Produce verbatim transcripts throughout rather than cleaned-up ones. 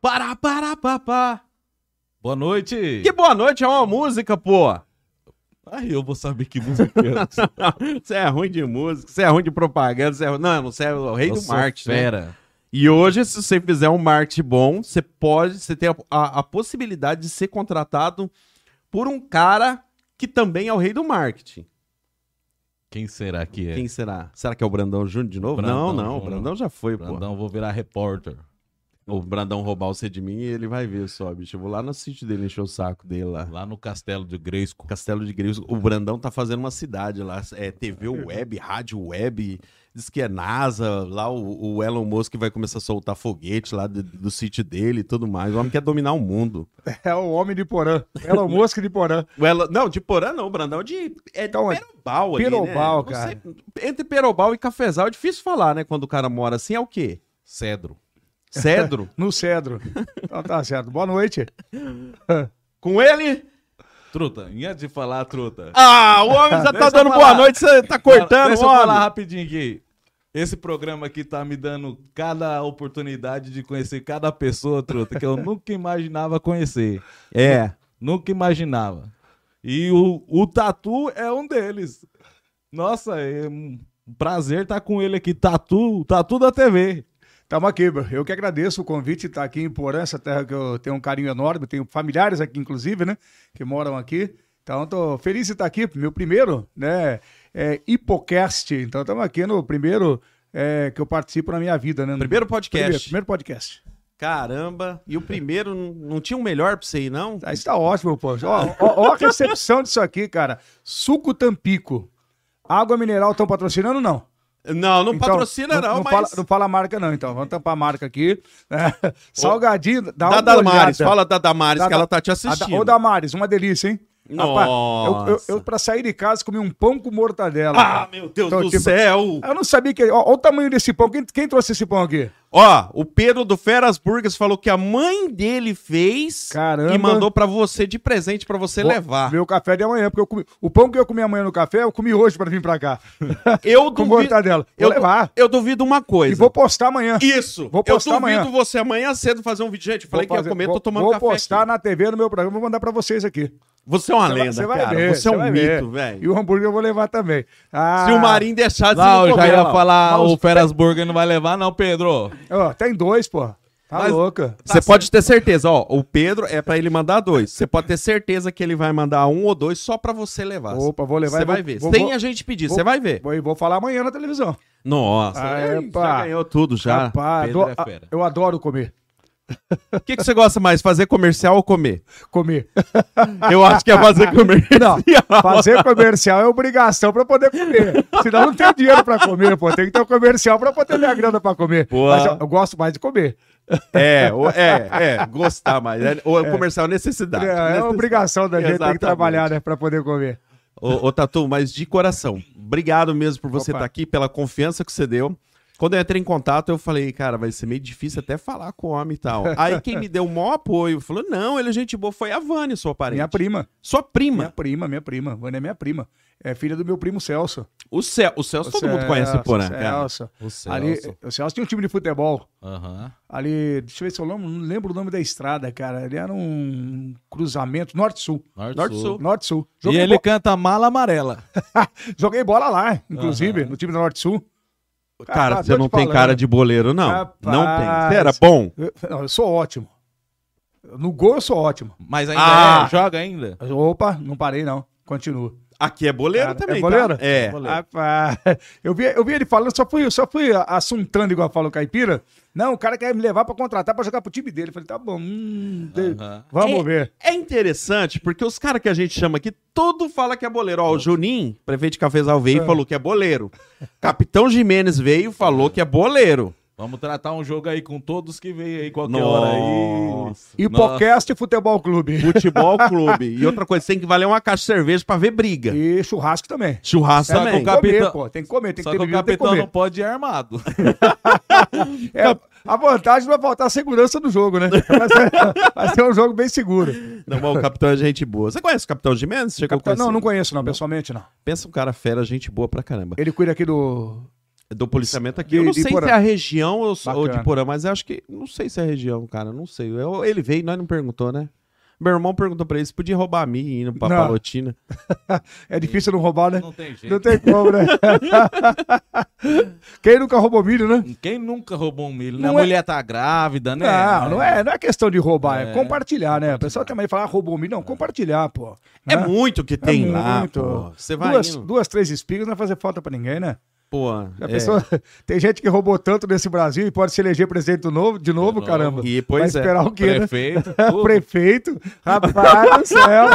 Para, para, papá. Boa noite. Que boa noite é uma música, pô. Aí eu vou saber que música é essa. Você é ruim de música, você é ruim de propaganda, você é... Não, você é o rei Eu do sou marketing, fera. né? E hoje, se você fizer um marketing bom, você pode, você tem a, a, a possibilidade de ser contratado por um cara que também é o rei do marketing. Quem será que é? Quem será? Será que é o Brandão Júnior de novo? Brandão não, não, o Júnior. Brandão já foi, pô. Brandão, vou virar repórter. O Brandão roubar você de mim e ele vai ver só, bicho. Eu vou lá no sítio dele encher o saco dele lá. Lá no Castelo de Grayskull. Castelo de Greus. O Brandão tá fazendo uma cidade lá. É T V web, rádio web. Diz que é NASA. Lá o, o Elon Musk vai começar a soltar foguete lá do, do sítio dele e tudo mais. O homem quer dominar o mundo. É o homem de Porã. Elon Musk de Porã. O Elon... Não, de Porã não. O Brandão é de, é de Então, é Perobal ali, Perobal, né? cara. Não sei, entre Perobal e Cafezal é difícil falar, né? Quando o cara mora assim, é o quê? Cedro. Cedro? No Cedro. Então tá certo. Boa noite. Com ele... Truta, em antes de falar, Truta. Ah, o homem já tá Deixa eu dando falar. boa noite, você tá cortando, Deixa eu homem. falar rapidinho aqui. Esse programa aqui tá me dando cada oportunidade de conhecer cada pessoa, Truta, que eu nunca imaginava conhecer. É. Nunca imaginava. E o, o Tatu é um deles. Nossa, é um prazer estar com ele aqui. Tatu, Tatu da T V. Tamo aqui, bro. Eu que agradeço o convite de estar aqui em Porã, essa terra que eu tenho um carinho enorme. Tenho familiares aqui, inclusive, né? Que moram aqui. Então, tô feliz de estar aqui. Meu primeiro, né? É Hipocast. Então, estamos aqui no primeiro é, que eu participo na minha vida, né? Primeiro podcast. Primeiro, primeiro podcast. Caramba. E o primeiro, não, não tinha um melhor pra você ir, não? Ah, isso tá ótimo, pô. Ó, ó, ó a recepção disso aqui, cara. Suco Tampico. Água mineral estão patrocinando, não? Não, não Então, patrocina, não, não mas... Fala, não fala a marca, não, então. Vamos tampar a marca aqui. É. Salgadinho, dá Da uma Damares, olhada. fala da Damares, Da- que ela tá te A assistindo. da- Ô, Damares, uma delícia, hein? Rapaz, Nossa. eu, eu, eu, pra sair de casa, comi um pão com mortadela. Ah, cara. meu Deus Então, do tipo, céu! Eu não sabia que... Ó, ó o tamanho desse pão. Quem, quem trouxe esse pão aqui? Ó, o Pedro do Feras Burgers falou que a mãe dele fez Caramba. e mandou pra você de presente pra você Vou levar. Meu café de amanhã, porque eu comi... O pão que eu comi amanhã no café, eu comi hoje pra vir pra cá. Eu Com duvido, mortadela. Vou eu, levar. eu duvido uma coisa. E vou postar amanhã. Isso. Vou postar eu duvido amanhã. você amanhã cedo fazer um vídeo. Gente, eu falei Vou que ia fazer- comer, vou, tô tomando vou café postar aqui. na T V no meu programa, vou mandar pra vocês aqui. Você é uma Você vai- lenda, você vai cara. ver, você é um vai ver. mito, velho. E o hambúrguer eu vou levar também. Ah, Se o Marinho deixar, Não, você eu já comer, ia ó. falar, Mas o os- Feras Burger não vai levar, não, Pedro. Ó, tem dois, pô. Tá Mas- louca. Você pode ter certeza, ó, o Pedro é pra ele mandar dois. Você pode ter certeza que ele vai mandar um ou dois só pra você levar. Opa, vou levar Você e vou- vai ver. vou- Sem vou- a gente pedir, vou- você vai ver. Vou, vou falar amanhã na televisão. Nossa, Ah, é, epa. já ganhou tudo já. Rapaz, Pedro ado- é a- fera. eu adoro comer. O que, que você gosta mais, fazer comercial ou comer? Comer. Eu acho que é fazer comercial. Não, fazer comercial é obrigação pra poder comer. Senão não tem dinheiro pra comer, pô. Tem que ter um comercial pra poder ter a grana pra comer. Pô. Mas eu, eu gosto mais de comer. É, o- é, é, gostar mais. É, o comercial é necessidade. É, é Necessidade. obrigação da gente, tem Exatamente. que trabalhar, né, pra poder comer. Ô, ô, Tatu, mas de coração, obrigado mesmo por você Opa. estar aqui, pela confiança que você deu. Quando eu entrei em contato, eu falei, cara, vai ser meio difícil até falar com o homem e tal. Aí quem me deu o maior apoio falou, não, ele é gente boa, foi a Vânia, sua parente. Minha prima. Sua Minha prima. prima, minha prima. Vânia é minha prima. É filha do meu primo Celso. O, Cel o Celso, todo mundo conhece por né, cara. Celso. O Celso. Ali, o Celso tinha um time de futebol. Aham. Ali, deixa eu ver se eu lembro, não lembro o nome da estrada, cara. Ele era um cruzamento Norte-Sul. Norte, Norte-Sul. Sul. Norte-Sul. E Joguei, ele bo- canta Mala Amarela. Joguei bola lá, inclusive, Aham. no time do Norte-Sul. Cara, Rapaz, você tô não te tem falando. cara de boleiro, não. Rapaz. Não tem. Você era bom? Eu, não, eu sou ótimo. No gol eu sou ótimo. Mas ainda Ah. é, joga ainda. Opa, não parei não. Continuo. Aqui é boleiro Cara, também, é boleiro? tá? É. Boleiro. Rapaz, eu vi, eu vi ele falando, só fui, só fui assuntando igual fala o Caipira. Não, o cara quer me levar pra contratar pra jogar pro time dele. Eu falei, tá bom, hum, de- Aham. vamos É- ver. É interessante, porque os caras que a gente chama aqui, todo fala que é boleiro. Ó, o Juninho, prefeito de Cafezal, veio e É. falou que é boleiro. Capitão Jimenez veio e falou que é boleiro. Vamos tratar um jogo aí com todos que veio aí qualquer hora aí. Nossa. Hipocast Futebol Clube. Futebol clube. E outra coisa, tem que valer uma caixa de cerveja pra ver briga. E churrasco também. Churrasco É, também. com Tem que comer, capitão- pô. Tem que comer, tem Só que que ter o bebida, tem que capitão comer. não pode ir armado. É, a vantagem vai faltar segurança no jogo, né? Vai ser, vai ser um jogo bem seguro. Não, mas o capitão é gente boa. Você conhece o Capitão Jimenez? Chegou a Capitão- conhecer? não, não conheço, não, pessoalmente não. Pensa um cara fera, gente boa pra caramba. Ele cuida aqui do. Do policiamento aqui. De- eu não de sei Porã. se é a região ou, ou de Bacana. Porã, mas eu acho que. Não sei se é a região, cara. Não sei. Eu- ele veio e nós não perguntou, né? Meu irmão perguntou pra ele se podia roubar a mim indo pra Não. Palotina. É difícil não roubar, né? Não tem jeito. Não tem como, né? Quem nunca roubou milho, né? Quem nunca roubou um milho? Não Né? A é- mulher tá grávida, né? Não, não é, não é questão de roubar, é, É, compartilhar, né? O pessoal também fala, ah, roubou milho. Não, compartilhar, pô. É Né? muito que tem É lá, muito. pô. Você vai Duas, indo. duas, três espigas não vai fazer falta pra ninguém, né? Pô, A é. pessoa, tem gente que roubou tanto nesse Brasil e pode se eleger presidente do novo, de novo, novo. caramba. E, Vai pois é. esperar o quê, né? Prefeito, tudo. Prefeito, rapaz do céu.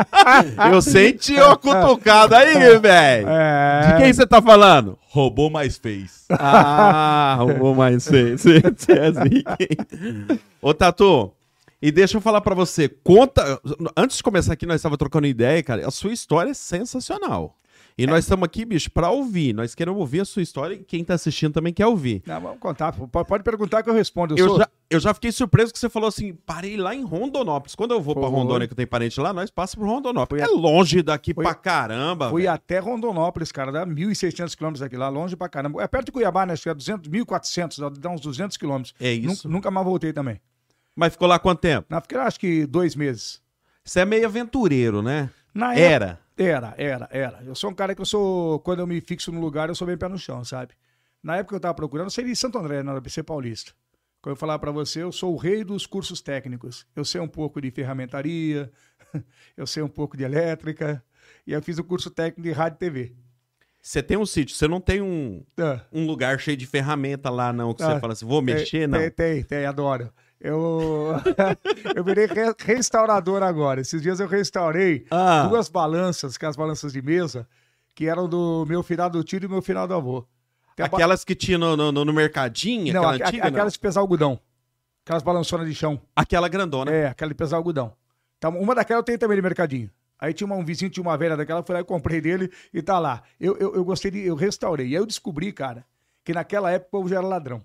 Eu senti uma cutucada aí, velho. É. De quem você tá falando? Roubou, mas fez. Ah, roubou mais seis. Você é zica, hein? Ô, Tatu, e deixa eu falar pra você. Conta. Antes de começar aqui, nós estávamos trocando ideia, cara. A sua história é sensacional. E nós estamos aqui, bicho, pra ouvir. Nós queremos ouvir a sua história e quem tá assistindo também quer ouvir. Não, vamos contar. Pode, pode perguntar que eu respondo. Eu, Eu sou... já, eu já fiquei surpreso que você falou assim, parei lá em Rondonópolis. Quando eu vou pra Foi. Rondônia, que eu tenho parente lá, nós passamos por Rondonópolis. Fui É longe daqui Fui- pra caramba, Fui velho. até Rondonópolis, cara, dá mil e seiscentos quilômetros aqui lá, longe pra caramba. É perto de Cuiabá, né? Acho que é duzentos, mil e quatrocentos, dá uns duzentos quilômetros. É isso. Nunca, nunca mais voltei também. Mas ficou lá quanto tempo? Na, fiquei lá, acho que dois meses. Você é meio aventureiro, né? Na Era. Era, era, era. Eu sou um cara que eu sou, quando eu me fixo no lugar, eu sou bem pé no chão, sabe? Na época que eu tava procurando, eu saí de Santo André, na B C Paulista. Quando eu falar pra você, eu sou o rei dos cursos técnicos. Eu sei um pouco de ferramentaria, eu sei um pouco de elétrica, e eu fiz o curso técnico de rádio e T V. Você tem um sítio, você não tem um, Ah, um lugar cheio de ferramenta lá, não, que Ah, você fala assim, vou mexer, tem, não. Tem, tem, tem, adoro. Eu, eu virei re- restaurador agora. Esses dias eu restaurei Ah. duas balanças, que as balanças de mesa, que eram do meu finado tio e do meu finado avô. Tem a ba- Aquelas que tinha no, no, no mercadinho, Não, aquela aqu- antiga, aquelas de pesar algodão. Aquelas balançonas de chão. não. Aquela grandona. É, aquela de pesar algodão. Então, uma daquelas eu tenho também de mercadinho. Aí tinha uma- um vizinho, tinha uma velha daquela, eu fui lá e comprei dele e tá lá. Eu, eu, eu gostei de. Eu restaurei. E aí eu descobri, cara, que naquela época o povo já era ladrão.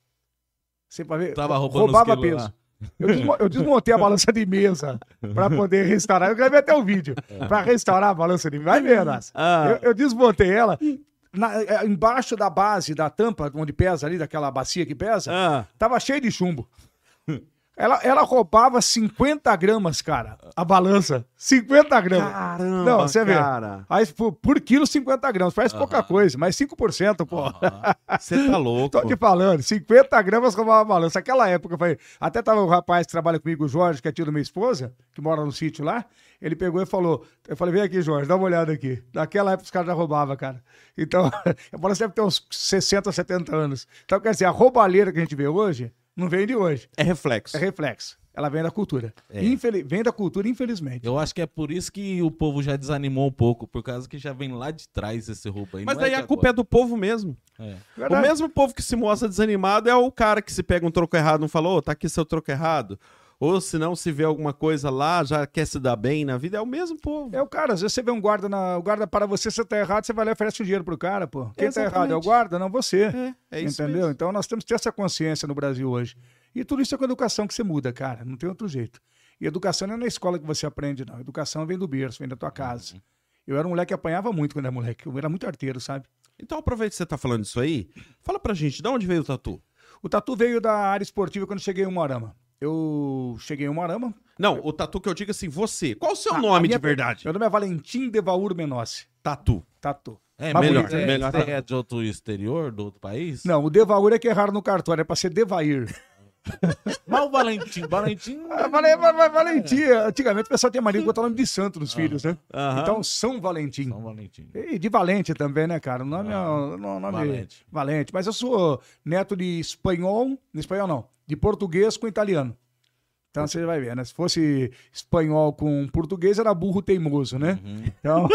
Você pra ver? Tava roubando roubava os quilos peso. lá. Eu, desmo- eu desmontei a balança de mesa pra poder restaurar. Eu gravei até o vídeo. Pra restaurar a balança de mesa. Vai ver, Nassi. Ah. Eu, eu desmontei ela. na- eh, embaixo da base da tampa, onde pesa ali, daquela bacia que pesa, Ah. tava cheio de chumbo. Ela, ela roubava cinquenta gramas, cara, a balança. cinquenta gramas. Caramba, Não, você vê. cara. Aí, por, por quilo, cinquenta gramas. Parece pouca coisa, mas cinco por cento, pô. Você tá louco. Tô te falando, cinquenta gramas roubava a balança. Naquela época, eu falei, até tava um rapaz que trabalha comigo, o Jorge, que é tio da minha esposa, que mora no sítio lá. Ele pegou e falou, eu falei, vem aqui, Jorge, dá uma olhada aqui. Naquela época os caras já roubavam, cara. Então, a balança deve ter uns sessenta, setenta anos. Então, quer dizer, a roubalheira que a gente vê hoje, não vem de hoje. É reflexo. É reflexo. Ela vem da cultura. É. Infeli- Vem da cultura, infelizmente. Eu acho que é por isso que o povo já desanimou um pouco, por causa que já vem lá de trás esse roubo aí. Mas não é daí de a culpa é agora. do povo mesmo. É. O Verdade. mesmo povo que se mostra desanimado é o cara que se pega um troco errado, não falou, tá aqui seu troco errado. Ou se não se vê alguma coisa lá, já quer se dar bem na vida, é o mesmo povo. É o cara, às vezes você vê um guarda, na, o guarda para você, você tá errado, você vai lá e oferece o dinheiro pro cara, pô. Quem tá errado é o Exatamente. guarda, não você. É, é isso Entendeu? mesmo. Então nós temos que ter essa consciência no Brasil hoje. E tudo isso é com a educação que você muda, cara. Não tem outro jeito. E educação não é na escola que você aprende, não. Educação vem do berço, vem da tua casa. Eu era um moleque que apanhava muito quando era moleque. Eu era muito arteiro, sabe? Então aproveita que você tá falando isso aí, fala pra gente, de onde veio o tatu? O tatu veio da área esportiva quando eu cheguei em Umuarama. Eu cheguei em Umuarama. Não, o tatu que eu digo assim, você. Qual o seu Ah, a nome minha- de verdade? Meu nome é Valentim Devaur Menossi. Tatu. Tatu. É, Mas melhor. bonito, É, melhor. Você é de outro exterior, do outro país? Não, o Devaur é que erraram no cartório, é pra ser Devair. Mas o Valentim, Valentim... Ah, vale, vale, vale, Valentim. Antigamente o pessoal tinha mania de botar o nome de santo nos filhos, né? Aham. Então, São Valentim. São Valentim. E de Valente também, né, cara? O nome é o no- nome Valente. Valente. Mas eu sou neto de espanhol, de espanhol não, de português com italiano. Então você vai ver, né? Se fosse espanhol com português, era burro teimoso, né? Então,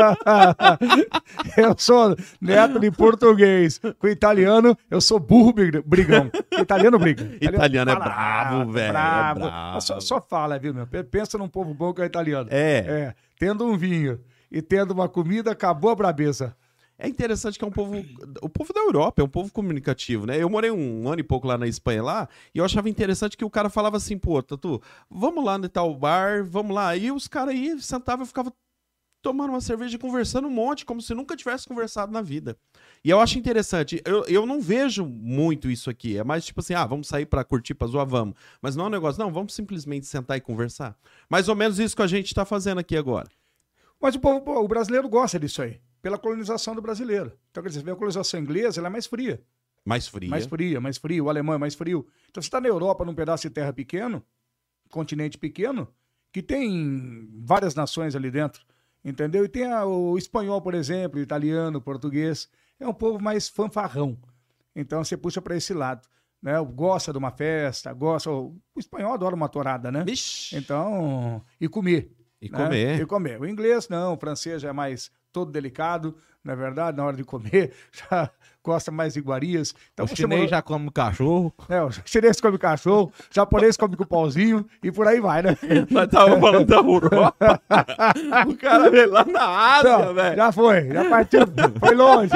eu sou neto de português com italiano, eu sou burro brig- brigão. Italiano briga. Italiano é fala bravo, alto, velho, é bravo. bravo. Só, só fala, viu, meu? Pensa num povo bom que é italiano. É. É, tendo um vinho e tendo uma comida, acabou a brabeza. É interessante que é um povo. O povo da Europa é um povo comunicativo, né? Eu morei um ano e pouco lá na Espanha lá, e eu achava interessante que o cara falava assim, pô, Tatu, vamos lá no tal bar, vamos lá. E os caras aí sentavam e ficavam tomando uma cerveja e conversando um monte, como se nunca tivesse conversado na vida. E eu acho interessante, eu, eu não vejo muito isso aqui, é mais tipo assim, ah, vamos sair pra curtir, pra zoar, vamos. Mas não é um negócio, não, vamos simplesmente sentar e conversar. Mais ou menos isso que a gente tá fazendo aqui agora. Mas o, povo, o brasileiro gosta disso aí, pela colonização do brasileiro. Então, quer dizer, você vê a colonização inglesa, ela é mais fria. Mais fria. Mais fria, mais frio. O alemão é mais frio. Então, você está na Europa, num pedaço de terra pequeno, continente pequeno, que tem várias nações ali dentro, entendeu? E tem a, o espanhol, por exemplo, o italiano, o português. É um povo mais fanfarrão. Então, você puxa para esse lado. Né? Gosta de uma festa, gosta... O espanhol adora uma torada, né? Vixe. Então, e comer. E né? comer. E comer. O inglês, não. O francês já é mais todo delicado, na verdade, na hora de comer. Já gosta mais de iguarias. Então, O você chinês morou- já come cachorro. É, o chinês come cachorro, o japonês come com o pauzinho e por aí vai, né? Nós tava falando da Europa. O cara veio lá na Ásia, Não, velho. já foi, já partiu, foi longe.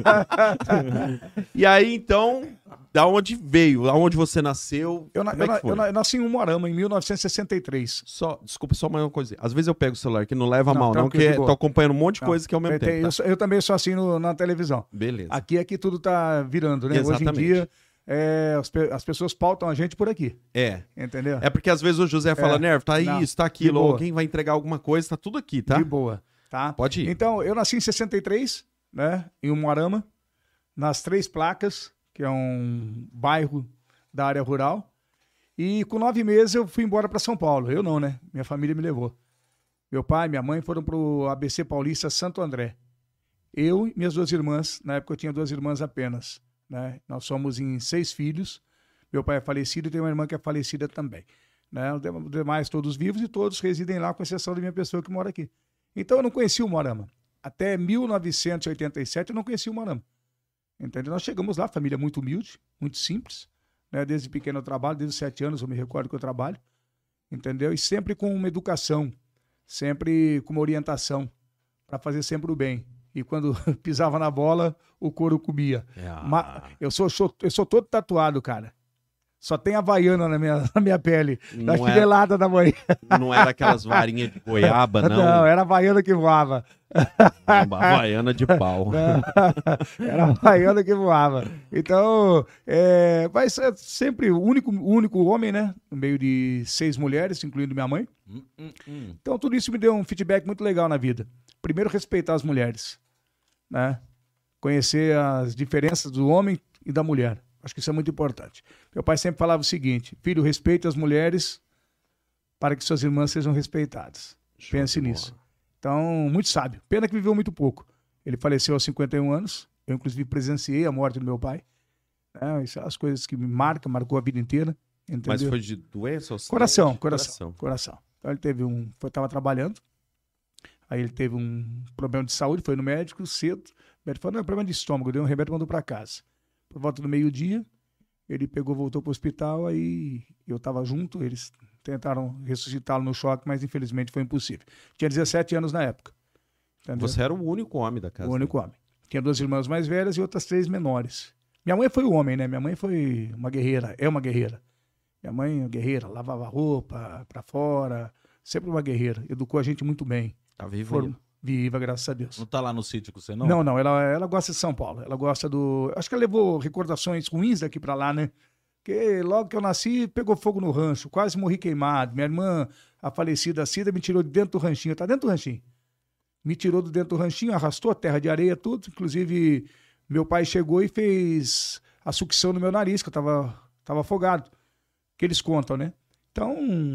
E aí, então, da onde veio? Da onde você nasceu? Eu, na- Como eu é na- que foi? eu na- eu nasci em Umuarama, em mil novecentos e sessenta e três. Só, desculpa, só mais uma coisa. Às vezes eu pego o celular que não leva Não, mal, não, tranquilo, que de boa. tô acompanhando um monte de Não, coisa que é ao mesmo eu, tempo. tenho- tá? eu sou- eu também sou assim no- na televisão. Beleza. Aqui é que tudo tá virando, né? Hoje Exatamente. em dia, é, as, pe- as pessoas pautam a gente por aqui, É. entendeu? É porque às vezes o José fala, É. Nervo, tá Não, isso, tá de aquilo, ou boa. alguém vai entregar alguma coisa, tá tudo aqui, tá? De boa, tá? Pode ir. Então, eu nasci em sessenta e três, né? Em Umuarama, nas Três Placas, que é um bairro da área rural. E com nove meses eu fui embora para São Paulo. Eu não, né? Minha família me levou. Meu pai e minha mãe foram para o A B C Paulista Santo André. Eu e minhas duas irmãs, na época eu tinha duas irmãs apenas, né? Nós somos em seis filhos. Meu pai é falecido e tem uma irmã que é falecida também. Né? Os dem- demais todos vivos e todos residem lá, com exceção da minha pessoa que mora aqui. Então eu não conhecia o Umuarama. Até mil novecentos e oitenta e sete eu não conhecia o Umuarama. Entendeu? Nós chegamos lá, família muito humilde, muito simples. Né? Desde pequeno eu trabalho, desde os sete anos eu me recordo que eu trabalho. Entendeu? E sempre com uma educação, sempre com uma orientação, para fazer sempre o bem. E quando pisava na bola, o couro comia. Ah. Ma- eu, sou, sou- eu sou todo tatuado, cara. Só tem Havaiana na minha, na minha pele. Da Não é- chinelada da manhã. Não era aquelas varinhas de goiaba, não. Não, era Havaiana que voava. Uma havaiana de pau. Era a Havaiana que voava. Então, é, mas é sempre o único, o único homem, né? No meio de seis mulheres, incluindo minha mãe. Hum, hum, hum. Então, tudo isso me deu um feedback muito legal na vida. Primeiro, respeitar as mulheres, né? Conhecer as diferenças do homem e da mulher. Acho que isso é muito importante. Meu pai sempre falava o seguinte: filho, respeite as mulheres para que suas irmãs sejam respeitadas. Show Pense de bola. nisso. Então, muito sábio. Pena que viveu muito pouco. Ele faleceu aos cinquenta e um anos. Eu, inclusive, presenciei a morte do meu pai. É, isso são as coisas que me marcam, marcou a vida inteira. Entendeu? Mas foi de doença ou Coração, acidente? coração, coração. Então ele teve um, foi, tava trabalhando, aí ele teve um problema de saúde, foi no médico cedo, o médico falou, não, é problema de estômago, deu um remédio e mandou para casa. Por volta do meio-dia, ele pegou, voltou para o hospital, aí eu estava junto, eles tentaram ressuscitá-lo no choque, mas infelizmente foi impossível. Tinha dezessete anos na época. Entendeu? Você era o único homem da casa. O único homem. Tinha duas irmãs mais velhas e outras três menores. Minha mãe foi o homem, né? Minha mãe foi uma guerreira, é uma guerreira. Minha mãe é uma guerreira, lavava roupa pra fora, sempre uma guerreira. Educou a gente muito bem. Tá vivo Foram ainda. viva, graças a Deus. Não tá lá no sítio com você, não? Não, não, ela, ela gosta de São Paulo. Ela gosta do... Acho que ela levou recordações ruins daqui pra lá, né? Porque logo que eu nasci, pegou fogo no rancho, quase morri queimado. Minha irmã, a falecida Cida, me tirou de dentro do ranchinho. Tá dentro do ranchinho. Me tirou de dentro do ranchinho, arrastou a terra de areia, tudo. Inclusive, meu pai chegou e fez a sucção no meu nariz, que eu tava, tava afogado. Que eles contam, né? Então,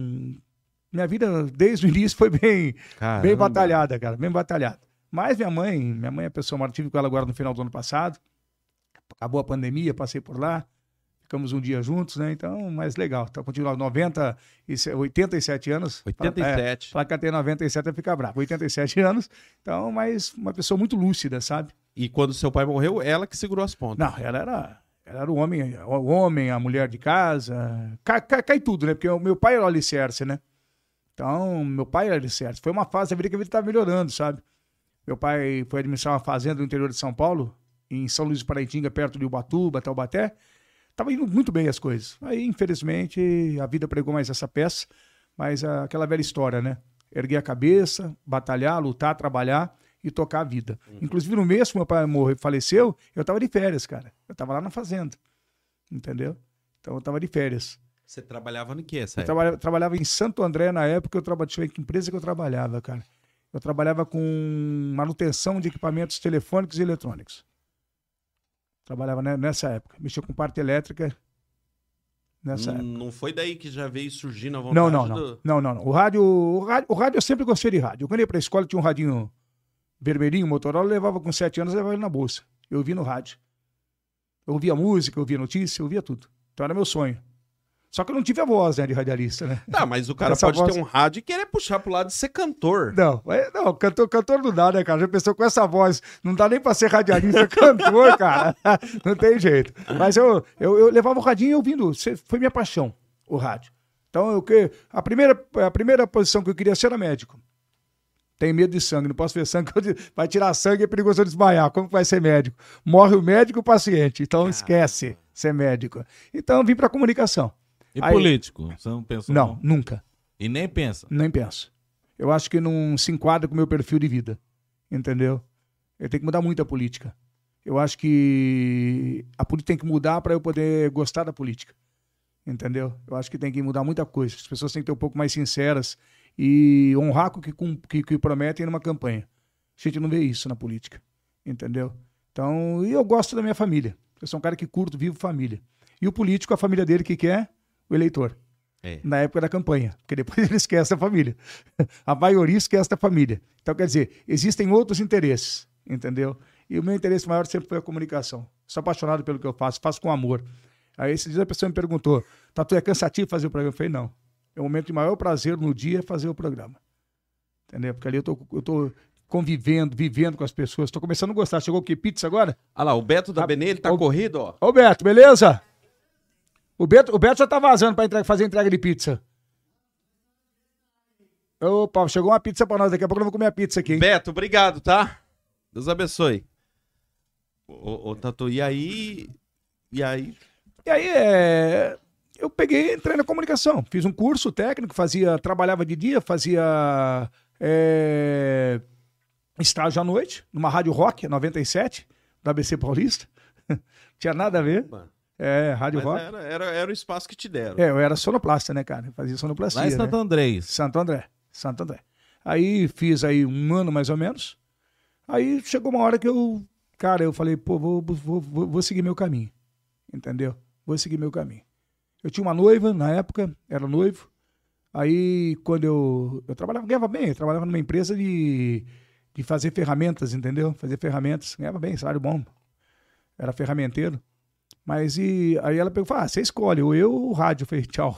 minha vida, desde o início, foi bem, Caramba. bem batalhada, cara, bem batalhada. Mas minha mãe, minha mãe é pessoa maravilhosa, tive com ela agora no final do ano passado. Acabou a pandemia, passei por lá. Ficamos um dia juntos, né? Então, mais legal. Então, continuar noventa e se- oitenta e sete anos. oitenta e sete. É, falar que eu tenho noventa e sete vai ficar bravo. oitenta e sete anos. Então, mas uma pessoa muito lúcida, sabe? E quando seu pai morreu, ela que segurou as pontas. Não, ela era, ela era o homem, o homem, a mulher de casa. Cai, cai, cai tudo, né? Porque o meu pai era o alicerce, né? Então, meu pai era o alicerce. Foi uma fase da vida que a vida estava melhorando, sabe? Meu pai foi administrar uma fazenda no interior de São Paulo, em São Luís do Paraitinga, perto de Ubatuba, Taubaté. Tava indo muito bem as coisas. Aí, infelizmente, a vida pregou mais essa peça, mas ah, aquela velha história, né? erguer a cabeça, batalhar, lutar, trabalhar e tocar a vida. Uhum. Inclusive, no mês que meu pai morreu, faleceu, eu estava de férias, cara. Eu estava lá na fazenda, entendeu? Então, eu estava de férias. Você trabalhava no que essa Eu época? trabalhava, trabalhava em Santo André na época, eu trabalhava, deixa eu ver que empresa que eu trabalhava, cara. Eu trabalhava com manutenção de equipamentos telefônicos e eletrônicos. Trabalhava nessa época. Mexia com parte elétrica nessa Não, época. não foi daí que já veio surgindo a vontade Não, não, não. do... Não, não, não. O rádio, o rádio, o rádio eu sempre gostei de rádio. Quando eu ia pra escola, tinha um radinho vermelhinho, Motorola, eu levava com sete anos, eu levava ele na bolsa. Eu ouvia no rádio. Eu ouvia música, eu ouvia notícia, eu ouvia tudo. Então era meu sonho. Só que eu não tive a voz, né, de radialista, né? Tá, mas o cara Essa pode voz- ter um rádio e querer puxar pro lado de ser cantor. Não, é- não, cantor, cantor não dá, né, cara? Já pensou com essa voz, não dá nem pra ser radialista, cantor, cara. Não tem jeito. Mas eu, eu, eu levava o radinho ouvindo, cê- foi minha paixão, o rádio. Então, eu, que- a, primeira, a primeira posição que eu queria ser era médico. Tenho medo de sangue, não posso ver sangue, vai tirar sangue, é perigoso eu desmaiar. Como que vai ser médico? Morre o médico e o paciente, então esquece ser médico. Então, eu vim pra comunicação. E Aí- político? Você não pensou? Não, nunca. E nem pensa. Nem penso. Eu acho que não se enquadra com o meu perfil de vida. Entendeu? Eu tenho que mudar muito a política. Eu acho que a política tem que mudar para eu poder gostar da política. Entendeu? Eu acho que tem que mudar muita coisa. As pessoas têm que ter um pouco mais sinceras e honrar com o que, com, que, que prometem numa campanha. A gente não vê isso na política. Entendeu? Então, e eu gosto da minha família. Eu sou um cara que curto, vivo família. E o político, a família dele, o que quer? O eleitor. É. Na época da campanha, porque depois ele esquece a família. A maioria esquece da família. Então, quer dizer, existem outros interesses, entendeu? E o meu interesse maior sempre foi a comunicação. Sou apaixonado pelo que eu faço, faço com amor. Aí, esses dias a pessoa me perguntou, Tatu, é cansativo fazer o programa? Eu falei, não. É o momento de maior prazer no dia fazer o programa. Entendeu? Porque ali eu tô, eu tô convivendo, vivendo com as pessoas. Tô começando a gostar. Chegou o que? Pizza agora? Olha lá, o Beto da Ah, Benê, ele tá o- corrido, ó. Ô, Beto, beleza? O Beto, o Beto já tá vazando pra entrega, fazer entrega de pizza. Opa, chegou uma pizza pra nós. Daqui a pouco eu vou comer a pizza aqui, hein? Beto, obrigado, tá? Deus abençoe. Ô, ô, Tatu, e aí... E aí... E aí, é, eu peguei e entrei na comunicação. Fiz um curso técnico, fazia, trabalhava de dia, fazia é, estágio à noite, numa rádio rock, noventa e sete, da A B C Paulista. Tinha nada a ver. É, rádio Mas rock. era, era, era o espaço que te deram. É, eu era sonoplasta, né, cara? Eu fazia sonoplastia, Lá em né? Santo Andrés. Santo André, Santo André. Aí fiz aí um ano mais ou menos. Aí chegou uma hora que eu, cara, eu falei, pô, vou, vou, vou, vou seguir meu caminho. Entendeu? Vou seguir meu caminho. Eu tinha uma noiva na época, era noivo. Aí quando eu, eu trabalhava, ganhava bem, eu trabalhava numa empresa de, de fazer ferramentas, entendeu? Fazer ferramentas, ganhava bem, salário bom. Era ferramenteiro. Mas e aí ela pegou e falou, ah, você escolhe, ou eu ou o rádio. Eu falei, tchau.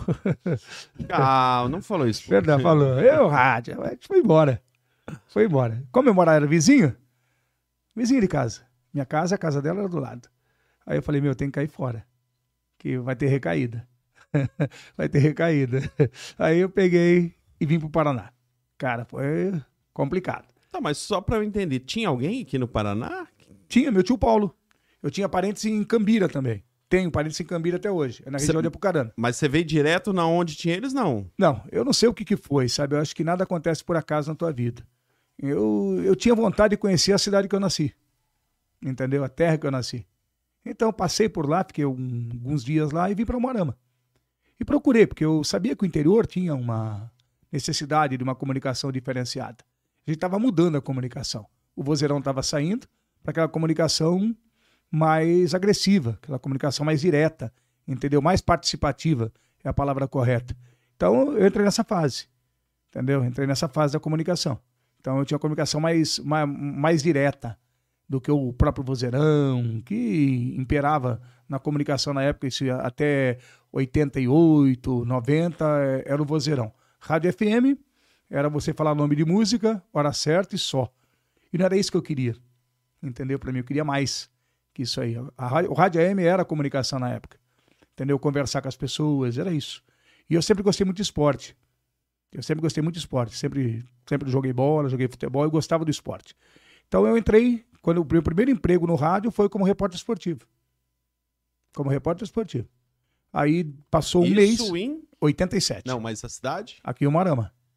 Ah, não falou isso. pô. Verdade, falou, eu, rádio. Aí foi embora. Foi embora. Como eu morava, era vizinho, vizinho de casa. Minha casa, a casa dela era do lado. Aí eu falei, meu, tem que cair fora, que vai ter recaída. Vai ter recaída. Aí eu peguei e vim pro Paraná. Cara, foi complicado. Tá, mas só pra eu entender, tinha alguém aqui no Paraná? Tinha meu tio Paulo. Eu tinha parentes em Cambira também. Tenho parentes em Cambira até hoje. É na Cê- região de Apucarana. Mas você veio direto na onde tinha eles, não? Não, eu não sei o que, que foi, sabe? Eu acho que nada acontece por acaso na tua vida. Eu, eu tinha vontade de conhecer a cidade que eu nasci. Entendeu? A terra que eu nasci. Então passei por lá, fiquei um- alguns dias lá e vim para Umuarama. E procurei, porque eu sabia que o interior tinha uma necessidade de uma comunicação diferenciada. A gente estava mudando a comunicação. O vozeirão estava saindo para aquela comunicação mais agressiva, aquela comunicação mais direta, entendeu? Mais participativa é a palavra correta. Então eu entrei nessa fase, entendeu? Entrei nessa fase da comunicação. Então eu tinha uma comunicação mais, mais, mais direta do que o próprio vozeirão, que imperava na comunicação na época, isso até oitenta e oito, noventa, era o vozeirão. Rádio F M era você falar nome de música, hora certa e só. E não era isso que eu queria, entendeu? Para mim, eu queria mais que isso aí. A rádio, o rádio A M era a comunicação na época, entendeu? Conversar com as pessoas, era isso. E eu sempre gostei muito de esporte. Eu sempre gostei muito de esporte, sempre, sempre joguei bola, joguei futebol, eu gostava do esporte. Então eu entrei, quando o meu primeiro emprego no rádio foi como repórter esportivo. Como repórter esportivo. Aí passou um mês, Isso em... oitenta e sete, Não, mas a cidade? aqui em Umuarama.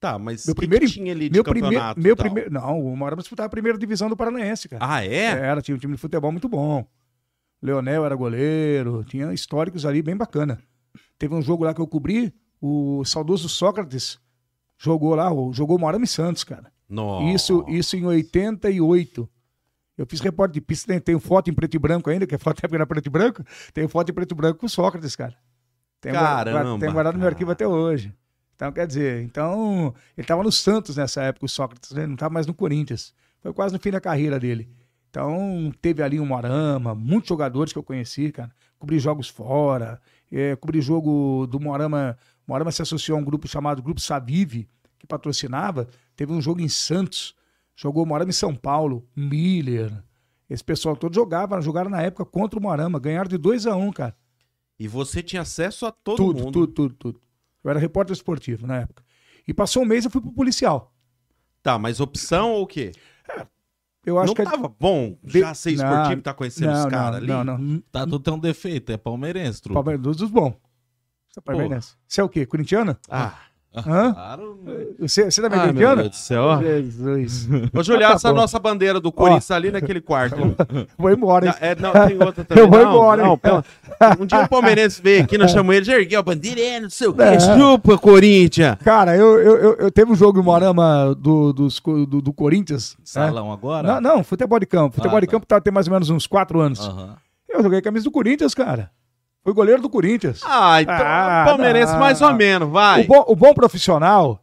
Tá, mas Meu que primeiro, que tinha ali de meu primeiro, campeonato? meu e tal? primeiro, não, o Moarama disputava a primeira divisão do Paranaense, cara. Ah, é? Era, tinha um time de futebol muito bom. Leonel era goleiro, tinha históricos ali bem bacana. Teve um jogo lá que eu cobri, o saudoso Sócrates jogou lá, jogou o Moarama e Santos, cara. Nossa. Isso, isso em oitenta e oito. Eu fiz repórter de pista, tem, tenho foto em preto e branco ainda, que a foto era preto e branco. Tenho foto em preto e branco com o Sócrates, cara. Tem Caramba, Tem guardado no meu cara. arquivo até hoje. Então, quer dizer, então, ele estava no Santos nessa época, o Sócrates, né? Não estava mais no Corinthians. Foi quase no fim da carreira dele. Então, teve ali um Moarama, muitos jogadores que eu conheci, cara. Cobri jogos fora, é, cobri jogo do Moarama. Moarama se associou a um grupo chamado Grupo Savive, que patrocinava. Teve um jogo em Santos, jogou o Moarama em São Paulo, Miller. Esse pessoal todo jogava, jogaram na época contra o Moarama, ganharam de dois a um, cara. E você tinha acesso a todo Tudo, mundo. tudo, tudo, tudo. Eu era repórter esportivo na época. E passou um mês eu fui pro policial. Tá, mas opção ou o quê? Eu acho Não que é- tava bom De- já ser Não, esportivo e tá conhecendo não, os caras ali? não, não, não. Tá tudo tem um defeito, é palmeirense, truta. Palmeiras dos dos bons. Você é palmeirense. Você é o quê? Corintiano? Ah, Hã? Claro. Você, você também é ai, meu corintiano? Deus do céu. Jesus. Ô, Julião, Ah, tá essa bom. nossa bandeira do Corinthians ali naquele quarto. Vou embora, hein? Não, é, não, tem outra também. Eu vou não, embora, hein? não, pela- Um dia o palmeirense veio aqui, nós chamamos ele de ergueu a bandeira, não sei o quê. É. Chupa, Corinthians. Cara, eu, eu, eu, eu teve um jogo no Moarama do, dos co- do, do Corinthians. né? Salão agora? Não, não, futebol de campo. Futebol Ah, de tá. campo tá, tem mais ou menos uns quatro anos. Aham. Eu joguei a camisa do Corinthians, cara. Fui goleiro do Corinthians. Ah, então Ah, palmeirense não. mais ou menos, vai. O, bom, o bom profissional.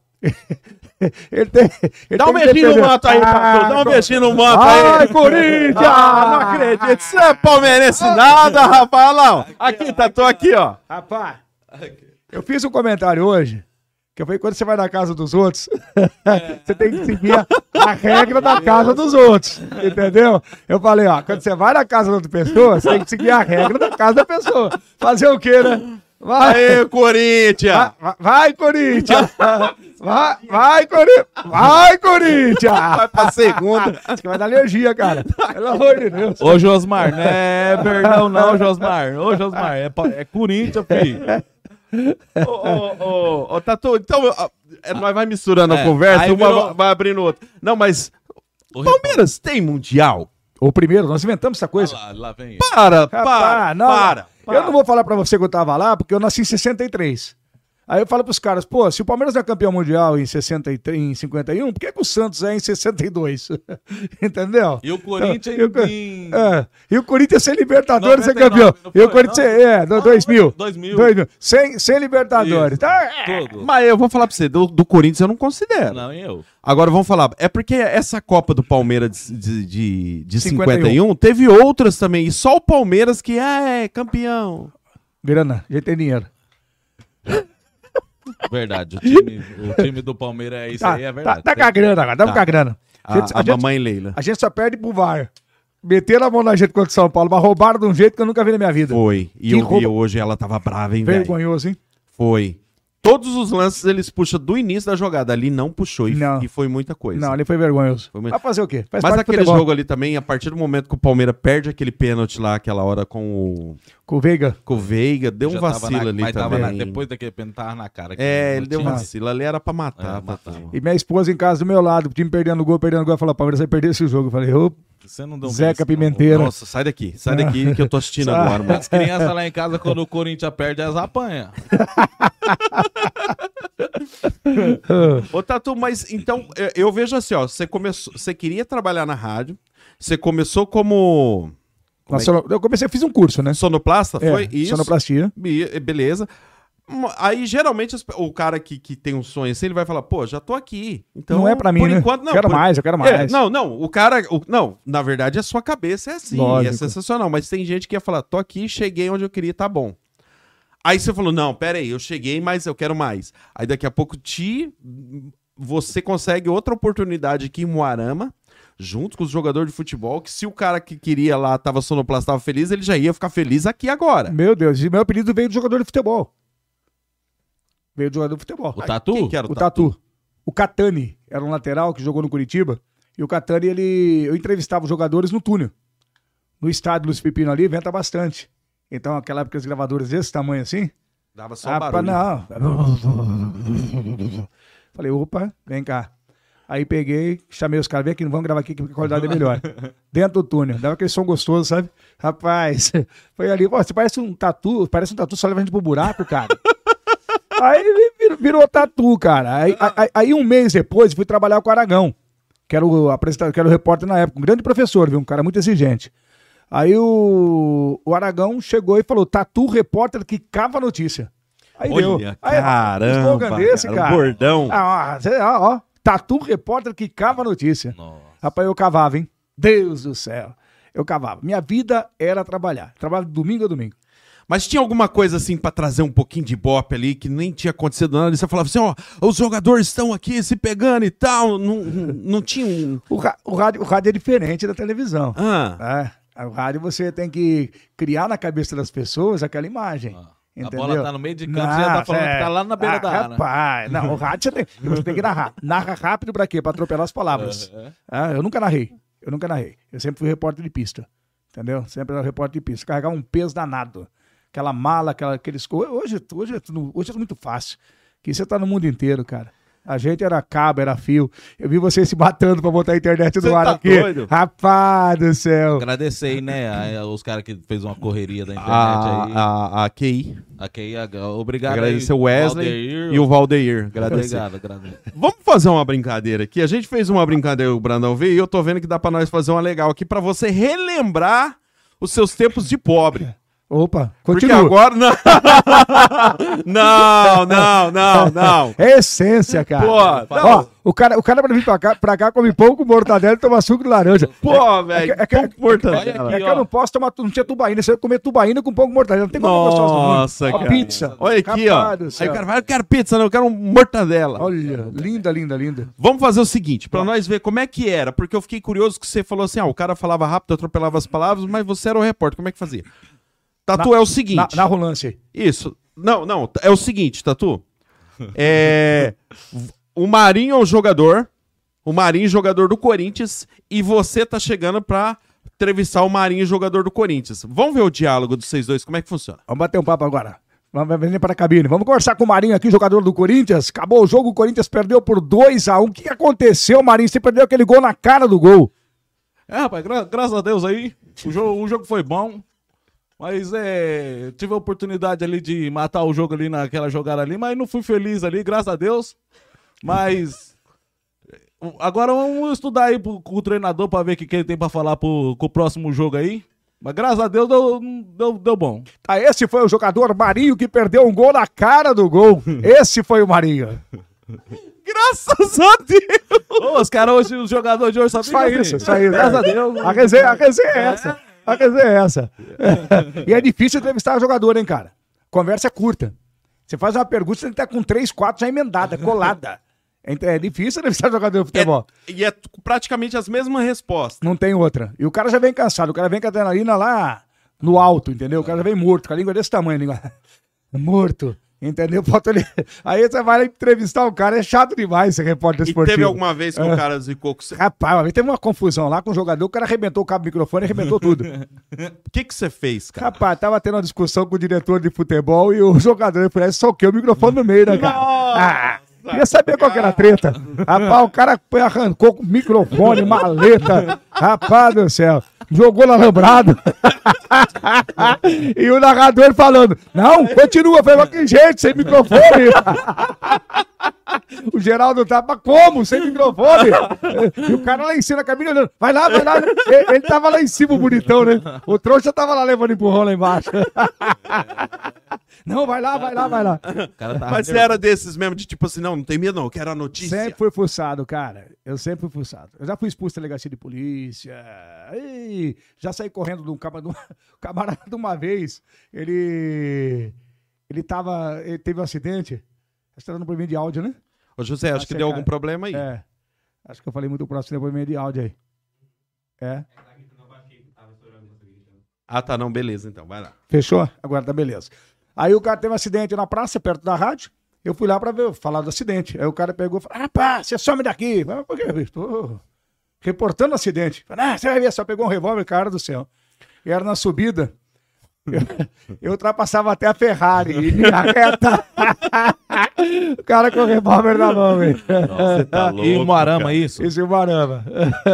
ele tem. Ele Dá um tem que beijinho no defender- manto aí, Ah, Tatu. Dá um co- beijinho no manto Ai, aí. Corinthians! Ah, não acredito. Você é palmeirense nada, rapaz. Olha lá, ó. Aqui, Tatu, aqui, ó. Rapaz, eu fiz um comentário hoje. Que eu falei, quando você vai na casa dos outros, você tem que seguir a, a regra da casa dos outros. Entendeu? Eu falei, ó, quando você vai na casa da outra pessoa, você tem que seguir a regra da casa da pessoa. Fazer o quê, né? Vai, Aê, Corinthians. vai, vai, vai, Corinthians! Vai, vai, Corinthians! Vai, Corinthians! Vai pra segunda. Acho que vai dar alergia, cara. Pelo amor de Deus. Ô, Josmar, não é perdão não, Josmar. Ô, Josmar, é, pa- é Corinthians, filho. Ô, ô, ô, ô, Tatu, então ó, é, nós vai misturando a É, conversa, aí uma virou- vai- vai abrindo outra. Não, mas Ô, Palmeiras tem mundial? O primeiro, nós inventamos essa coisa. Olha lá, lá vem ele. Para, para, Rapaz, não, para. Eu não vou falar pra você que eu tava lá, porque eu nasci em sessenta e três. Aí eu falo pros caras, pô, se o Palmeiras é campeão mundial em, sessenta e três, em cinquenta e um, por que, que o Santos é em sessenta e dois? Entendeu? E o Corinthians E o, em... é, e o Corinthians sem Libertadores é noventa e nove, campeão. não E o foi? Corinthians, Não? é, no dois mil. dois mil. dois mil. Sem, sem Libertadores. Isso. Tá, é. Tudo. Mas eu vou falar pra você, do, do Corinthians eu não considero. Não, eu. Agora vamos falar, é porque essa Copa do Palmeiras de, de, de cinquenta e um. cinquenta e um teve outras também, e só o Palmeiras que ah, é campeão. Grana, já tem dinheiro. Verdade, o time, o time do Palmeiras é isso Tá, aí, é tá, verdade. tá com a grana agora, tamo Tá. com a grana. A, gente- a, a gente- mamãe Leila. A gente só perde pro V A R. Meteram a mão na gente contra o São Paulo, mas roubaram de um jeito que eu nunca vi na minha vida. Foi. E Que eu vi roubo- hoje, ela tava brava, hein, velho? Vergonhoso, hein? Foi. Todos os lances eles puxam do início da jogada. Ali não puxou e, Não. e foi muita coisa. Não, ali foi vergonhoso. Foi muito- Vai fazer o quê? Faz Mas parte do aquele futebol. jogo ali também, a partir do momento que o Palmeiras perde aquele pênalti lá, aquela hora com o, Com o Veiga. com o Veiga, deu um Já tava vacilo na- ali mas tava também. na- depois daquele pênalti tava na cara. que É, não ele deu um tinha- vacilo. Ali era pra matar. É, pra matar. turma. E minha esposa em casa do meu lado, o time perdendo gol, perdendo gol, falou, Palmeiras vai perder esse jogo. Eu falei, ô, Você não deu um Zeca beijo, Pimenteira. Nossa, sai daqui. Sai daqui que eu tô assistindo agora, mano. As crianças lá em casa, quando o Corinthians perde, elas apanham. Ô, Tatu, mas então, eu- eu vejo assim, ó, você começou, você queria trabalhar na rádio, você começou como, como é Nacional- eu comecei, eu fiz um curso, né? que- sonoplasta, É, foi isso? sonoplastia. Be- Beleza. Hum, Aí, geralmente, as pe- o cara que, que tem um sonho assim, ele vai falar, pô, já tô aqui. Então, Não é pra mim, por né? enquanto, não. Quero por- mais, eu quero É, mais. não, não, o cara, o- não, na verdade, a sua cabeça é assim, Lógico. é sensacional, mas tem gente que ia falar, tô aqui, cheguei onde eu queria, tá bom. Aí você falou, não, pera aí, eu cheguei, mas eu quero mais. Aí daqui a pouco te, você consegue outra oportunidade aqui em Moarama, junto com os jogadores de futebol, que se o cara que queria lá tava sonoplasta, tava feliz, ele já ia ficar feliz aqui agora. Meu Deus, e meu apelido veio do jogador de futebol. Veio do jogador de futebol. O Tatu? Quem que era O Tatu. O Catani era um lateral que jogou no Curitiba. E o Catani, ele. Eu entrevistava os jogadores no túnel. No estádio Luiz Pepino ali, venta bastante. Então, aquela época, os gravadores desse tamanho assim. Dava só Ah, pá, barulho. não. Falei, opa, vem cá. Aí peguei, chamei os caras, vem aqui, não vamos gravar aqui que a qualidade é melhor. Dentro do túnel, dava aquele som gostoso, sabe? Rapaz, foi ali, pô, você parece um tatu, parece um tatu, só leva a gente pro buraco, cara. Aí virou, virou tatu, cara. Aí, aí, aí um mês depois fui trabalhar com o Aragão, que era o apresentador, que era o repórter na época, um grande professor, viu? Um cara muito exigente. Aí o, o Aragão chegou e falou, tatu repórter que cava notícia. Aí Olha, deu. Aí, caramba, um desse, cara, cara. um bordão. Ah, ó, ó, tatu repórter que cava notícia. Nossa. Rapaz, eu cavava, hein? Deus do céu. Eu cavava. Minha vida era trabalhar. Trabalhava de domingo a domingo. Mas tinha alguma coisa assim pra trazer um pouquinho de ibope ali que nem tinha acontecido nada. E você falava assim, ó, os jogadores estão aqui se pegando e tal. Não, não, não tinha um... O, ra- o, rádio, o rádio é diferente da televisão. Ah, É, o rádio você tem que criar na cabeça das pessoas aquela imagem. Ah. Entendeu? A bola tá no meio de campo, você já tá falando que tá lá na beira ah, da área. Rapaz, não, o rádio você tem, você tem que narrar. Narra rápido pra quê? Pra atropelar as palavras. Uhum. Ah, eu nunca narrei. Eu nunca narrei. Eu sempre fui repórter de pista. Entendeu? Sempre era repórter de pista. Carregar um peso danado. Aquela mala, aquela, aqueles... Hoje, hoje, é tudo, hoje é muito fácil. Que você tá no mundo inteiro, cara. A gente era cabo, era fio. Eu vi vocês se matando pra botar a internet no Você ar tá aqui. doido? Rapaz do céu. Agradecer aí, né, a- os caras que fez uma correria da internet a, aí. a, a Q I. Aqui, a- obrigado Agradecer aí, o Wesley Valdeir. e o Valdeir. Agradecer. Obrigado, agradeço. Vamos fazer uma brincadeira aqui. A gente fez uma brincadeira, o Brandão veio, e eu tô vendo que dá pra nós fazer uma legal aqui pra você relembrar os seus tempos de pobre. Opa, Porque continua. agora... Não, não, não, não, não. É essência, cara. Pô, não. Ó, o cara, o cara pra vir pra cá, pra cá come pão com mortadela e toma suco de laranja. Pô, velho, é que- pão com mortadela. Olha aqui, É que ó. eu não posso tomar, não tinha tubaína, você vai comer tubaína com pão com mortadela. Não tem como gostoso. Nossa, Ó, cara. pizza. Olha aqui, ó. Rapaz do Aí céu. o cara vai, eu quero pizza, não, eu quero um mortadela. Olha, linda, linda, linda. Vamos fazer o seguinte, pra nós ver como é que era, porque eu fiquei curioso que você falou assim, ah, o cara falava rápido, atropelava as palavras, mas você era o repórter, como é que fazia? Tatu, Na- é o seguinte... Na, na rolância aí. Isso. Não, não, é o seguinte, Tatu. É... O Marinho é o jogador, o Marinho é jogador do Corinthians, e você tá chegando pra entrevistar o Marinho, jogador do Corinthians. Vamos ver o diálogo dos vocês dois, como é que funciona? Vamos bater um papo agora. Vamos vir para a cabine. Vamos conversar com o Marinho aqui, jogador do Corinthians. Acabou o jogo, o Corinthians perdeu por dois a um. O que aconteceu, Marinho? Você perdeu aquele gol na cara do gol. É, rapaz, gra- graças a Deus aí, o jogo, o jogo foi bom. Mas é, tive a oportunidade ali de matar o jogo ali naquela jogada ali, mas não fui feliz ali, graças a Deus. Mas o- agora vamos estudar aí pro, com o treinador pra ver o que, que ele tem pra falar pro, com o próximo jogo aí. Mas graças a Deus deu, deu, deu bom. Tá, esse foi o jogador Marinho que perdeu um gol na cara do gol. Esse foi o Marinho. Graças a Deus! Ô, os caras hoje, os jogadores de hoje só Só ficam isso, assim. só isso. Graças a Deus. A resenha, a resenha é essa. A resenha é essa. E é difícil entrevistar jogador, hein, cara? Conversa é curta. Você faz uma pergunta, você tem que estar com três, quatro já emendada, colada. É é difícil entrevistar jogador de futebol. É- e é praticamente as mesmas respostas. Não tem outra. E o cara já vem cansado, o cara vem com a adrenalina lá no alto, entendeu? O cara já vem morto, com a língua desse tamanho, a língua morto, entendeu? Falta ele... Aí você vai lá entrevistar o cara, é chato demais ser repórter E esportivo. teve alguma vez que o cara zicou com você? Rapaz, uma vez teve uma confusão lá com o jogador, o cara arrebentou o cabo do microfone, arrebentou tudo. O que que você fez, cara? Rapaz, tava tendo uma discussão com o diretor de futebol e o jogador falou, soquei o microfone no meio, né, cara? Ah, queria saber qual que era a treta. Rapaz, o cara arrancou com microfone, maleta. Rapaz do céu. Jogou no alambrado. E o narrador falando, não, continua. Eu falei, mas que jeito, sem microfone. O Geraldo tava como? Sem microfone. E o cara lá em cima na cabine olhando, vai lá, vai lá. Ele, ele tava lá em cima, o bonitão, né? O trouxa tava lá levando empurrão lá embaixo. Não, vai lá, vai lá, vai lá. O cara tá Mas você era desses mesmo, de tipo assim, não, não tem medo não, eu quero a notícia. Sempre fui fuçado, cara. Eu sempre fui fuçado. Eu já fui expulso da delegacia de polícia. Ih, já saí correndo de um camarada, um camarada uma vez. Ele. Ele tava. Ele teve um acidente. Acho que tá dando problema de áudio, né? Ô José, acho que Você, deu cara, algum problema aí. É. Acho que eu falei muito próximo do depoimento de áudio aí. É. Ah, tá, não, beleza, então, vai lá. Fechou? Agora tá beleza. Aí o cara teve um acidente na praça, perto da rádio. Eu fui lá pra ver, falar do acidente. Aí o cara pegou e falou: rapaz, você some daqui. Eu falei, por quê, bicho? Tô reportando o acidente. Eu falei, ah, você vai ver, só pegou um revólver, cara do céu. E era na subida. Eu, eu ultrapassava até a Ferrari. E a reta. O cara com o revólver na mão, velho. Você tá louco, E o Arama, cara. isso? Esse é o Arama.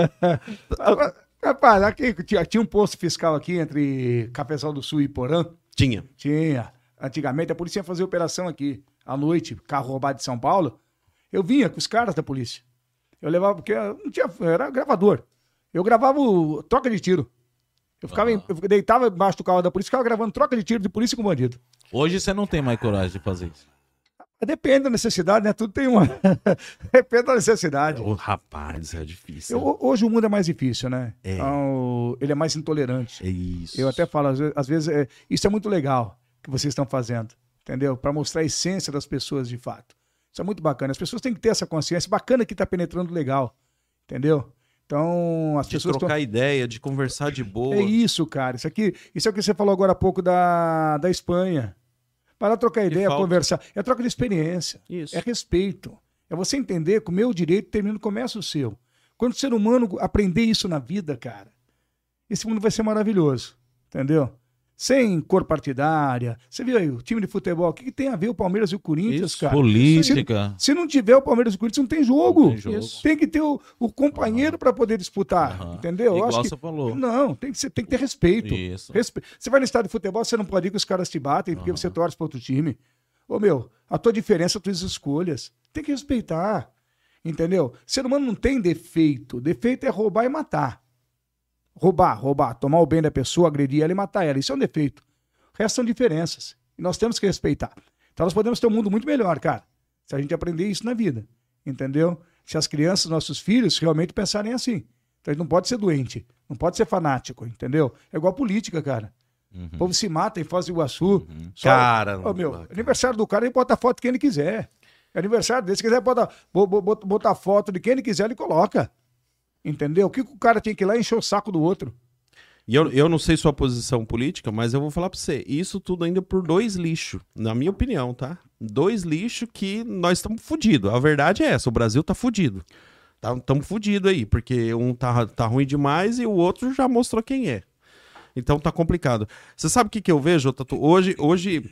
Rapaz, aqui, tinha, tinha um posto fiscal aqui entre Cafezal do Sul e Porã. Tinha. Tinha. Antigamente a polícia ia fazer operação aqui, à noite, carro roubado de São Paulo. Eu vinha com os caras da polícia. Eu levava, porque não tinha, era gravador. Eu gravava o, troca de tiro. Eu ficava, em, eu deitava embaixo do carro da polícia, ficava gravando troca de tiro de polícia com bandido. Hoje você não tem mais coragem de fazer isso. Depende da necessidade, né? Tudo tem uma. Depende da necessidade. Ô, rapaz, é difícil. Eu, hoje o mundo é mais difícil, né? É. Então, ele é mais intolerante. É isso. Eu até falo, às vezes, às vezes é, isso é muito legal que vocês estão fazendo, entendeu? Para mostrar a essência das pessoas de fato. Isso é muito bacana. As pessoas têm que ter essa consciência. Bacana que está penetrando legal, entendeu? Então, as De pessoas trocar tão... ideia, de conversar de boa. É isso, cara. Isso aqui, isso é o que você falou agora há pouco da, da Espanha. Para trocar ideia, falta. conversar. É troca de experiência. Isso. É respeito. É você entender que o meu direito termina começa o seu. Quando o ser humano aprender isso na vida, cara, esse mundo vai ser maravilhoso. Entendeu? Sem cor partidária. Você viu aí, o time de futebol, o que, que tem a ver o Palmeiras e o Corinthians, Isso, cara? política. Se, se não tiver o Palmeiras e o Corinthians, não tem jogo. Não tem jogo. Isso. Tem que ter o, o companheiro para poder disputar. Aham. Entendeu? Eu Igual acho que- você falou. Não, tem que, ser- tem que ter respeito. Isso. Respe- Você vai no estádio de futebol, você não pode ir que os caras te batem porque Aham. você torce para outro time. Ô meu, a tua diferença, as tuas escolhas. Tem que respeitar. Entendeu? O ser humano não tem defeito. Defeito é roubar e matar. Roubar, roubar, tomar o bem da pessoa, agredir ela e matar ela. Isso é um defeito. O resto são diferenças. E nós temos que respeitar. Então nós podemos ter um mundo muito melhor, cara, se a gente aprender isso na vida. Entendeu? Se as crianças, nossos filhos, realmente pensarem assim. Então a gente não pode ser doente, não pode ser fanático, entendeu? É igual a política, cara. Uhum. O povo se mata em Foz do Iguaçu. Só- Cara, Ô, meu, cara. aniversário do cara, ele bota a foto de quem ele quiser. É aniversário dele, se quiser botar, bo- bo- bot- botar foto de quem ele quiser, ele coloca. Entendeu? O que que o cara tinha que ir lá encher o saco do outro? E eu, eu não sei sua posição política, mas eu vou falar pra você. Isso tudo ainda por dois lixos, na minha opinião, tá? Dois lixos que nós estamos fodidos. A verdade é essa, o Brasil tá fudido. Estamos fudidos aí, porque um tá, tá ruim demais e o outro já mostrou quem é. Então tá complicado. Você sabe o que, que eu vejo, Tatu? Hoje, hoje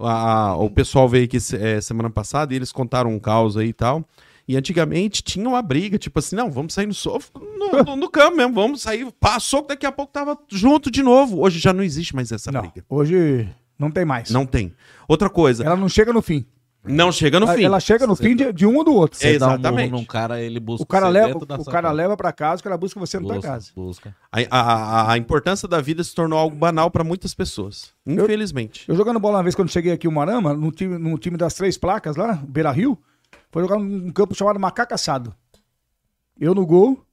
a- o pessoal veio aqui é, semana passada e eles contaram um caos aí e tal. E antigamente tinha uma briga, tipo assim, não, vamos sair no sofá, no, no, no campo mesmo, vamos sair, passou, daqui a pouco tava junto de novo. Hoje já não existe mais essa Não, briga. hoje não tem mais. Não tem. Outra coisa, Ela não chega no fim. não chega no ela, fim. ela chega no fim de, de um ou do outro. É, Você dá um murro exatamente. num cara, ele busca O cara, você leva, dentro da o sua cara casa. leva pra casa, o cara busca você na tua Busca, casa. busca. A, a- a importância da vida se tornou algo banal para muitas pessoas. Infelizmente. Eu jogando bola uma vez, quando cheguei aqui em Marama, no time, no time das três placas lá, Beira Rio, foi jogar num campo chamado Macaco Assado. Eu no gol.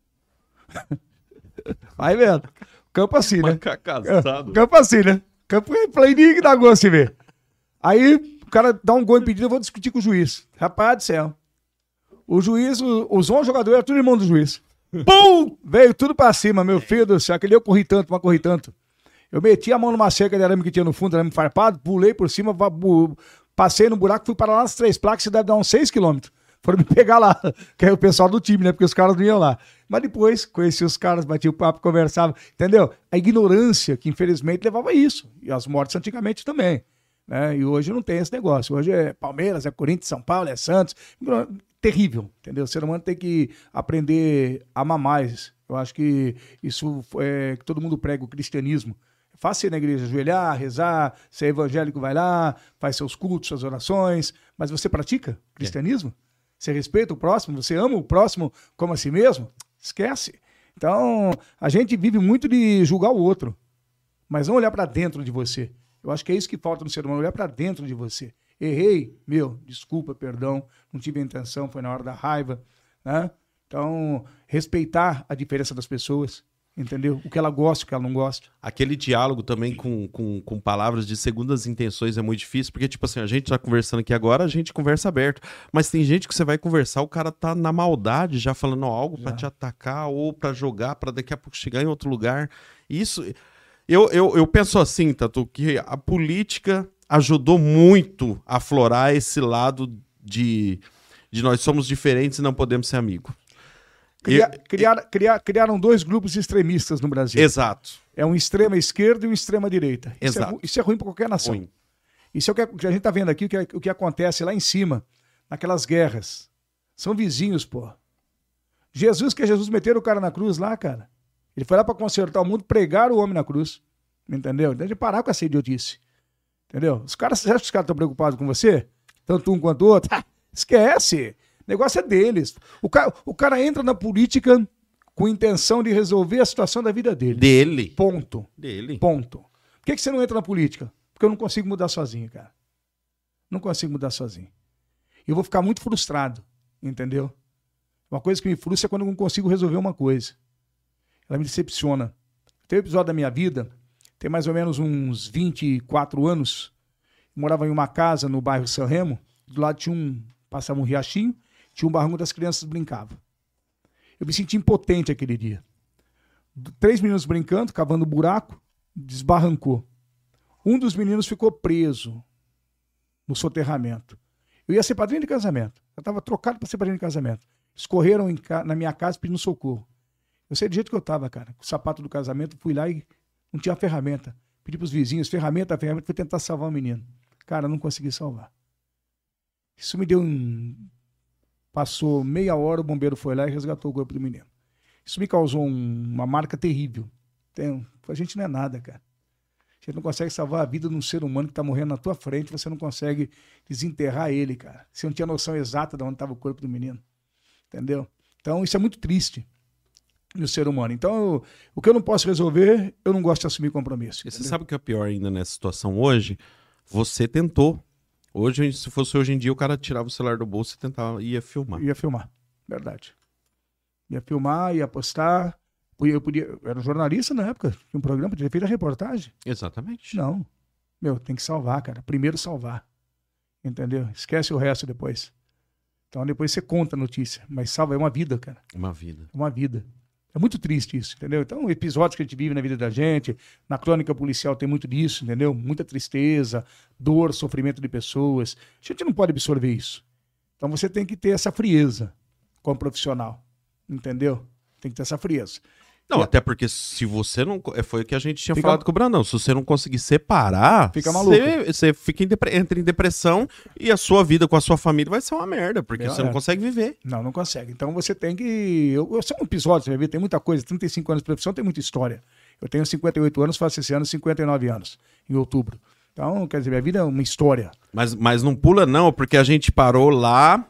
Vai vendo. Campo assim, né? Casado. Campo assim, né? Campo planinho que dá gosto de ver. Aí o cara dá um gol impedido, eu vou discutir com o juiz. Rapaz do céu. O juiz, o- os onze jogadores, eram tudo irmão do juiz. Pum! Veio tudo pra cima, meu filho do céu. Aquele eu corri tanto, mas corri tanto. Eu meti a mão numa cerca de arame que tinha no fundo, arame farpado, pulei por cima, va- bu- passei no buraco, fui para lá nas três placas, que deve dar uns seis quilômetros. Foram me pegar lá, que é o pessoal do time, né? Porque os caras não iam lá. Mas depois, conheci os caras, bati o papo, conversava, entendeu? A ignorância que infelizmente levava a isso. E as mortes antigamente também. Né? E hoje não tem esse negócio. Hoje é Palmeiras, é Corinthians, São Paulo, é Santos. Terrível, entendeu? O ser humano tem que aprender a amar mais. Eu acho que isso é que todo mundo prega o cristianismo. É fácil ir na igreja, ajoelhar, rezar, ser evangélico, vai lá, faz seus cultos, suas orações, mas você pratica cristianismo? Você respeita o próximo? Você ama o próximo como a si mesmo? Esquece. Então, a gente vive muito de julgar o outro, mas não olhar para dentro de você. Eu acho que é isso que falta no ser humano, olhar para dentro de você. Errei, meu, desculpa, perdão, não tive a intenção, foi na hora da raiva, né? Então, respeitar a diferença das pessoas, entendeu? O que ela gosta, o que ela não gosta. Aquele diálogo também com, com, com palavras de segundas intenções é muito difícil, porque, tipo assim, a gente tá conversando aqui agora, a gente conversa aberto. Mas tem gente que você vai conversar, o cara tá na maldade, já falando algo pra Já. te atacar ou pra jogar, pra daqui a pouco chegar em outro lugar. Isso. Eu, eu, eu penso assim, Tatu, que a política ajudou muito a aflorar esse lado de, de nós somos diferentes e não podemos ser amigos. Cria, Eu- criar, criar, criaram dois grupos extremistas no Brasil. Exato. É um extrema esquerda e um extrema direita. Isso é, Exato. ru- isso é ruim para qualquer nação. Ruim. Isso é o que a, que a gente está vendo aqui, o que, o que acontece lá em cima, naquelas guerras. São vizinhos, pô. Jesus, que é Jesus, meteram o cara na cruz lá, cara. Ele foi lá para consertar o mundo, pregar o homem na cruz. Entendeu? Deve parar com essa idiotice. Entendeu? Os caras, você acha que os caras estão preocupados com você? Tanto um quanto o outro? Ah, esquece. O negócio é deles. O cara, o cara entra na política com intenção de resolver a situação da vida dele. Dele. Ponto. Dele. Ponto. Por que, que você não entra na política? Porque eu não consigo mudar sozinho, cara. Não consigo mudar sozinho. Eu vou ficar muito frustrado, entendeu? Uma coisa que me frustra é quando eu não consigo resolver uma coisa. Ela me decepciona. Tem um episódio da minha vida, tem mais ou menos uns vinte e quatro anos, eu morava em uma casa no bairro São Remo, do lado tinha um, passava um riachinho, tinha um barranco onde as crianças brincavam. Eu me senti impotente aquele dia. Três meninos brincando, cavando buraco, desbarrancou. Um dos meninos ficou preso no soterramento. Eu ia ser padrinho de casamento. Eu estava trocado para ser padrinho de casamento. Escorreram em ca... na minha casa pedindo socorro. Eu sei do jeito que eu estava, cara. Com o sapato do casamento, fui lá e não tinha ferramenta. Pedi para os vizinhos, ferramenta, ferramenta, fui tentar salvar o menino. Cara, não consegui salvar. Isso me deu um... Passou meia hora, o bombeiro foi lá e resgatou o corpo do menino. Isso me causou um... uma marca terrível. Tem... A gente não é nada, cara. A gente não consegue salvar a vida de um ser humano que está morrendo na tua frente, você não consegue desenterrar ele, cara. Você não tinha noção exata de onde estava o corpo do menino. Entendeu? Então, isso é muito triste no ser humano. Então, eu, o que eu não posso resolver, eu não gosto de assumir compromisso. E você sabe o que é pior ainda nessa situação hoje? Você tentou. Hoje, se fosse hoje em dia, o cara tirava o celular do bolso e tentava, ia filmar. Ia filmar, verdade. Ia filmar, ia postar. Eu, podia, eu era jornalista na época, tinha um programa, tinha feito a reportagem. Exatamente. Não. Meu, tem que salvar, cara. Primeiro salvar. Entendeu? Esquece o resto depois. Então depois você conta a notícia. Mas salva, é uma vida, cara. Uma vida. É uma vida. É muito triste isso, entendeu? Então, episódios que a gente vive na vida da gente, na crônica policial tem muito disso, entendeu? Muita tristeza, dor, sofrimento de pessoas. A gente não pode absorver isso. Então você tem que ter essa frieza como profissional, entendeu? Tem que ter essa frieza. Não, E, até porque se você não... Foi o que a gente tinha Fica- falado com o Brandão. Se você não conseguir separar, Fica maluco. você, você fica em depre- entra em depressão e a sua vida com a sua família vai ser uma merda, porque Meu, você não é. consegue viver. Não, não consegue. Então você tem que... Eu, eu sou um episódio, você vai ver, tem muita coisa. trinta e cinco anos de profissão, tem muita história. Eu tenho cinquenta e oito anos, faço esse ano cinquenta e nove anos, em outubro. Então, quer dizer, minha vida é uma história. Mas, mas não pula não, porque a gente parou lá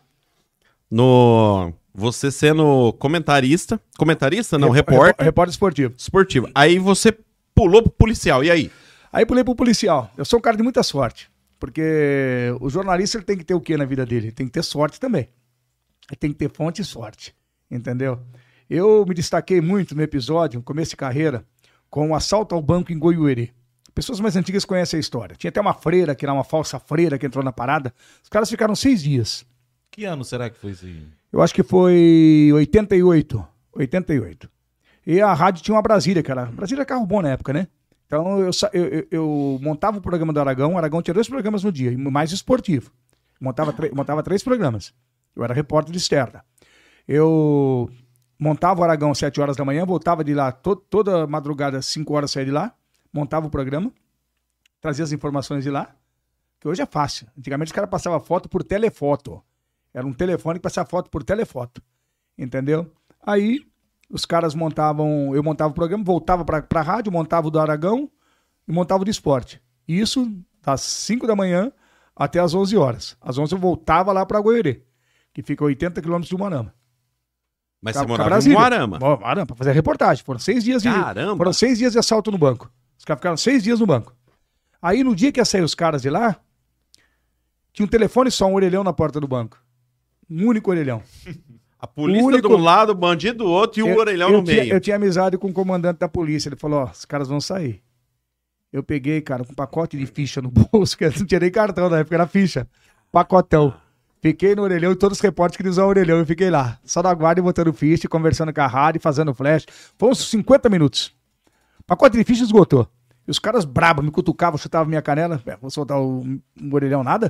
no... Você sendo comentarista... Comentarista? Não, Rep- repórter rep- Repórter esportivo. esportivo. Aí você pulou pro policial, e aí? Aí pulei pro policial. Eu sou um cara de muita sorte. Porque o jornalista ele tem que ter o quê na vida dele? Ele tem que ter sorte também. Ele tem que ter fonte e sorte. Entendeu? Eu me destaquei muito no episódio, no começo de carreira, com o assalto ao banco em Goiuerê. Pessoas mais antigas conhecem a história. Tinha até uma freira, que era uma falsa freira, que entrou na parada. Os caras ficaram seis dias. Que ano será que foi isso aí? Eu acho que foi oitenta e oito. oitenta e oito. E a rádio tinha uma Brasília, cara. Brasília era carro bom na época, né? Então eu, sa- eu, eu- eu montava o programa do Aragão. O Aragão tinha dois programas no dia, e mais esportivo. Montava, tre- montava três programas. Eu era repórter de externa. Eu montava o Aragão às sete horas da manhã, voltava de lá to- toda madrugada, às cinco horas saía de lá, montava o programa, trazia as informações de lá, que hoje é fácil. Antigamente os caras passavam foto por telefoto. Era um telefone que passava foto por telefoto. Entendeu? Aí os caras montavam, eu montava o programa, voltava pra, pra rádio, montava o do Aragão e montava o do esporte. Isso das cinco da manhã até as onze horas. Às onze eu voltava lá pra Goiânia, que fica a oitenta quilômetros de Umarama. Mas Ca- você ca- morava em Brasília. Moarama. Ó, Moarama, pra fazer a reportagem. Foram seis dias de, Caramba! foram seis dias de assalto no banco. Os caras ficaram seis dias no banco. Aí no dia que ia sair os caras de lá, tinha um telefone só, um orelhão na porta do banco. Um único orelhão. A polícia único- de um lado, o bandido do outro e o Eu- orelhão eu no tinha- meio. Eu tinha amizade com o comandante da polícia. Ele falou, ó, os caras vão sair. Eu peguei, cara, com um pacote de ficha no bolso, que eu não tinha nem cartão na época, era ficha. Pacotão. Fiquei no orelhão e todos os repórteres queriam usar o orelhão. Eu fiquei lá, só na guarda, botando ficha, conversando com a rádio, fazendo flash. Foi uns cinquenta minutos. O pacote de ficha esgotou. E os caras brabos me cutucavam, chutavam minha canela. É, vou soltar o, um orelhão nada.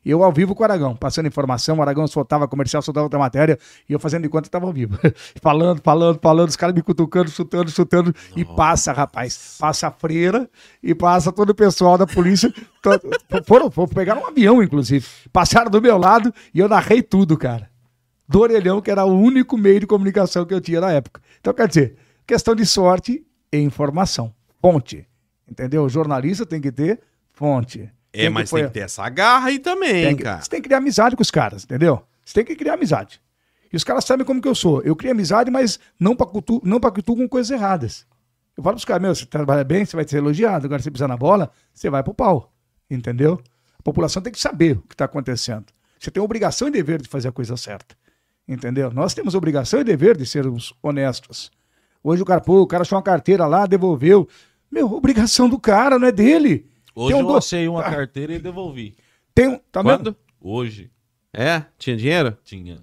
E eu ao vivo com o Aragão, passando informação, o Aragão soltava comercial, soltava outra matéria, e eu fazendo de conta que tava ao vivo. falando, falando, falando, os caras me cutucando, chutando, chutando, Nossa. E passa, rapaz, passa a freira e passa todo o pessoal da polícia. todo, foram, foram pegar um avião, inclusive. Passaram do meu lado e eu narrei tudo, cara. Do orelhão, que era o único meio de comunicação que eu tinha na época. Então, quer dizer, questão de sorte e informação. Fonte. Entendeu? O jornalista tem que ter fonte. É, tem mas que... tem que ter essa garra aí também, tem que... cara. Você tem que criar amizade com os caras, entendeu? Você tem que criar amizade. E os caras sabem como que eu sou. Eu crio amizade, mas não pactuo, não pactuo com coisas erradas. Eu falo pros caras, meu, você trabalha bem, você vai ser elogiado. Agora, se você pisar na bola, você vai pro pau. Entendeu? A população tem que saber o que está acontecendo. Você tem obrigação e dever de fazer a coisa certa. Entendeu? Nós temos obrigação e dever de sermos honestos. Hoje o cara, pô, o cara achou uma carteira lá, devolveu. Meu, obrigação do cara, não é dele. Hoje um eu do... achei uma ah. carteira e devolvi. Tem um... Tá Quando? vendo? Hoje. É? Tinha dinheiro? Tinha.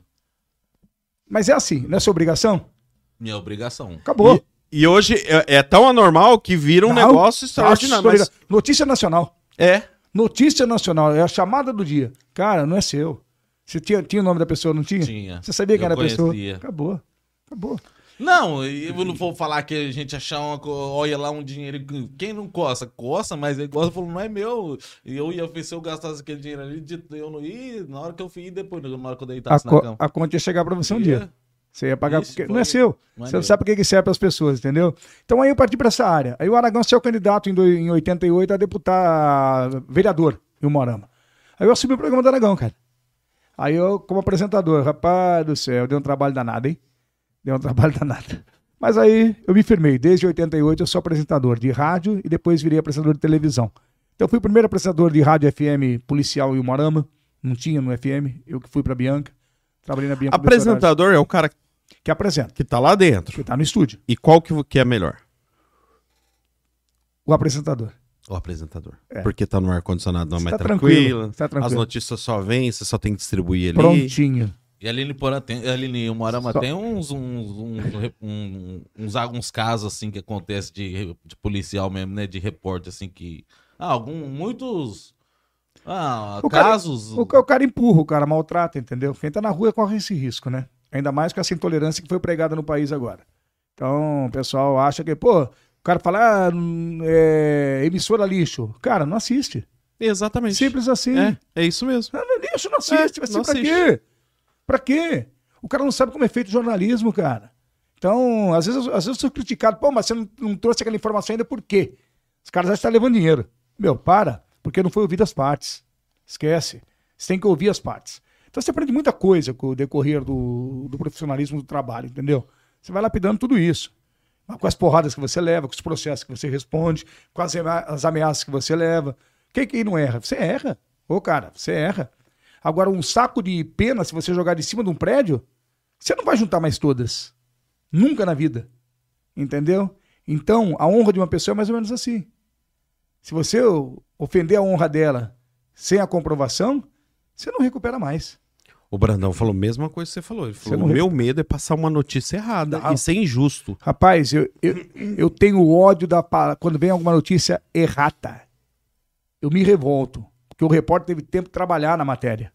Mas é assim, não é sua obrigação? Minha obrigação. Acabou. E, e hoje é, é tão anormal que vira um não, negócio extraordinário. Mas... Notícia nacional. É. Notícia nacional, é a chamada do dia. Cara, não é seu. Você tinha, tinha o nome da pessoa, não tinha? Tinha. Você sabia quem eu era a pessoa? conhecia. Acabou. Acabou. Não, eu não vou falar que a gente achar uma... Olha lá um dinheiro... Quem não coça? Coça, mas é igual você falou, não é meu. E eu ia ver se eu gastasse aquele dinheiro ali, eu não ia, na hora que eu fui, depois, na hora que eu deitasse a na cama. A conta ia chegar pra você um ia. dia. Você ia pagar, Ixi, porque foi... não é seu. Não é você meu. não sabe para que serve para as pessoas, entendeu? Então aí eu parti para essa área. Aí o Aragão saiu candidato em, do, em oitenta e oito a deputar vereador em Umuarama. Aí eu assumi o programa do Aragão, cara. Aí eu, como apresentador, rapaz do céu, deu um trabalho danado, hein? Deu um trabalho danado. Mas aí eu me firmei. Desde oitenta e oito eu sou apresentador de rádio e depois virei apresentador de televisão. Então eu fui o primeiro apresentador de rádio F M policial em Umuarama. Não tinha no F M. Eu que fui para Bianca. Trabalhei na Bianca. Apresentador é o cara que apresenta. Que tá lá dentro. Que tá no estúdio. E qual que, que é melhor? O apresentador. O apresentador. É. É. Porque tá no ar-condicionado, não é mais tá tranquilo. Tá tranquilo. As notícias só vêm, você só tem que distribuir ali. Prontinho. E ali em Porã tem, ali em Umuarama só... tem uns, uns, uns, uns, uns, alguns casos assim que acontece de, de policial mesmo, né? De repórter, assim, que. Ah, algum, muitos. Ah, o casos. Cara, o, o cara empurra, o cara maltrata, entendeu? Quem tá na rua corre esse risco, né? Ainda mais com essa intolerância que foi pregada no país agora. Então, o pessoal acha que, pô, o cara fala, ah, é, emissora lixo. Cara, não assiste. Exatamente. Simples assim. É, é isso mesmo. Não, não é lixo, não assiste. É, Vai ser não pra assiste. quê? Pra quê? O cara não sabe como é feito jornalismo, cara. Então, às vezes, às vezes eu sou criticado. Pô, mas você não, não trouxe aquela informação ainda por quê? Os caras acham que tá levando dinheiro. Meu, para. Porque não foi ouvido as partes. Esquece. Você tem que ouvir as partes. Então você aprende muita coisa com o decorrer do, do profissionalismo do trabalho, entendeu? Você vai lapidando tudo isso. Com as porradas que você leva, com os processos que você responde, com as, as ameaças que você leva. Quem que não erra? Você erra. Ô, cara, você erra. Agora, um saco de pena, se você jogar de cima de um prédio, você não vai juntar mais todas. Nunca na vida. Entendeu? Então, a honra de uma pessoa é mais ou menos assim. Se você ofender a honra dela sem a comprovação, você não recupera mais. O Brandão falou a mesma coisa que você falou. Ele falou, o não... meu medo é passar uma notícia errada não. e ser injusto. Rapaz, eu, eu, eu tenho ódio da quando vem alguma notícia errata. Eu me revolto. Porque o repórter teve tempo de trabalhar na matéria.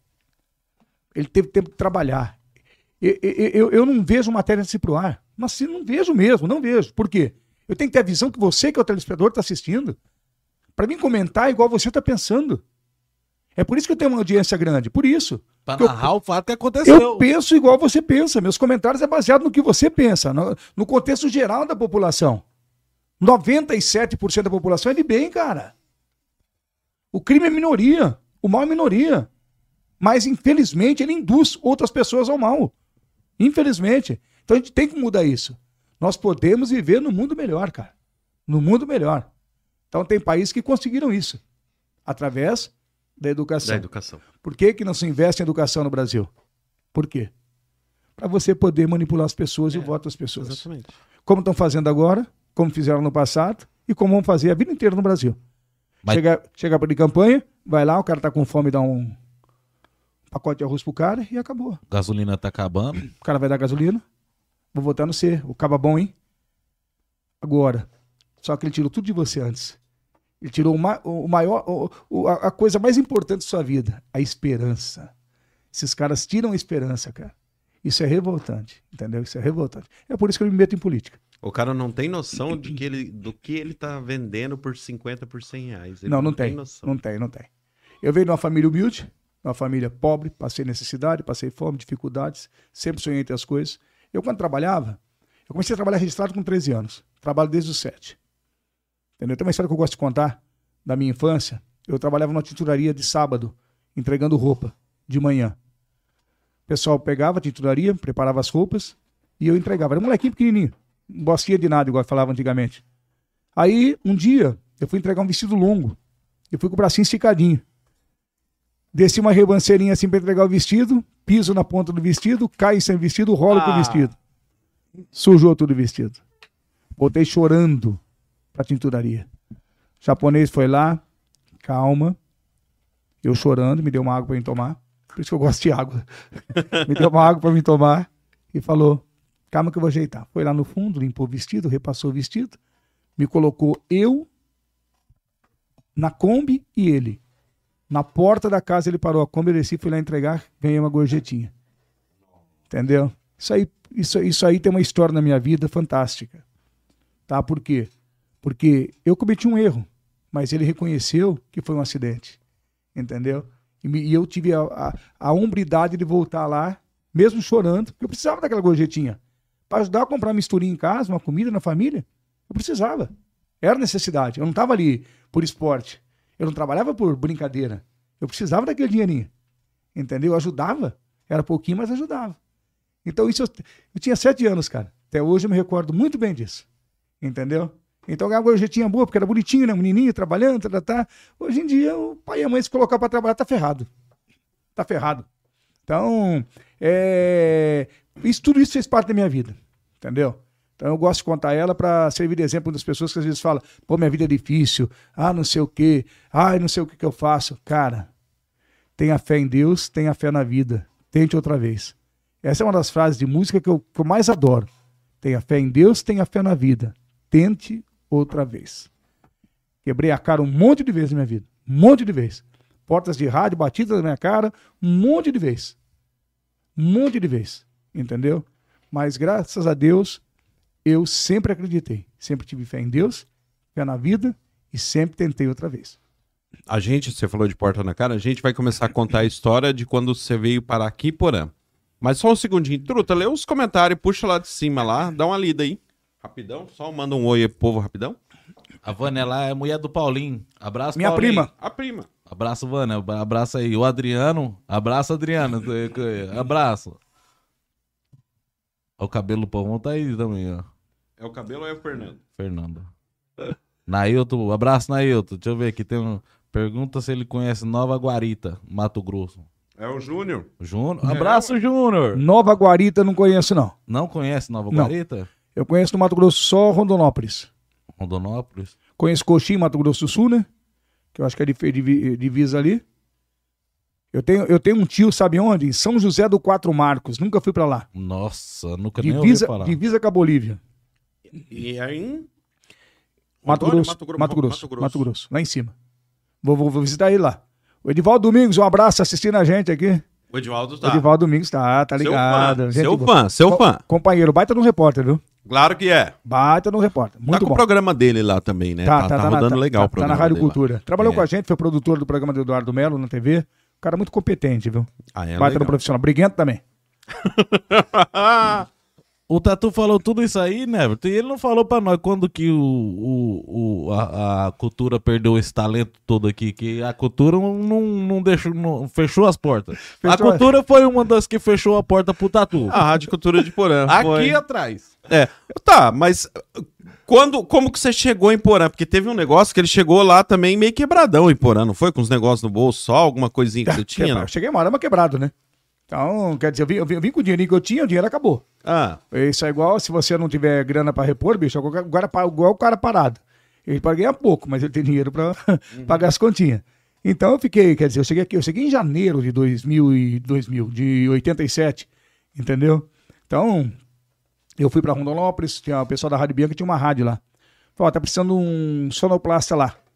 Ele teve tempo de trabalhar. Eu, eu, eu, eu não vejo matéria antes de ir pro ar. Mas sim, não vejo mesmo, não vejo. Por quê? Eu tenho que ter a visão que você, que é o telespectador, está assistindo. Para mim comentar igual você está pensando. É por isso que eu tenho uma audiência grande. Por isso. Para narrar eu, o fato que aconteceu. Eu penso igual você pensa. Meus comentários é baseado no que você pensa. No, no contexto geral da população. noventa e sete por cento da população é de bem, cara. O crime é minoria. O mal é minoria. Mas, infelizmente, ele induz outras pessoas ao mal. Infelizmente. Então, a gente tem que mudar isso. Nós podemos viver no mundo melhor, cara. No mundo melhor. Então, tem países que conseguiram isso. Através da educação. Da educação. Por que que não se investe em educação no Brasil? Por quê? Para você poder manipular as pessoas é, e o voto das pessoas. Exatamente. Como estão fazendo agora, como fizeram no passado e como vão fazer a vida inteira no Brasil. Mas... Chega, chega de campanha, vai lá, o cara tá com fome, dá um pacote de arroz pro cara e acabou. Gasolina tá acabando. O cara vai dar gasolina, vou votar no C. O caba bom, hein? Agora. Só que ele tirou tudo de você antes. Ele tirou uma, o maior, o, o, a coisa mais importante da sua vida, a esperança. Esses caras tiram a esperança, cara. Isso é revoltante, entendeu? Isso é revoltante. É por isso que eu me meto em política. O cara não tem noção de que ele, do que ele tá vendendo por cinquenta, por cem reais. Ele Não, não, não tem, tem noção. Não tem, não tem. Eu venho de uma família humilde, uma família pobre, passei necessidade, passei fome, dificuldades, sempre sonhei em ter as coisas. Eu, quando trabalhava, eu comecei a trabalhar registrado com treze anos. Trabalho desde os sete. Entendeu? Tem uma história que eu gosto de contar da minha infância. Eu trabalhava numa tinturaria de sábado, entregando roupa, de manhã. O pessoal pegava a tinturaria, preparava as roupas, e eu entregava. Era um molequinho pequenininho. Não bostia de nada, igual falava antigamente. Aí, um dia, eu fui entregar um vestido longo. Eu fui com o bracinho esticadinho. Desci uma rebanceirinha assim para entregar o vestido, piso na ponta do vestido, caio sem vestido, rolo ah. com o vestido. Sujou tudo o vestido. Voltei chorando pra tinturaria. O japonês foi lá, calma. Eu chorando, me deu uma água para mim tomar. Por isso que eu gosto de água. Me deu uma água para mim tomar e falou: calma que eu vou ajeitar. Foi lá no fundo, limpou o vestido, repassou o vestido, me colocou eu na Kombi e ele. Na porta da casa ele parou a Kombi, eu desci, fui lá entregar, ganhei uma gorjetinha. Entendeu? Isso aí, isso, isso aí tem uma história na minha vida fantástica. Tá? Por quê? Porque eu cometi um erro, mas ele reconheceu que foi um acidente. Entendeu? E, me, e eu tive a, a, a hombridade de voltar lá, mesmo chorando, porque eu precisava daquela gorjetinha. Para ajudar a comprar misturinha em casa, uma comida na família, eu precisava. Era necessidade. Eu não estava ali por esporte. Eu não trabalhava por brincadeira. Eu precisava daquele dinheirinho. Entendeu? Eu ajudava. Era pouquinho, mas ajudava. Então isso eu, eu tinha sete anos, cara. Até hoje eu me recordo muito bem disso. Entendeu? Então eu ganhava uma gorjetinha boa, porque era bonitinho, né? Um menininho trabalhando, tá, tá. Hoje em dia o pai e a mãe se colocar para trabalhar, tá ferrado. Tá ferrado. Então, é... isso, tudo isso fez parte da minha vida. Entendeu? Então eu gosto de contar ela para servir de exemplo das pessoas que às vezes falam: pô, minha vida é difícil, ah, não sei o quê, ah, não sei o que, que eu faço. Cara, tenha fé em Deus, tenha fé na vida, tente outra vez. Essa é uma das frases de música que eu, que eu mais adoro. Tenha fé em Deus, tenha fé na vida, tente outra vez. Quebrei a cara um monte de vezes na minha vida, um monte de vezes. Portas de rádio batidas na minha cara, um monte de vezes. Um monte de vezes, entendeu? Mas graças a Deus, eu sempre acreditei, sempre tive fé em Deus, fé na vida e sempre tentei outra vez. A gente, você falou de porta na cara, a gente vai começar a contar a história de quando você veio para aqui em Porã. Mas só um segundinho, Truta, lê os comentários, puxa lá de cima lá, dá uma lida aí. Rapidão, só manda um oi aí pro povo rapidão. A Vânia lá é mulher do Paulinho. Abraço, minha Paulinho. prima. A prima. Abraço, Vânia. Abraço aí. O Adriano. Abraço, Adriano. Abraço. O cabelo do povão tá aí também, ó. É o cabelo ou é o Fernando? Fernando. Nailton, abraço, Nailton. Deixa eu ver aqui. Tem uma pergunta se ele conhece Nova Guarita, Mato Grosso. É o Júnior. Júnior. Abraço, é. Júnior. Nova Guarita não conheço, não. Não conhece Nova não. Guarita? Eu conheço no Mato Grosso só Rondonópolis. Rondonópolis. Conheço Coxim, Mato Grosso do Sul, né? Que eu acho que é de divisa ali. Eu tenho, eu tenho um tio, sabe onde? Em São José do Quatro Marcos. Nunca fui pra lá. Nossa, nunca divisa, nem ouvi falar. Divisa com a Bolívia. E é em... Mato Grosso, Mato, Grosso, Mato, Grosso, Mato Grosso, Mato Grosso, lá em cima. Vou, vou, vou visitar ele lá. O Edivaldo Domingos, um abraço assistindo a gente aqui. O Edivaldo tá. O Edivaldo Domingos tá, tá ligado. Seu fã, seu fã, seu fã. Companheiro, baita no repórter, viu? Claro que é. Baita no repórter, muito tá com bom. o programa dele lá também, né? Tá, tá, tá, tá, tá rodando tá, legal tá, o programa. Tá na Rádio Cultura. Lá. Trabalhou é. com a gente, foi produtor do programa do Eduardo Melo na T V. Um cara muito competente, viu? Ah, é baita no profissional. Briguento também. O Tatu falou tudo isso aí, né? E ele não falou pra nós quando que o, o, o, a, a cultura perdeu esse talento todo aqui, que a cultura não, não, deixou, não fechou as portas. Fechou. A cultura foi uma das que fechou a porta pro Tatu. A Rádio Cultura de Porã. Aqui foi. atrás. É, tá, mas quando, como que você chegou em Porã? Porque teve um negócio que ele chegou lá também meio quebradão em Porã, não foi? Com os negócios no bolso só, alguma coisinha que você tinha? Não? Cheguei uma hora, mas quebrado, né? Então, quer dizer, eu vim, eu vim, eu vim com o dinheirinho que eu tinha, o dinheiro acabou. Ah. Isso é igual, se você não tiver grana pra repor, bicho, é igual o cara parado. Ele pode ganhar pouco, mas ele tem dinheiro pra uhum. pagar as continhas. Então eu fiquei, quer dizer, eu cheguei aqui, eu cheguei em janeiro de dois mil e dois mil, de oitenta e sete, entendeu? Então, eu fui pra Rondonópolis, tinha o pessoal da Rádio Bianca, tinha uma rádio lá. Falei, ó, tá precisando de um sonoplasta lá.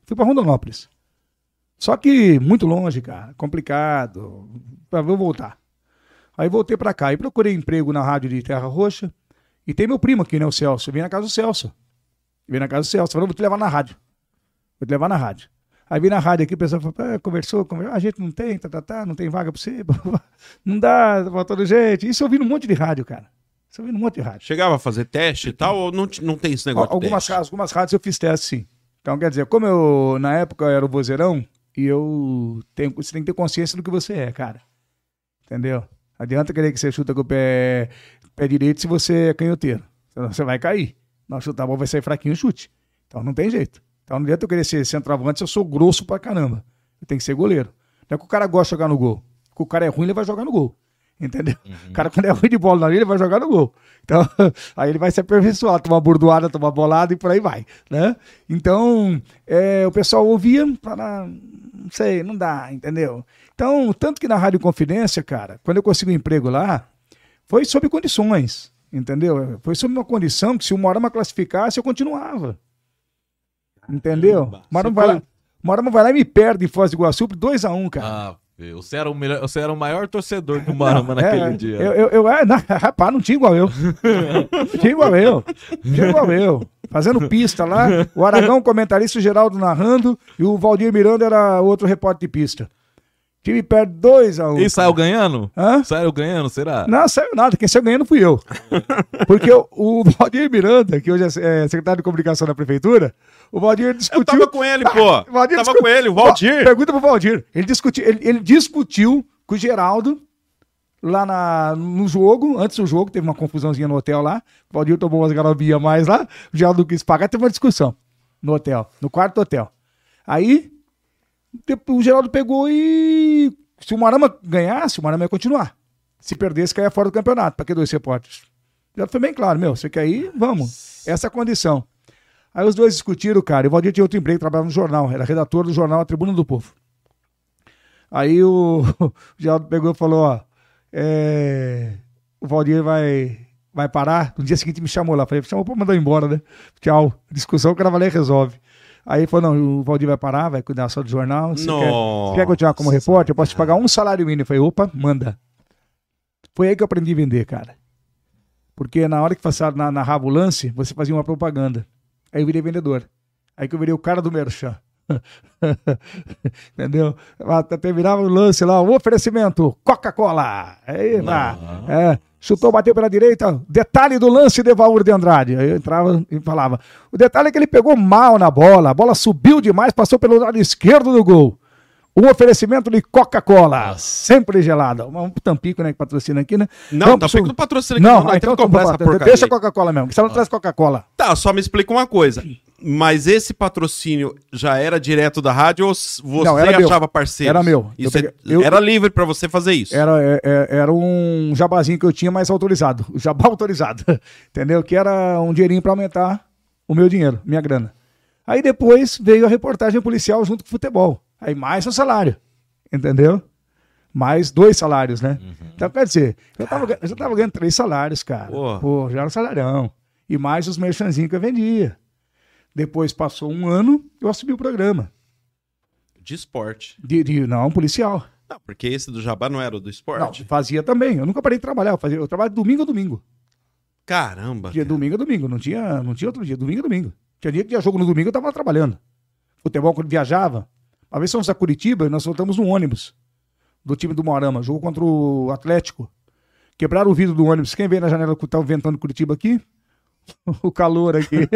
Fui para Rondonópolis. Só que muito longe, cara, complicado. Pra eu voltar. Aí voltei para cá e procurei emprego na rádio de Terra Roxa. E tem meu primo aqui, né, o Celso. Eu vim na casa do Celso. Eu vim na casa do Celso. Falou, vou te levar na rádio. Vou te levar na rádio. Aí vim na rádio aqui, o pessoal falou, ah, conversou, conversou, a gente não tem, tá, tá, tá, não tem vaga pra você. Não dá, tá faltando gente. Isso eu vi num monte de rádio, cara. Isso eu vi num monte de rádio. Chegava a fazer teste e tal, ou não, não tem esse negócio Algumas, de teste? algumas rádios eu fiz teste, sim. Então, quer dizer, como eu, na época, eu era o vozeirão, e eu tenho, você tem que ter consciência do que você é, cara. Entendeu? Não adianta querer que você chuta com o pé, pé direito se você é canhoteiro. Senão você vai cair. Não chutar a bola vai sair fraquinho o chute. Então não tem jeito. Então não adianta eu querer ser centroavante se eu sou grosso pra caramba. Eu tenho que ser goleiro. Não é que o cara gosta de jogar no gol. Que o cara é ruim, ele vai jogar no gol. Entendeu? Uhum. O cara, quando é ruim de bola na linha, ele vai jogar no gol. Então, aí ele vai se aperfeiçoar, tomar bordoada, tomar bolada e por aí vai, né? Então, é, o pessoal ouvia, para não sei, não dá, entendeu? Então, tanto que na Rádio Confidência, cara, quando eu consegui um emprego lá, foi sob condições, entendeu? Foi sob uma condição que se o Moarama classificasse, eu continuava. Entendeu? Moarama vai, lá, Moarama vai lá e me perde em Foz do Iguaçu por dois a um, cara. Ah, você era, o melhor, você era o maior torcedor do Moarama naquele é, dia. Eu, eu, eu, é, não, rapaz, não tinha igual eu. Tinha igual eu. Tinha igual eu. Fazendo pista lá, o Aragão, comentarista, o Geraldo narrando, e o Valdir Miranda era outro repórter de pista. Time perde dois a um. E saiu ganhando? Hã? Saiu ganhando, será? Não, saiu nada. Quem saiu ganhando fui eu. Porque o, o Valdir Miranda, que hoje é secretário de comunicação da prefeitura, o Valdir discutiu... Eu tava com ele, pô. Ah, o Valdir tava discu... com ele, o Valdir. Pergunta pro Valdir. Ele discutiu, ele, ele discutiu com o Geraldo lá na, no jogo, antes do jogo, teve uma confusãozinha no hotel lá. O Valdir tomou umas garobias mais lá, o Geraldo não quis pagar, teve uma discussão no hotel, no quarto do hotel. Aí... o Geraldo pegou e... se o Moarama ganhasse, o Moarama ia continuar. Se perdesse, caia fora do campeonato. Para que dois repórteres? Já foi bem claro, meu, você quer ir? Vamos. Essa é a condição. Aí os dois discutiram, cara. E o Valdir tinha outro emprego, trabalhava no jornal. Era redator do jornal A Tribuna do Povo. Aí o, o Geraldo pegou e falou, ó, é... o Valdir vai... vai parar. No dia seguinte me chamou lá. Falei, chamou pra mandar embora, né? Tchau. Discussão, o cara vai lá e resolve. Aí ele falou, não, o Valdir vai parar, vai cuidar só do jornal. Você quer, você quer continuar como repórter? Eu posso te pagar um salário mínimo. Eu falei, opa, manda. Foi aí que eu aprendi a vender, cara. Porque na hora que passaram na, narrava o lance, você fazia uma propaganda. Aí eu virei vendedor. Aí que eu virei o cara do merchan. Entendeu? Terminava o lance lá, o oferecimento, Coca-Cola. Aí, vá. É, chutou, bateu pela direita. Detalhe do lance de Evaur de Andrade. Aí eu entrava e falava. O detalhe é que ele pegou mal na bola. A bola subiu demais, passou pelo lado esquerdo do gol. Um oferecimento de Coca-Cola, sempre gelada. Um Tampico, né, que patrocina aqui, né? Não, Vamos, Tampico não patrocina aqui, não. não, não então, tem que comprar essa porcaria. Deixa a Coca-Cola mesmo, que você não traz Coca-Cola. Tá, só me explica uma coisa. Mas esse patrocínio já era direto da rádio ou você não, achava meu. parceiro? Era meu. Isso eu é, eu, era livre pra você fazer isso? Era, era, era um jabazinho que eu tinha, mais autorizado. O jabá autorizado. Entendeu? Que era um dinheirinho pra aumentar o meu dinheiro, minha grana. Aí depois veio a reportagem policial junto com o futebol. Aí mais um salário. Entendeu? Mais dois salários, né? Uhum. Então, quer dizer, eu, tava, eu já tava ganhando três salários, cara. Pô, Pô já era um salarião. E mais os merchanzinhos que eu vendia. Depois passou um ano, eu assumi o programa. De esporte? De, de, não, policial. Não, porque esse do Jabá não era o do esporte? Não, fazia também. Eu nunca parei de trabalhar. Eu, fazia, eu trabalho de domingo a domingo. Caramba. Dia cara. domingo a domingo. Não tinha, não tinha outro dia. Domingo a domingo. Tinha dia que tinha jogo no domingo, eu tava lá trabalhando. Futebol, quando viajava. Uma vez fomos a Curitiba e nós voltamos no ônibus do time do Moarama. Jogou contra o Atlético. Quebraram o vidro do ônibus. Quem veio na janela que estava ventando Curitiba aqui? O calor aqui.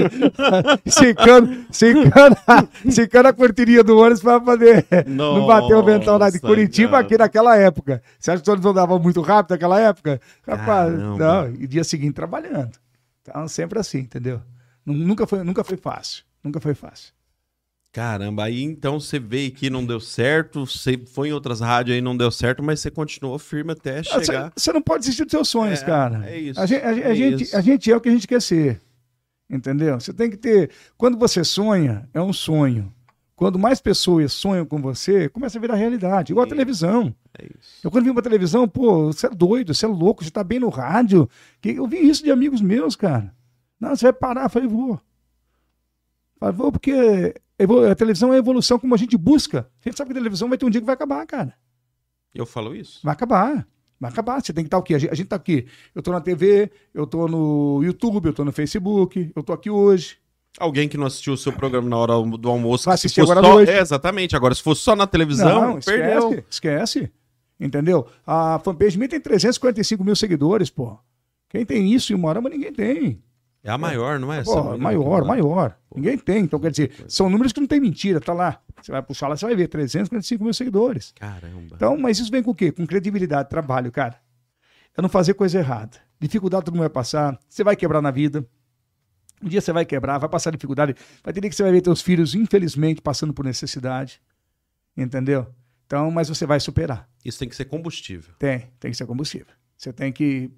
secando, secando, secando a cortiria do ônibus para poder Nossa, não bater o ventão lá de Curitiba cara. Aqui naquela época. Você acha que o ônibus andava muito rápido naquela época? Rapaz, não. E dia seguinte trabalhando. Então, sempre assim, entendeu? Nunca foi, nunca foi fácil. Nunca foi fácil. Caramba, aí então você veio que não deu certo, você foi em outras rádios aí não deu certo, mas você continuou firme até chegar. Você não pode desistir dos seus sonhos, é, cara. É isso. A gente, a, é a, gente, isso. a gente é o que a gente quer ser, entendeu? Você tem que ter... Quando você sonha, é um sonho. Quando mais pessoas sonham com você, começa a virar realidade. Igual a televisão. É isso. Eu quando vim pra televisão, pô, você é doido, você é louco, você tá bem no rádio. Eu vi isso de amigos meus, cara. Não, você vai parar. Eu falei, vou. Eu falei, vou porque... A televisão é a evolução como a gente busca. A gente sabe que a televisão vai ter um dia que vai acabar, cara. Eu falo isso? Vai acabar. Vai acabar. Você tem que estar o quê? A gente, a gente tá aqui. Eu tô na T V, eu tô no YouTube, eu tô no Facebook, eu tô aqui hoje. Alguém que não assistiu o seu programa na hora do almoço... Vai que se assistir fosse agora à só... noite. É, exatamente. Agora, se fosse só na televisão, Não, esquece, perdeu. esquece. Entendeu? A fanpage minha tem trezentos e quarenta e cinco mil seguidores, pô. Quem tem isso em Umuarama, ninguém tem. É a maior, não é? Pô, Essa maior, maior. Ninguém tem. Então, quer dizer, são números que não tem mentira, tá lá. Você vai puxar lá, você vai ver, trezentos e quarenta e cinco mil seguidores. Caramba. Então, mas isso vem com o quê? Com credibilidade, trabalho, cara. É não fazer coisa errada. Dificuldade todo mundo vai passar, você vai quebrar na vida. Um dia você vai quebrar, vai passar dificuldade. Vai ter dia que você vai ver teus filhos, infelizmente, passando por necessidade. Entendeu? Então, mas você vai superar. Isso tem que ser combustível. Tem, tem que ser combustível. Você tem que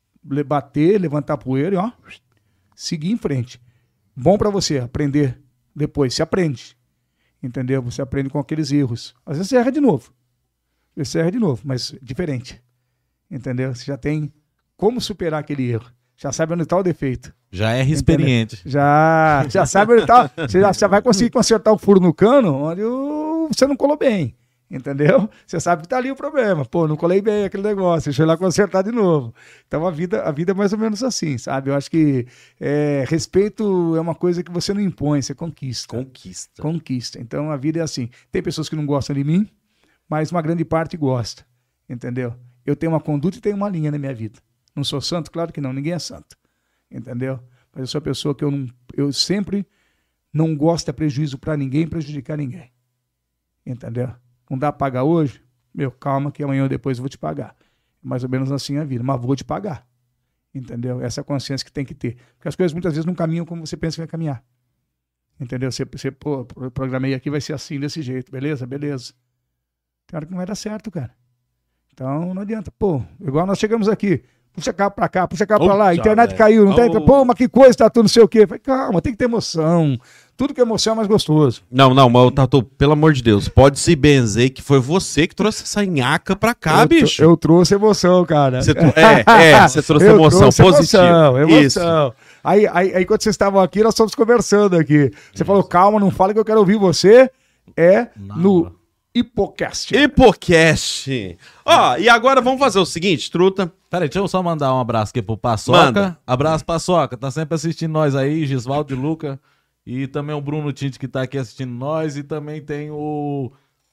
bater, levantar poeira e ó, seguir em frente. Bom pra você aprender depois. Você aprende. Entendeu? Você aprende com aqueles erros. Às vezes você erra de novo. Às vezes você erra de novo, mas diferente. Entendeu? Você já tem como superar aquele erro. Já sabe onde está o defeito. Já é experiente. Já, já sabe onde está. Você já, já vai conseguir consertar o furo no cano onde o, você não colou bem. Entendeu? Você sabe que tá ali o problema. Pô, não colei bem aquele negócio, deixa eu ir lá consertar de novo. Então a vida, a vida é mais ou menos assim, sabe? Eu acho que é, respeito é uma coisa que você não impõe, você conquista. Conquista. Conquista. Então a vida é assim. Tem pessoas que não gostam de mim, mas uma grande parte gosta. Entendeu? Eu tenho uma conduta e tenho uma linha na minha vida. Não sou santo? Claro que não, ninguém é santo. Entendeu? Mas eu sou a pessoa que eu, não, eu sempre não gosto de prejuízo para ninguém, prejudicar ninguém. Entendeu? Não dá pra pagar hoje? Meu, calma que amanhã ou depois eu vou te pagar. Mais ou menos assim a vida, mas vou te pagar. Entendeu? Essa é a consciência que tem que ter. Porque as coisas muitas vezes não caminham como você pensa que vai caminhar. Entendeu? Você, você pô, programei aqui, vai ser assim, desse jeito. Beleza? Beleza. Tem hora que não vai dar certo, cara. Então não adianta. Pô, igual nós chegamos aqui. Puxa cá pra cá, puxa cá pra lá. A internet velho. caiu, não tem? Oh. Pô, mas que coisa, tá tudo não sei o quê. Falei, calma, tem que ter emoção. Tudo que é emoção é mais gostoso. Não, não, mas Tatu, pelo amor de Deus, pode se benzer que foi você que trouxe essa nhaca pra cá, eu, bicho. Eu trouxe emoção, cara. Você tro- É, é, você trouxe Eu emoção trouxe positiva. Emoção, Isso. emoção. Aí, aí, aí, quando vocês estavam aqui, nós estamos conversando aqui. Você falou, calma, não fala que eu quero ouvir você. É Não. no Hipocast. Hipocast. Ó, e agora vamos fazer o seguinte, truta. Peraí, deixa eu só mandar um abraço aqui pro Paçoca. Manda. Abraço, Paçoca. Tá sempre assistindo nós aí, Gisvaldo e Luca. E também o Bruno Tinte que tá aqui assistindo nós. E também tem o,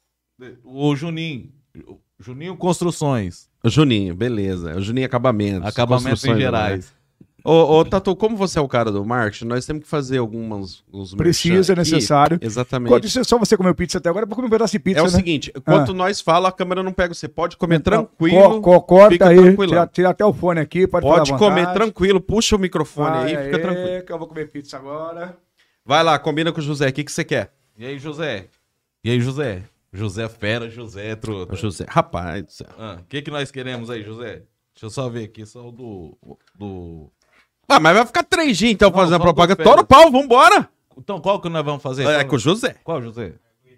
o Juninho. O Juninho Construções. O Juninho, beleza. O Juninho Acabamentos. Acabamentos em Construções, gerais. né? Ô, ô, Tatu, como você é o cara do marketing, nós temos que fazer algumas... Uns Precisa, é merchan aqui. necessário. Exatamente. Quando isso é só você comeu pizza até agora, eu vou comer um pedaço de pizza, É o né? seguinte, enquanto nós fala, a câmera não pega. Você pode comer Então, tranquilo. co- co- corta fica aí, tranquilão. tira, tira até o fone aqui, pode, Pode falar à comer vontade. tranquilo, puxa o microfone Vai aí, fica tranquilo. que eu vou comer pizza agora. Vai lá, combina com o José, o que, que você quer? E aí, José? E aí, José? José Fera, José Truta. José, rapaz do céu. Ah, o que, que nós queremos aí, José? Deixa eu só ver aqui, só o do... do... Ah, mas vai ficar três G então Não, fazendo a só propaganda. do Fera. Tora o pau, vambora! Então, qual que nós vamos fazer? É Qual- com o José. Qual, José?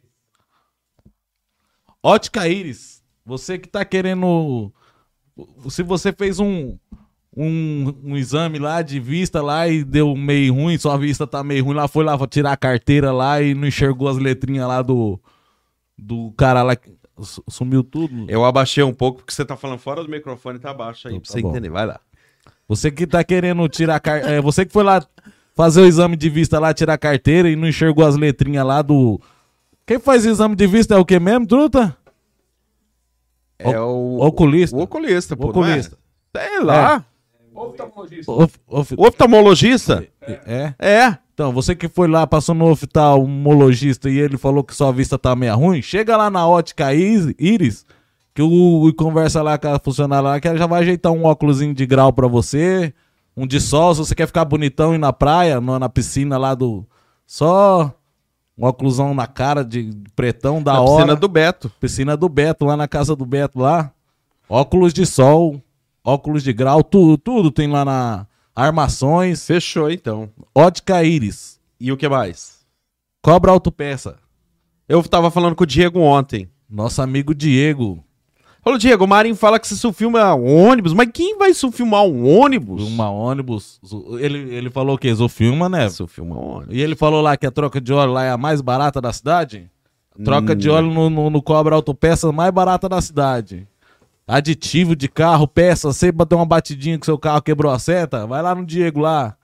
Ótica Íris. Você que tá querendo... Se você fez um, um, um exame lá de vista lá e deu meio ruim, sua vista tá meio ruim, lá foi lá tirar a carteira lá e não enxergou as letrinhas lá do, do cara lá que su- sumiu tudo. Eu abaixei um pouco porque você tá falando fora do microfone, tá abaixo aí, Então pra tá você bom. entender. Vai lá. Você que tá querendo tirar a car... é, você que foi lá fazer o exame de vista lá, tirar a carteira e não enxergou as letrinhas lá do... Quem faz exame de vista é o que mesmo, truta? É o... Oculista. O oculista, pô. Oculista. Não é? Sei lá. Oftalmologista. Of- of- O oftalmologista? É? É. Então, você que foi lá, passou no oftalmologista e ele falou que sua vista tá meio ruim, chega lá na Ótica Is- Íris, que o, e conversa lá com a funcionária lá, que ela já vai ajeitar um óculosinho de grau pra você, um de sol, se você quer ficar bonitão e na praia, no- na piscina lá do... Só um óculosão na cara de pretão da Na hora. piscina do Beto. Piscina do Beto, lá na casa do Beto lá. Óculos de sol, óculos de grau, tudo, tudo tem lá na Armações. Fechou, então. Ótica Íris. E o que mais? Cobra Autopeça. Eu tava falando com o Diego ontem. Nosso amigo Diego. Ô, Diego, o Marinho fala que você filma um ônibus, mas quem vai filmar um ônibus? Uma ônibus. Ele, ele falou que filma, né? filma um ônibus. E ele falou lá que a troca de óleo lá é a mais barata da cidade? Troca hum. de óleo no, no, no Cobra Autopeças mais barata da cidade. Aditivo de carro, peça, você bateu uma batidinha que seu carro quebrou a seta, vai lá no Diego lá.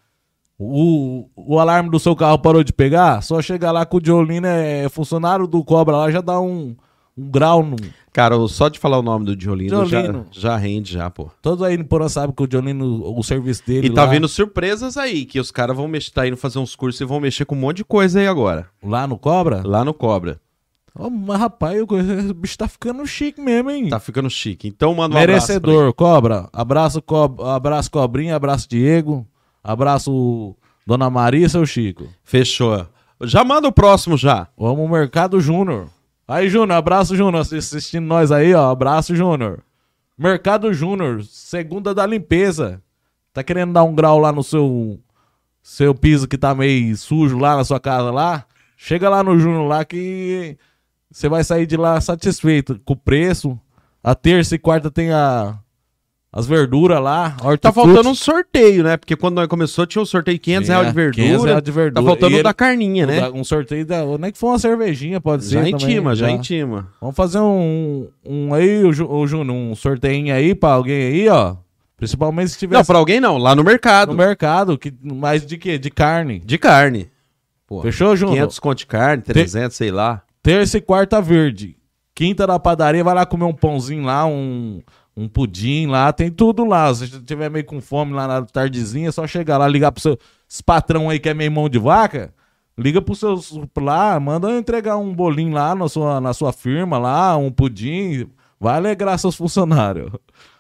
O, o alarme do seu carro parou de pegar, só chegar lá com o Diolino, é funcionário do Cobra lá, já dá um, um grau no... Cara, só de falar o nome do Diolino, Diolino. Já, já rende já, pô. Todos aí no Porã sabem que o Diolino, o serviço dele E tá lá, vindo surpresas aí, que os caras vão mexer, tá indo fazer uns cursos e vão mexer com um monte de coisa aí agora. Lá no Cobra? Lá no Cobra. Oh, mas rapaz, o bicho tá ficando chique mesmo, hein? Tá ficando chique. Então manda um Merecedor, abraço Cobra. Abraço, Co... abraço Cobrinha, abraço Diego, abraço Dona Maria e seu Chico. Fechou. Já manda o próximo já. Vamos Mercado Júnior. Aí, Júnior, abraço, Júnior, assistindo nós aí, ó. Abraço, Júnior. Mercado Júnior, segunda da limpeza. Tá querendo dar um grau lá no seu seu piso que tá meio sujo lá na sua casa lá? Chega lá no Júnior lá que você vai sair de lá satisfeito com o preço. A terça e quarta tem a, as verduras lá. Tá faltando um sorteio, né? Porque quando nós começou tinha um sorteio de quinhentos reais de verdura. quinhentos reais de verdura. Tá faltando o da carninha, né? Um sorteio, da, nem que for uma cervejinha, pode já ser intima, também. Já tá? intima. Vamos fazer um, um aí, o Júnior, um sorteio aí pra alguém aí, ó. Principalmente se tiver... Não, pra alguém não, lá no mercado. No mercado, que, mas de quê? De carne. De carne. Pô, fechou, Júnior? quinhentos conto de carne, trezentos, Te... sei lá. Terça e quarta verde. Quinta da padaria, vai lá comer um pãozinho lá, um, um pudim lá, tem tudo lá. Se você tiver meio com fome lá na tardezinha, é só chegar lá, ligar pro seu esse patrão aí que é meio mão de vaca, liga pro seus lá, manda entregar um bolinho lá na sua, na sua firma lá, um pudim, vai alegrar seus funcionários.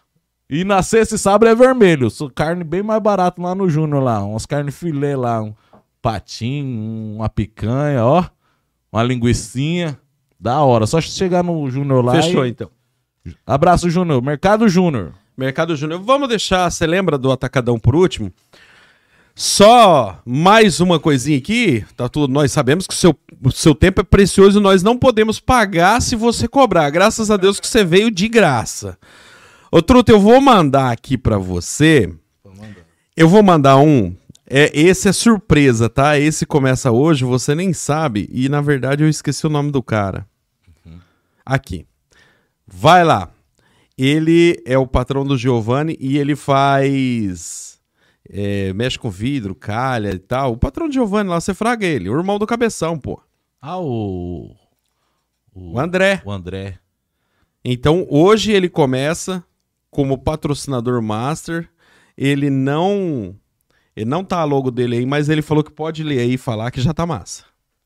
E na sexta e sábado é vermelho, carne bem mais barata lá no Júnior lá, umas carnes filé lá, um patinho, uma picanha, ó, uma linguicinha, da hora. Só chegar no Júnior lá. Fechou, e... então. Abraço, Júnior. Mercado Júnior. Mercado Júnior. Vamos deixar, você lembra do Atacadão por último? Só mais uma coisinha aqui, tá tudo, nós sabemos que o seu, o seu tempo é precioso e nós não podemos pagar se você cobrar. Graças a Deus que você veio de graça. Ô, Truta, eu vou mandar aqui pra você. Eu vou mandar um. É, esse é surpresa, tá? Esse começa hoje, você nem sabe. E, na verdade, eu esqueci o nome do cara. Uhum. Aqui. Vai lá. Ele é o patrão do Giovanni e ele faz... É, mexe com vidro, calha e tal. O patrão do Giovanni lá, você fraga ele. O irmão do Cabeção, pô. Ah, o... O, o André. O André. Então, hoje ele começa como patrocinador master. Ele não... Ele não tá a logo dele aí, mas ele falou que pode ler aí e falar que já tá massa.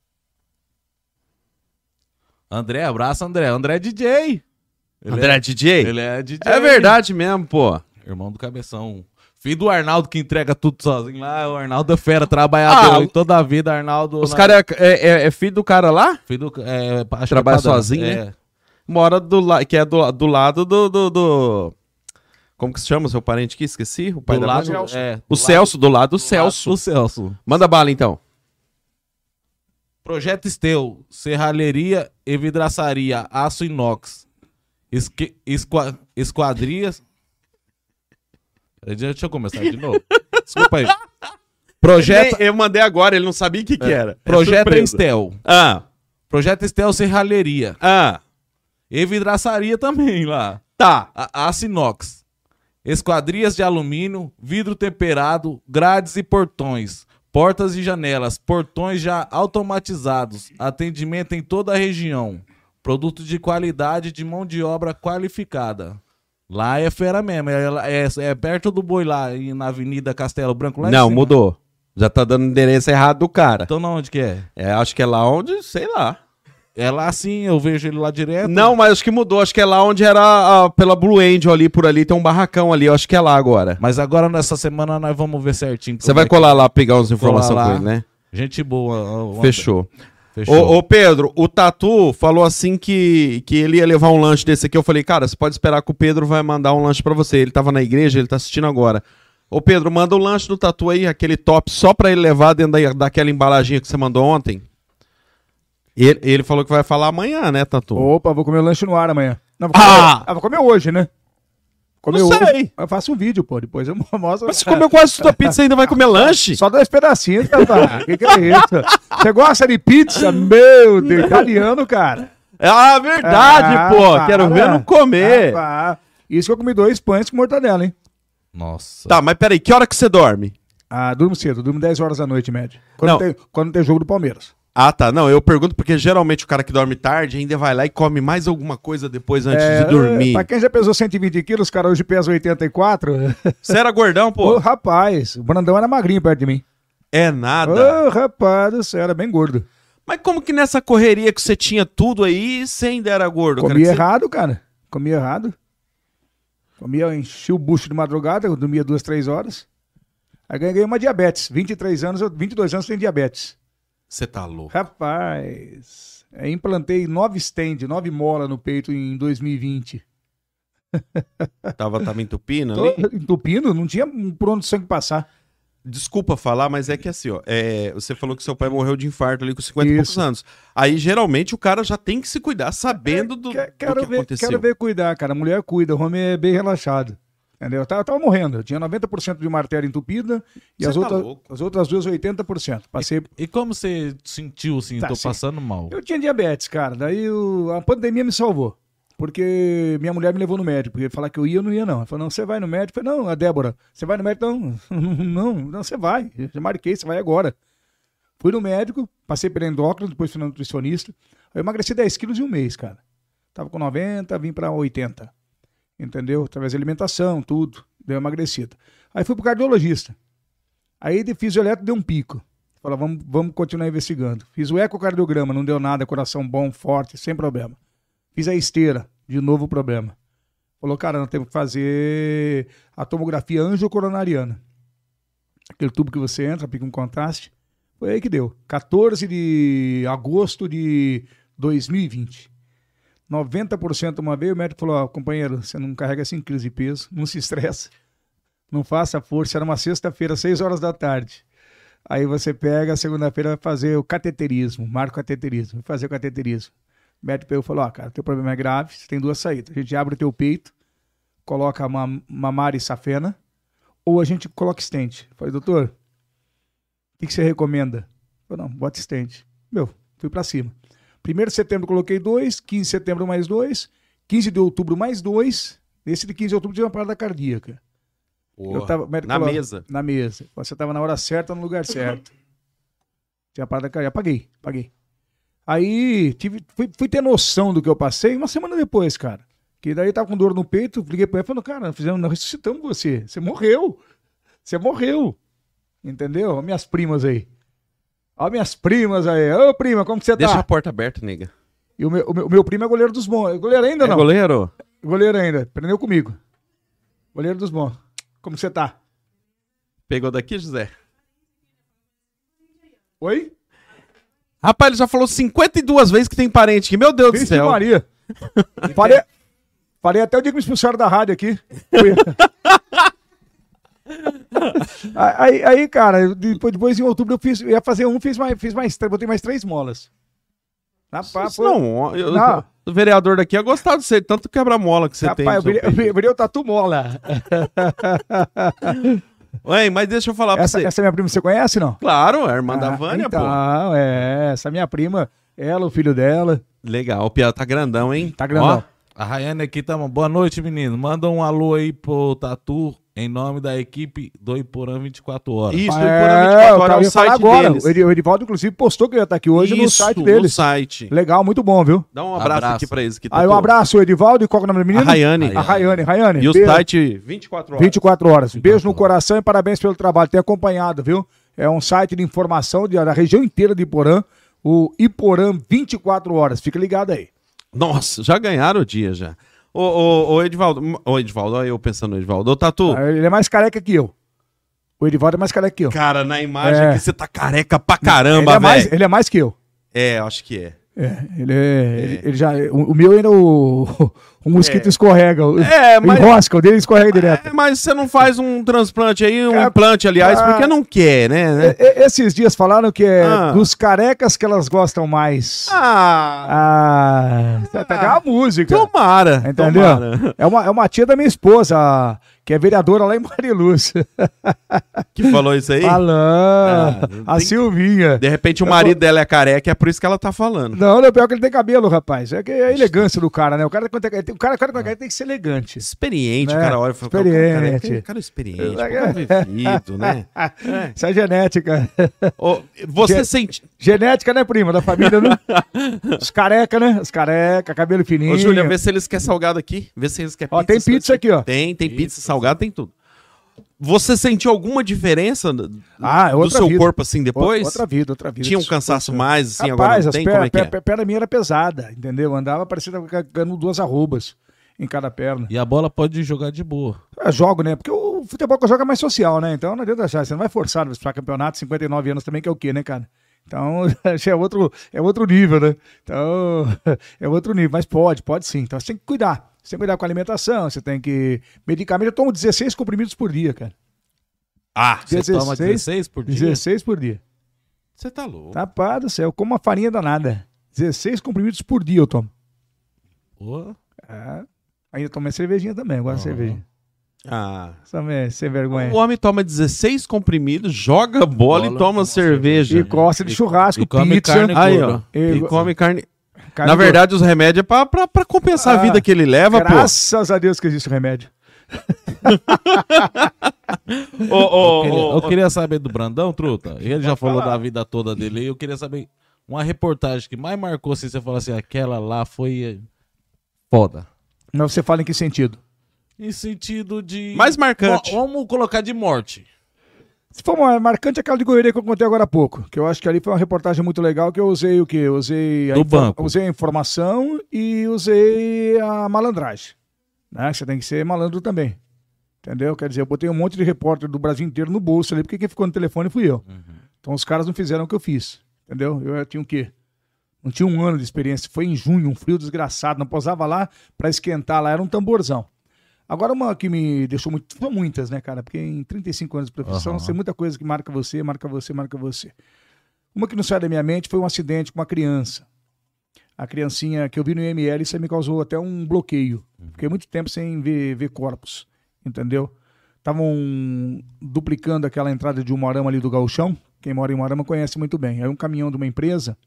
André, abraço, André. André é D J. Ele André é D J? Ele é D J. É verdade mesmo, pô. Irmão do Cabeção. Filho do Arnaldo que entrega tudo sozinho lá. O Arnaldo é fera, trabalhador. Ah, e toda a vida, Arnaldo... Os na... caras é, é, é filho do cara lá? Filho do... É, acho trabalha que é sozinho, é. né? Mora do lado... Que é do, do lado do... do, do... Como que se chama o seu parente aqui? Esqueci. O pai do da lado, Celso. é, do o Celso, do lado do, do Celso. Do Celso. Manda bala, então. Projeto Estel, serralheria e vidraçaria, aço inox, esque, esqua, esquadrias... Deixa eu começar de novo. Desculpa aí. Projeto... Eu mandei agora, ele não sabia o que, que é. era. Projeto é Estel. Ah. Projeto Estel, serralheria. Ah. E vidraçaria também lá. Tá. A, aço inox. Esquadrias de alumínio, vidro temperado, grades e portões, portas e janelas, portões já automatizados, atendimento em toda a região, produto de qualidade de mão de obra qualificada. Lá é fera mesmo, é, é, é perto do Boi lá, na Avenida Castelo Branco. Lá Não, mudou. Já tá dando endereço errado do cara. Então não, onde que é? É, acho que é lá onde, sei lá. É lá sim, eu vejo ele lá direto. Não, mas acho que mudou. Acho que é lá onde era a, pela Blue Angel ali, por ali. Tem um barracão ali. Eu acho que é lá agora. Mas agora, nessa semana, nós vamos ver certinho. Você vai é colar que... lá, pegar umas informações com ele, né? Gente boa. Fechou. Fechou. Ô, ô, Pedro, o Tatu falou assim que, que ele ia levar um lanche desse aqui. Eu falei, cara, você pode esperar que o Pedro vai mandar um lanche pra você. Ele tava na igreja, ele tá assistindo agora. Ô, Pedro, manda o lanche do Tatu aí, aquele top, só pra ele levar dentro da, daquela embalaginha que você mandou ontem. Ele, ele falou que vai falar amanhã, né, Tatu? Opa, vou comer lanche no ar amanhã. Não, vou comer, Ah! ah, vou comer hoje, né? Comer Não hoje. sei. Eu faço um vídeo, pô. Depois eu mostro. Mas você comeu quase sua pizza e ainda vai comer lanche? Só dois pedacinhos, cara. O que, que é isso? Você gosta de pizza? Meu Deus, italiano, cara. Ah, verdade, Ah, pô. para. Quero ver não comer. Ah, ah. Isso que eu comi dois pães com mortadela, hein? Nossa. Tá, mas peraí, que hora que você dorme? Ah, durmo cedo. Durmo dez horas da noite, em média. Quando Não. tem, quando tem jogo do Palmeiras. Ah, tá. Não, eu pergunto porque geralmente o cara que dorme tarde ainda vai lá e come mais alguma coisa depois antes É, de dormir. Pra quem já pesou cento e vinte quilos, os caras hoje pesam oitenta e quatro. Você era gordão, Ô, pô? rapaz, o Brandão era magrinho perto de mim. É nada. Ô, rapaz do céu, era bem gordo. Mas como que nessa correria que você tinha tudo aí, você ainda era gordo? Comia cara? Que você- errado, cara. Comia errado. Comia, enchi o bucho de madrugada, eu dormia duas, três horas. Aí ganhei uma diabetes. vinte e três anos, eu- vinte e dois anos eu tenho diabetes. Você tá louco. Rapaz, aí implantei nove stand, nove mola no peito em dois mil e vinte. Tava, tava entupindo Tô ali? entupindo, não tinha por onde o sangue passar. Desculpa falar, mas é que assim, ó, é, você falou que seu pai morreu de infarto ali com cinquenta e poucos Isso. anos. Aí, geralmente, o cara já tem que se cuidar sabendo do, Que- do quero, que ver, aconteceu. quero ver cuidar, cara. A mulher cuida, o homem é bem relaxado. Entendeu? Eu tava, eu tava morrendo. Eu tinha noventa por cento de uma artéria entupida e Você as, tá outras, louco. as outras duas oitenta por cento. Passei. E como você sentiu assim? Tá, Tô sim. passando mal. Eu tinha diabetes, cara. Daí o- a pandemia me salvou. Porque minha mulher me levou no médico. Porque falar que eu ia, eu não ia, não. Ela falou, não, você vai no médico. Eu falei, não, a Débora, você vai no médico? Não, não, não, você vai. Eu já marquei, você vai agora. Fui no médico, passei pelo endócrino, depois fui no nutricionista. Aí eu emagreci dez quilos em um mês, cara. Tava com noventa, vim pra oitenta. Entendeu? Através da alimentação, tudo. Deu uma emagrecida. Aí fui pro cardiologista. Aí de fisioeletro deu um pico. Falou, vamos, vamos continuar investigando. Fiz o ecocardiograma, não deu nada, coração bom, forte, sem problema. Fiz a esteira, de novo problema. Falou, cara, nós temos que fazer a tomografia angiocoronariana. Aquele tubo que você entra, fica um contraste. Foi aí que deu. quatorze de agosto de dois mil e vinte. noventa por cento uma vez, o médico falou, ó, companheiro, você não carrega cinco quilos de peso, não se estressa, não faça força. Era uma sexta-feira, seis horas da tarde. Aí você pega, segunda-feira vai fazer o cateterismo, marca o cateterismo, vai fazer o cateterismo. O médico pegou e falou, ó, cara, teu problema é grave, você tem duas saídas. A gente abre o teu peito, coloca uma mamária e safena, ou a gente coloca stent. Eu falei, doutor, o que, que você recomenda? Eu falei, não, bota stent. Meu, fui pra cima. primeiro de setembro coloquei dois, quinze de setembro mais dois, quinze de outubro mais dois, esse de quinze de outubro tinha uma parada cardíaca. Porra, Eu tava, o médico na falou, mesa. Na mesa. Você estava na hora certa, no lugar certo. Tinha parada cardíaca. Paguei, paguei. Aí tive, fui, fui ter noção do que eu passei uma semana depois, cara. Que daí tava com dor no peito, liguei pra ele e falei, cara, fizemos, nós ressuscitamos você. Você morreu. Você morreu. Entendeu? Olha minhas primas aí. Olha minhas primas aí. Ô, prima, como que você Deixa tá? a porta aberta, nega. E o meu, o meu, o meu primo é goleiro dos bons. É goleiro ainda É não? goleiro? Goleiro ainda. Aprendeu comigo. Goleiro dos bons. Como você tá? Pegou daqui, José? Oi? Rapaz, ele já falou cinquenta e duas vezes que tem parente aqui. Meu Deus do Vixe céu. Maria. falei, falei até o dia que me expulsaram da rádio aqui. aí, aí, cara, depois, depois em outubro eu fiz, eu ia fazer um, fiz mais, fiz mais, botei mais três molas. Rapaz, Isso não, eu- Não. o vereador daqui ia gostar de você, tanto quebra-mola que você tem. rapaz, no eu seu virei, peito. eu virei o tatu mola. Ué, mas deixa eu falar pra Essa, você. essa minha prima você conhece, não? Claro, é a irmã Ah, da Vânia, então, pô. é, essa minha prima, ela, o filho dela, Legal, o Pia tá grandão, hein? tá grandão. Ó, a Rayane aqui tá. Boa noite, menino. Manda um alô aí pro Tatu em nome da equipe do Iporã vinte e quatro horas. Isso, É, o Iporã vinte e quatro eu horas é o ia falar site agora. deles. O Edi- o Edivaldo, inclusive, postou que eu ia estar aqui hoje no Isso, site no deles. site. Legal, muito bom, viu? Dá um abraço, Abraço. aqui pra eles. Que Aí um Tatu. abraço, Edivaldo, e qual que é o nome da A menina? Rayane. A Rayane, Rayane. E o beijo. site vinte e quatro horas. vinte e quatro horas. Beijo no coração e parabéns pelo trabalho. Tem acompanhado, viu? É um site de informação de- da região inteira de Iporã. O Iporã vinte e quatro horas. Fica ligado aí. Nossa, já ganharam o dia já. Ô, ô, ô Edivaldo, ô Edivaldo, olha eu pensando no Edivaldo. Ô, Tatu. Ele é mais careca que eu. O Edivaldo é mais careca que eu. Cara, na imagem É. aqui você tá careca pra caramba, ele, é mais, velho. ele é mais que eu. É, acho que é. É, ele é. Ele, ele já, o, o meu ainda o, o mosquito É. escorrega. O, É, mas- enrosca, o dele escorrega direto. É, mas você não faz um transplante aí, um Cara, implante, aliás, ah, porque não quer, né? né? É, é, esses dias falaram que é Ah. dos carecas que elas gostam mais. Ah, Ah, você tá com a música. tomara. Entendeu? Tomara. É uma, é uma tia da minha esposa, que é vereadora lá em Mariluz. Que falou isso aí? Falando. Ah, a tem- Silvinha. De repente o marido dela é careca, é por isso que ela tá falando. Não, não, pior que ele tem cabelo, rapaz. É que é a elegância do cara, né? O cara, quando é- o cara, o cara, o cara tem que ser elegante. Experiente, Né? o cara olha e fala, Experiente. Cara, cara experiente, É. cara vivido, né? É. Isso é genética. Ô, você Ge- sente... Genética, né, prima? Da família, né? Os careca, né? Os careca, cabelo fininho. Ô, Júlia, vê se eles querem salgado aqui. Vê se eles querem Ó, tem pizza aqui, ó. Tem, tem pizza, salgado, tem tudo. Você sentiu alguma diferença do Ah, é do outra seu vida. corpo assim depois? Outra vida, outra vida. Tinha um cansaço mais, assim, Rapaz, agora não as tem? per- Como é que é? per- per- perna minha era pesada, entendeu? Andava parecendo carregando duas arrobas em cada perna. E a bola pode jogar de boa. Eu jogo, né? Porque o futebol que eu jogo é mais social, né? Então não adianta achar. Você não vai forçar para campeonato, cinquenta e nove anos também, que é o quê, né, cara? Então, já é outro, é outro nível, né? Então, é outro nível. Mas pode, pode sim. Então, você tem que cuidar. Você tem que cuidar com a alimentação, você tem que... Medicamento, eu tomo dezesseis comprimidos por dia, cara. Ah, Você dezesseis, toma dezesseis por dia? dezesseis por dia. você tá louco. Rapaz do céu, eu como uma farinha danada. dezesseis comprimidos por dia eu tomo. Pô, Ah, ainda tomei cervejinha também, eu gosto de Aham. cerveja. Ah. Também, sem vergonha. O homem toma dezesseis comprimidos, joga bola, Bola, e toma toma cerveja. E gosta de churrasco, e come pizza. carne Aí, pura. ó. E- E come carne. carne Na verdade, os remédios é pra, pra, pra compensar a Ah, vida que ele leva, pô. Graças a Deus que existe o remédio. Ô, ô, Eu queria, ô, eu ô, queria saber do Brandão, truta. Ele já falou da vida toda dele. E eu queria saber uma reportagem que mais marcou, se você falar assim, aquela lá foi foda. Mas você fala em que sentido? Em sentido de... Mais marcante. Ó, vamos colocar de morte. Se for uma marcante, é aquela de Goiânia que eu contei agora há pouco. Que eu acho que ali foi uma reportagem muito legal, que eu usei o quê? Eu usei a, Do infor- banco. usei a informação e usei a malandragem. Né? Você tem que ser malandro também. Entendeu? Quer dizer, eu botei um monte de repórter do Brasil inteiro no bolso ali, porque quem ficou no telefone fui eu. Então os caras não fizeram o que eu fiz. Entendeu? Eu tinha o quê? Não tinha um ano de experiência. Foi em junho, um frio desgraçado. Não posava lá pra esquentar lá, era um tamborzão. Agora, uma que me deixou muito. São muitas, né, cara? Porque em trinta e cinco anos de profissão, Aham. tem muita coisa que marca você, marca você, marca você. Uma que não sai da minha mente foi um acidente com uma criança. A criancinha que eu vi no I M L, isso aí me causou até um bloqueio. Fiquei muito tempo sem ver, ver corpos, entendeu? Estavam duplicando aquela entrada de Umuarama ali do Gauchão. Quem mora em Umuarama conhece muito bem. Aí um caminhão de uma empresa,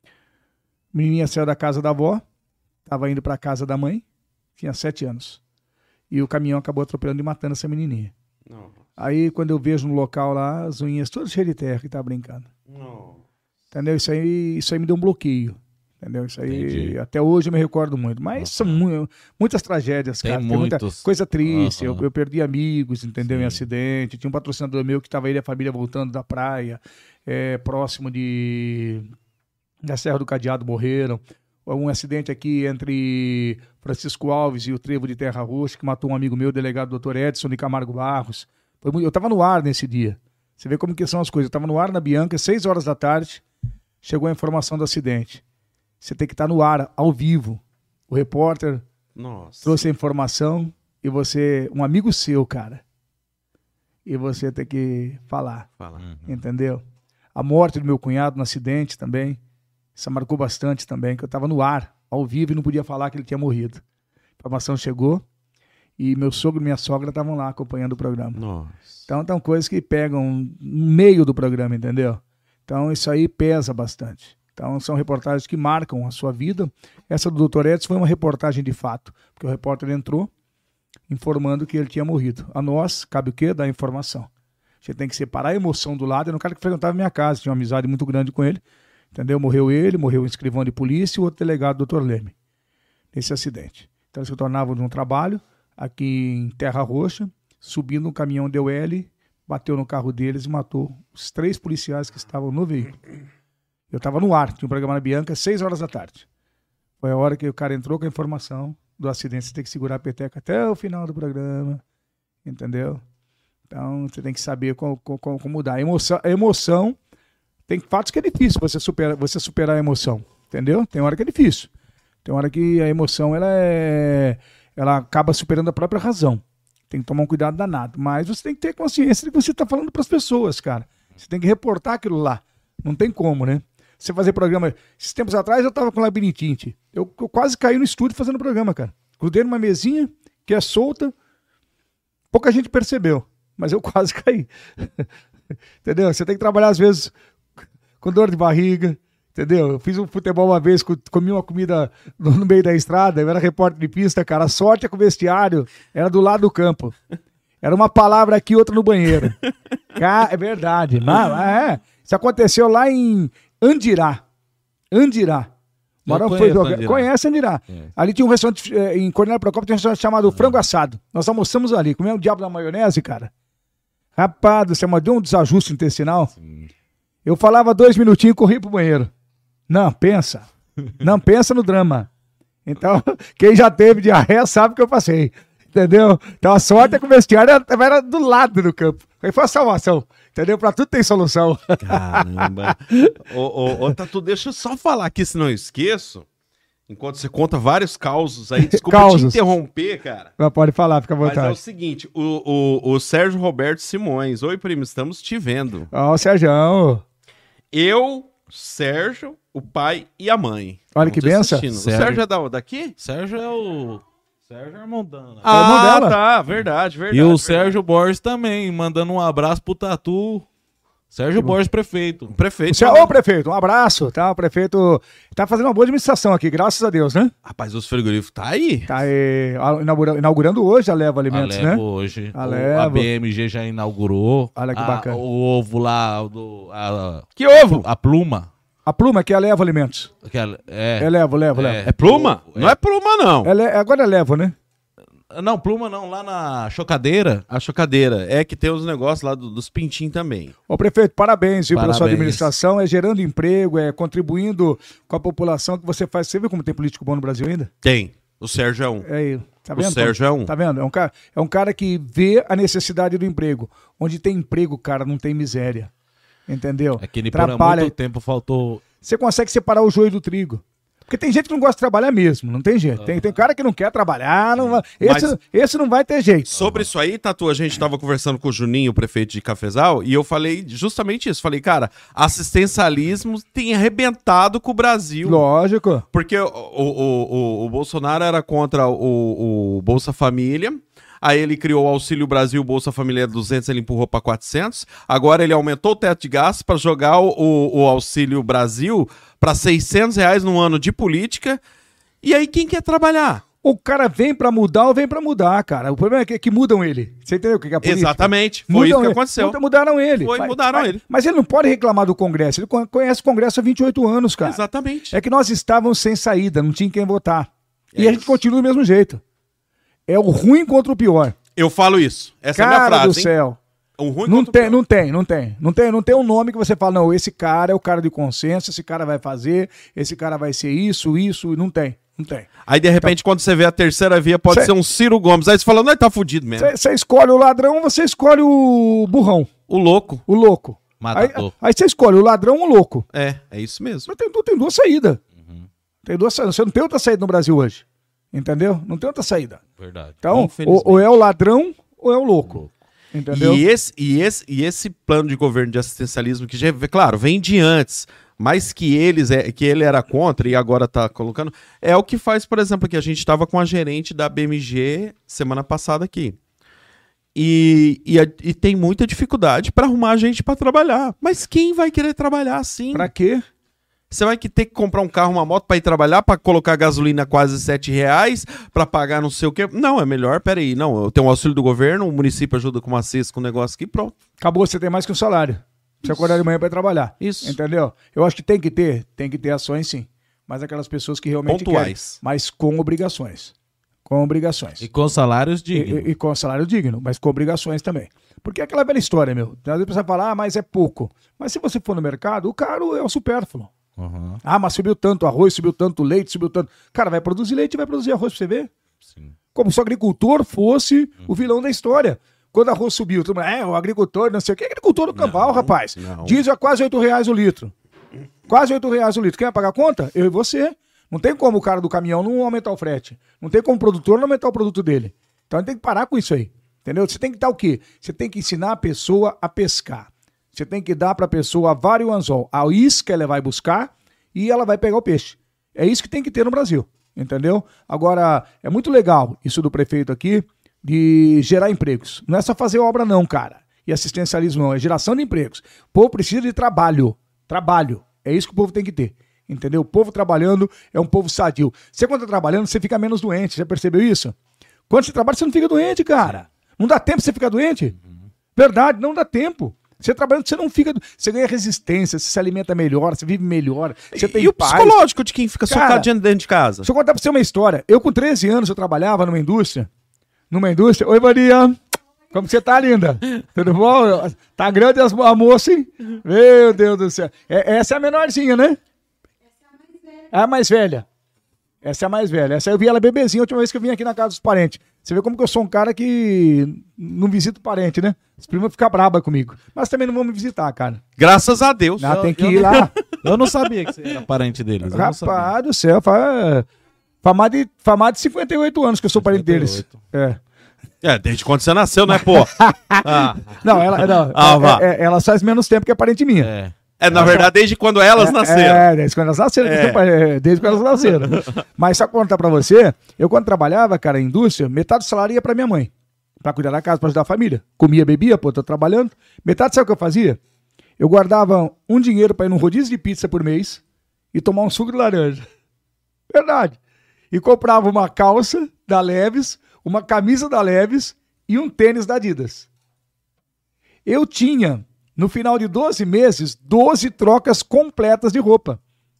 a menininha saiu da casa da avó, estava indo para a casa da mãe, tinha sete anos. E o caminhão acabou atropelando e matando essa menininha. Não, Aí, quando eu vejo no local lá, as unhas todas cheias de terra que tá brincando. não. Entendeu? Isso aí, isso aí me deu um bloqueio. Entendeu? Isso aí, Entendi. até hoje eu me recordo muito. Mas são mu- muitas tragédias, Tem cara. Tem muita muitos. coisa triste. Aham. Eu, eu perdi amigos, entendeu? Em Sim. acidente. Tinha um patrocinador meu que estava ele e a família voltando da praia, é, próximo de da Serra do Cadeado, morreram. Um acidente aqui entre Francisco Alves e o Trevo de Terra Roxa, que matou um amigo meu, o delegado doutor Edson de Camargo Barros. Foi muito- eu estava no ar nesse dia. Você vê como que são as coisas. Eu estava no ar na Bianca, seis horas da tarde, chegou a informação do acidente. Você tem que estar no ar, ao vivo. O repórter Nossa. trouxe a informação e você, um amigo seu, cara, e você tem que falar, Fala. entendeu? A morte do meu cunhado no acidente também, isso marcou bastante também, que eu estava no ar, ao vivo, e não podia falar que ele tinha morrido. A informação chegou e meu sogro e minha sogra estavam lá acompanhando o programa. Nossa. Então, são coisas que pegam no meio do programa, entendeu? Então, isso aí pesa bastante. Então, são reportagens que marcam a sua vida. Essa do doutor Edson foi uma reportagem de fato, porque o repórter entrou informando que ele tinha morrido. A nós, cabe o quê? Dar informação. Você tem que separar a emoção do lado. Era um cara que frequentava a minha casa, tinha uma amizade muito grande com ele, entendeu? Morreu ele, morreu um escrivão de polícia e o outro delegado, doutor Leme, nesse acidente. Então, eles se tornavam de um trabalho aqui em Terra Roxa, subindo um caminhão D L, bateu no carro deles e matou os três policiais que estavam no veículo. Eu estava no ar, tinha um programa na Bianca, seis horas da tarde. Foi a hora que o cara entrou com a informação do acidente. Você tem que segurar a peteca até o final do programa, entendeu? Então, você tem que saber como, como, como mudar. A emoção, a emoção, tem fatos que é difícil você superar, você superar a emoção, entendeu? Tem hora que é difícil. Tem hora que a emoção, ela é... ela acaba superando a própria razão. Tem que tomar um cuidado danado. Mas você tem que ter consciência de que você está falando para as pessoas, cara. Você tem que reportar aquilo lá. Não tem como, né? Você fazer programa... Esses tempos atrás eu tava com labirintite. Eu, eu quase caí no estúdio fazendo programa, cara. Grudei numa mesinha que é solta. Pouca gente percebeu. Mas eu quase caí. Entendeu? Você tem que trabalhar às vezes com dor de barriga. Entendeu? Eu fiz um futebol uma vez, comi uma comida no, no meio da estrada. Eu era repórter de pista, cara. A sorte é que o vestiário era do lado do campo. Era uma palavra aqui, outra no banheiro. Cara, é verdade. Mas, é. Isso aconteceu lá em Andirá. Andirá. Morão foi jogar. Andirá. Conhece Andirá. É. Ali tinha um restaurante, é, em Coronel Procópio, tinha um restaurante chamado Frango Assado. Nós almoçamos ali, comemos o diabo da maionese, cara. Rapaz, você deu um desajuste intestinal. Sim. Eu falava dois minutinhos e corri pro banheiro. Não, pensa. Não pensa no drama. Então, quem já teve diarreia sabe que eu passei. Entendeu? Então a sorte é que o vestiário era, era do lado do campo. Aí foi a salvação. Entendeu? Pra tudo tem solução. Caramba. ô, ô, ô, Tatu, deixa eu só falar aqui, se não esqueço. Enquanto você conta vários causos aí. Desculpa causos. te interromper, cara. Mas pode falar, fica à vontade. Mas é o seguinte, o, o, o Sérgio Roberto Simões. Oi, primo, estamos te vendo. Ó, o Sérgio. Eu, Sérgio, o pai e a mãe. Olha que benção. O Sérgio é da, daqui? Sérgio é o... Sérgio Armondana. Ah, é tá, verdade, verdade. E o verdade. Sérgio Borges também, mandando um abraço pro Tatu. Sérgio que Borges, prefeito. Prefeito. Você, ô, prefeito, um abraço, tá? O prefeito tá fazendo uma boa administração aqui, graças a Deus, né? Rapaz, os frigoríficos tá aí. Tá aí, inaugurando, inaugurando hoje a Leva Alimentos, a Leva né? hoje. A, o, Leva. a B M G já inaugurou. Olha que a, bacana. O ovo lá, do, a, que ovo? A pluma. A pluma, que é a Leva Alimentos. Que é, é, é Levo, Levo, é, Levo. É pluma? É, não é pluma, não. É, é, agora é Levo, né? Não, pluma não, lá na chocadeira. A chocadeira. É que tem os negócios lá do, dos pintinhos também. Ô, prefeito, parabéns, viu, parabéns. pela sua administração. É gerando emprego, é contribuindo com a população que você faz. Você viu como tem político bom no Brasil ainda? Tem. O Sérgio é um. É ele. Tá vendo? O Sérgio é um. Tá vendo? É um, cara, é um cara que vê a necessidade do emprego. Onde tem emprego, cara, não tem miséria. Entendeu? É que ele por muito tempo faltou... Você consegue separar o joio do trigo. Porque tem gente que não gosta de trabalhar mesmo, não tem jeito. Tem, tem cara que não quer trabalhar, não vai, esse, Mas, esse não vai ter jeito. Sobre isso aí, Tatu, a gente tava conversando com o Juninho, o prefeito de Cafezal, e eu falei justamente isso. Falei, cara, assistencialismo tem arrebentado com o Brasil. Lógico. Porque o, o, o, o Bolsonaro era contra o, o Bolsa Família. Aí ele criou o Auxílio Brasil, Bolsa Família duzentos, ele empurrou para quatrocentos. Agora ele aumentou o teto de gastos para jogar o, o, o Auxílio Brasil para seiscentos reais no ano de política. E aí quem quer trabalhar? O cara vem para mudar ou vem para mudar, cara. O problema é que, que mudam ele. Você entendeu o que é a política? Exatamente. Foi mudam isso que ele. aconteceu. Mudaram ele. Foi, mas, mudaram mas, ele. Mas ele não pode reclamar do Congresso. Ele conhece o Congresso há vinte e oito anos, cara. Exatamente. É que nós estávamos sem saída, não tinha quem votar. É e a gente continua do mesmo jeito. É o ruim contra o pior. Eu falo isso. Essa cara é a minha frase, do céu. Um ruim não tem, pior. não tem, não tem, não tem, não tem um nome que você fala, não, esse cara é o cara de consenso, esse cara vai fazer, esse cara vai ser isso, isso, não tem, não tem. Aí de repente então, quando você vê a terceira via pode cê, ser um Ciro Gomes, aí você fala, não, tá fudido mesmo. Você escolhe o ladrão, você escolhe o burrão. O louco. O louco. Aí você escolhe o ladrão ou o louco. É, é isso mesmo. Mas tem, tem duas saídas. Uhum. Tem duas saídas, você não tem outra saída no Brasil hoje, entendeu? Não tem outra saída. Verdade. Então, ou, ou é o ladrão ou é o louco. Entendeu? E esse, e, esse, e esse plano de governo de assistencialismo, que já, claro, vem de antes, mas que, eles é, que ele era contra e agora está colocando, é o que faz, por exemplo, que a gente estava com a gerente da B M G semana passada aqui. E, e, e tem muita dificuldade para arrumar gente para trabalhar. Mas quem vai querer trabalhar assim? Para quê? Você vai ter que comprar um carro, uma moto para ir trabalhar, para colocar gasolina quase sete reais, para pagar não sei o quê. Não, é melhor, peraí, não, eu tenho um auxílio do governo, o município ajuda com uma cesta, com um negócio aqui, pronto. Acabou, você tem mais que um salário. Você acordar de manhã para ir trabalhar. Isso. Entendeu? Eu acho que tem que ter, tem que ter ações sim, mas aquelas pessoas que realmente pontuais, querem, mas com obrigações. Com obrigações. E com salários dignos. E, e, e com salário digno, mas com obrigações também. Porque é aquela velha história, meu. Às vezes você fala, ah, mas é pouco. Mas se você for no mercado, o caro é o supérfluo. Uhum. Ah, mas subiu tanto arroz, subiu tanto leite, subiu tanto... Cara, vai produzir leite e vai produzir arroz pra você ver. Sim. Como se o agricultor fosse uhum. o vilão da história. Quando arroz subiu, todo mundo, é, o agricultor, não sei o que, agricultor do Cambal, não, rapaz. Não. Diesel a quase oito reais o litro. Quase oito reais o litro. Quem vai pagar a conta? Eu e você. Não tem como o cara do caminhão não aumentar o frete. Não tem como o produtor não aumentar o produto dele. Então tem que parar com isso aí. Entendeu? Você tem que dar o quê? Você tem que ensinar a pessoa a pescar. Você tem que dar para a pessoa a vara e o anzol. A isca ela vai buscar e ela vai pegar o peixe. É isso que tem que ter no Brasil. Entendeu? Agora, é muito legal isso do prefeito aqui de gerar empregos. Não é só fazer obra não, cara. E assistencialismo não. É geração de empregos. O povo precisa de trabalho. Trabalho. É isso que o povo tem que ter. Entendeu? O povo trabalhando é um povo sadio. Você quando tá trabalhando, você fica menos doente. Já percebeu isso? Quando você trabalha, você não fica doente, cara. Não dá tempo pra você ficar doente? Uhum. Verdade, não dá tempo. Você trabalhando, você não fica... Você ganha resistência, você se alimenta melhor, você vive melhor, você tem E o paz. psicológico de quem fica Cara, socado dentro de casa? Deixa eu contar pra você uma história. Eu com treze anos, eu trabalhava numa indústria. Numa indústria... Oi, Maria. Como você tá, linda? Tudo bom? Tá grande as- a moça, hein? Meu Deus do céu. É- essa é a menorzinha, né? É a mais velha. Essa é a mais velha. Essa eu vi ela bebezinha a última vez que eu vim aqui na casa dos parentes. Você vê como que eu sou um cara que não visito parente, né? As primas ficam bravas comigo. Mas também não vão me visitar, cara. Graças a Deus. Ah, tem que eu ir lá. Eu não sabia que você era parente deles. eu não sabia. Rapaz do céu, faz... Faz mais de, faz mais de cinquenta e oito anos que eu sou parente deles. cinquenta É. É, desde quando você nasceu, né, pô? Ah, Não, ela, não, Ah, vá. é- é- ela faz menos tempo que é parente minha. É. é, na verdade, desde quando elas nasceram. É, desde quando elas nasceram. É. É, desde quando elas nasceram. Mas só contar pra você, eu quando trabalhava, cara, em indústria, metade do salário ia pra minha mãe. Pra cuidar da casa, pra ajudar a família. Comia, bebia, pô, tô trabalhando. Metade, sabe o que eu fazia? Eu guardava um dinheiro pra ir num rodízio de pizza por mês e tomar um suco de laranja. Verdade. E comprava uma calça da Leves, uma camisa da Leves e um tênis da Adidas. Eu tinha, no final de doze meses, doze trocas completas de roupa.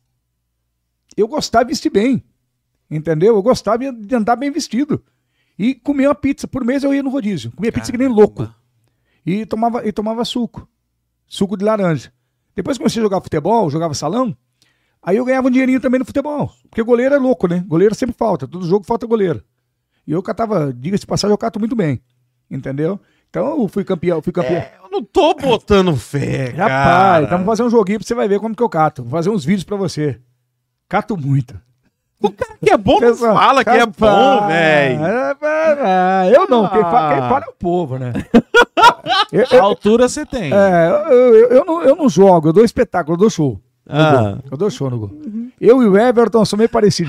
Eu gostava de vestir bem, entendeu? Eu gostava de andar bem vestido. E comia uma pizza. Por mês eu ia no rodízio. Comia pizza que nem louco. E tomava, e tomava suco. Suco de laranja. Depois que comecei a jogar futebol, jogava salão, aí eu ganhava um dinheirinho também no futebol. Porque goleiro é louco, né? Goleiro sempre falta. Todo jogo falta goleiro. E eu catava, diga-se de passagem, eu cato muito bem. Entendeu? Então eu fui campeão, fui campeão. É, eu não tô botando fé, cara. Rapaz, então vamos fazer um joguinho pra você vai ver como que eu cato. Vou fazer uns vídeos pra você. Cato muito. O cara que é bom não Pessoal, fala que é rapaz, bom, velho. é, Eu não, quem fala, quem fala é o povo, né? Eu, A eu, altura você tem. é, eu, eu, eu não, eu não jogo, eu dou espetáculo, eu dou show. no Ah. gol. Eu dou show no gol. Eu e o Everton somos meio parecidos.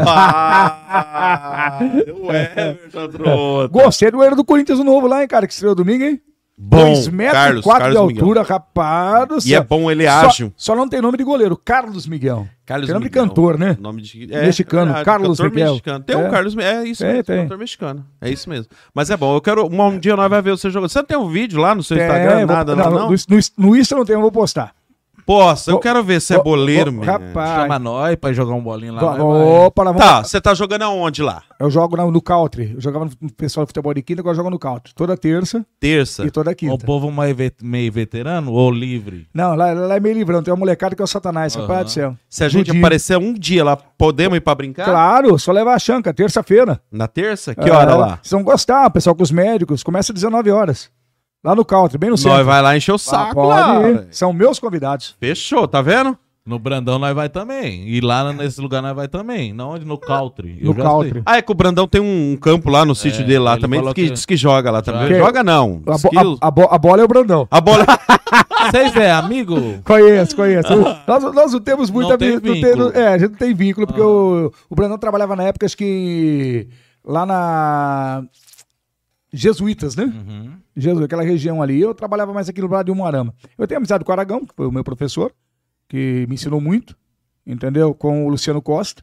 Rapaz! o Everton trouxe. Gostei do goleiro do Corinthians novo lá, hein, cara, que estreou domingo, hein? Bom, dois metros e Carlos, quatro de Carlos Miguel. altura, rapaz do E céu. é bom, ele é Só- ágil. Só, não tem nome de goleiro, Carlos Miguel. Carlos Tem nome Miguel. de cantor, né? Nome de... Mexicano, Carlos cantor Miguel. mexicano. Tem um É. Carlos Miguel. É isso Tem, mesmo, tem. cantor mexicano. É isso mesmo. Mas é bom, eu quero. Um, um dia nós vamos ver você jogando. Você não tem um vídeo lá no seu É, Instagram? vou- Nada, não? não, não? No, no, no Insta não tem, eu vou postar. Poxa, eu Vou- quero ver se é Vou- boleiro, vou- meu. Rapaz. Chama nós pra jogar um bolinho lá. Vou- nós vai. Opa, nós vamos- Tá, você tá jogando aonde lá? Eu jogo na- no country. Eu jogava no pessoal de futebol de quinta, agora eu jogo no country. Toda terça Terça. e toda O quinta. povo mais ve- meio veterano ou livre? Não, lá, lá é meio livrão. Tem uma molecada que é o Satanás, Aham. rapaz do céu. Se a gente Judia. aparecer um dia lá, podemos ir pra brincar? Claro, só levar a chanca, terça-feira. Na terça? Que hora É, lá? Vocês vão gostar, pessoal com os médicos. Começa às dezenove horas. Lá no country, bem no centro. Nós vai lá encher o Ah, saco pode lá. ir. velho. São meus convidados. Fechou, tá vendo? No Brandão nós vai também. E lá nesse lugar nós vai também. Não onde? No country. Eu No já country. sei. Ah, é que o Brandão tem um, um campo lá no sítio dele lá ele também. falou Diz que, que- diz que joga lá também. Joga. Joga não. A, Diz bo- que a- os- a bo- a bola é o Brandão. a bola. Vocês é amigo? Conheço, conheço. nós, nós não temos muita Não tem vi- não vínculo. é, a gente não tem vínculo, porque o, o Brandão trabalhava na época, acho que lá na Jesuítas, né? Uhum. Jesus, aquela região ali. Eu trabalhava mais aqui no lado de Umuarama. Eu tenho amizade com o Aragão, que foi o meu professor, que me ensinou muito, entendeu? Com o Luciano Costa.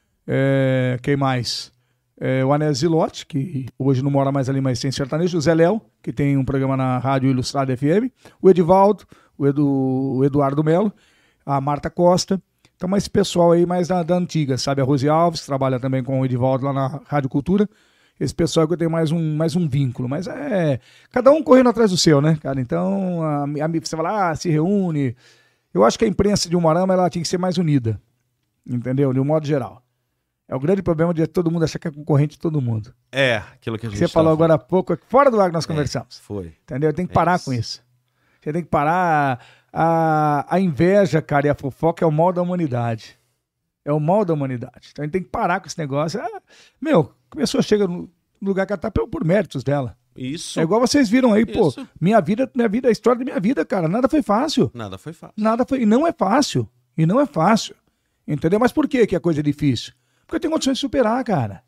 É, quem mais? É, o Anés Zilotti, que hoje não mora mais ali, mas tem sertanejo. O Zé Léo, que tem um programa na Rádio Ilustrada F M. O Edivaldo, o, Edu, o Eduardo Melo, a Marta Costa. Então, mais esse pessoal aí mais da, da antiga, sabe? A Rose Alves, que trabalha também com o Edivaldo lá na Rádio Cultura. Esse pessoal que eu tenho mais um, mais um vínculo. Mas é. Cada um correndo atrás do seu, né, cara? Então, a, a, você fala, ah, se reúne. Eu acho que a imprensa de Umuarama ela tinha que ser mais unida. Entendeu? De um modo geral. É o grande problema de todo mundo achar que é concorrente de todo mundo. É, aquilo que a gente Você falou tava agora há pouco, fora do ar que nós falando. conversamos. É, foi. Entendeu? Tem que É parar isso. com isso. Você tem que parar. A, a inveja, cara, e a fofoca é o mal da humanidade. É o mal da humanidade. Então a gente tem que parar com esse negócio. Ah, meu, a pessoa chega no lugar que ela tá por, por méritos dela. Isso. É igual vocês viram aí, pô. Isso. Minha vida, minha vida, a história da minha vida, cara. Nada foi fácil. Nada foi fácil. Nada foi. E não é fácil. E não é fácil. Entendeu? Mas por que que a coisa é difícil? Porque eu tenho condições de superar, cara.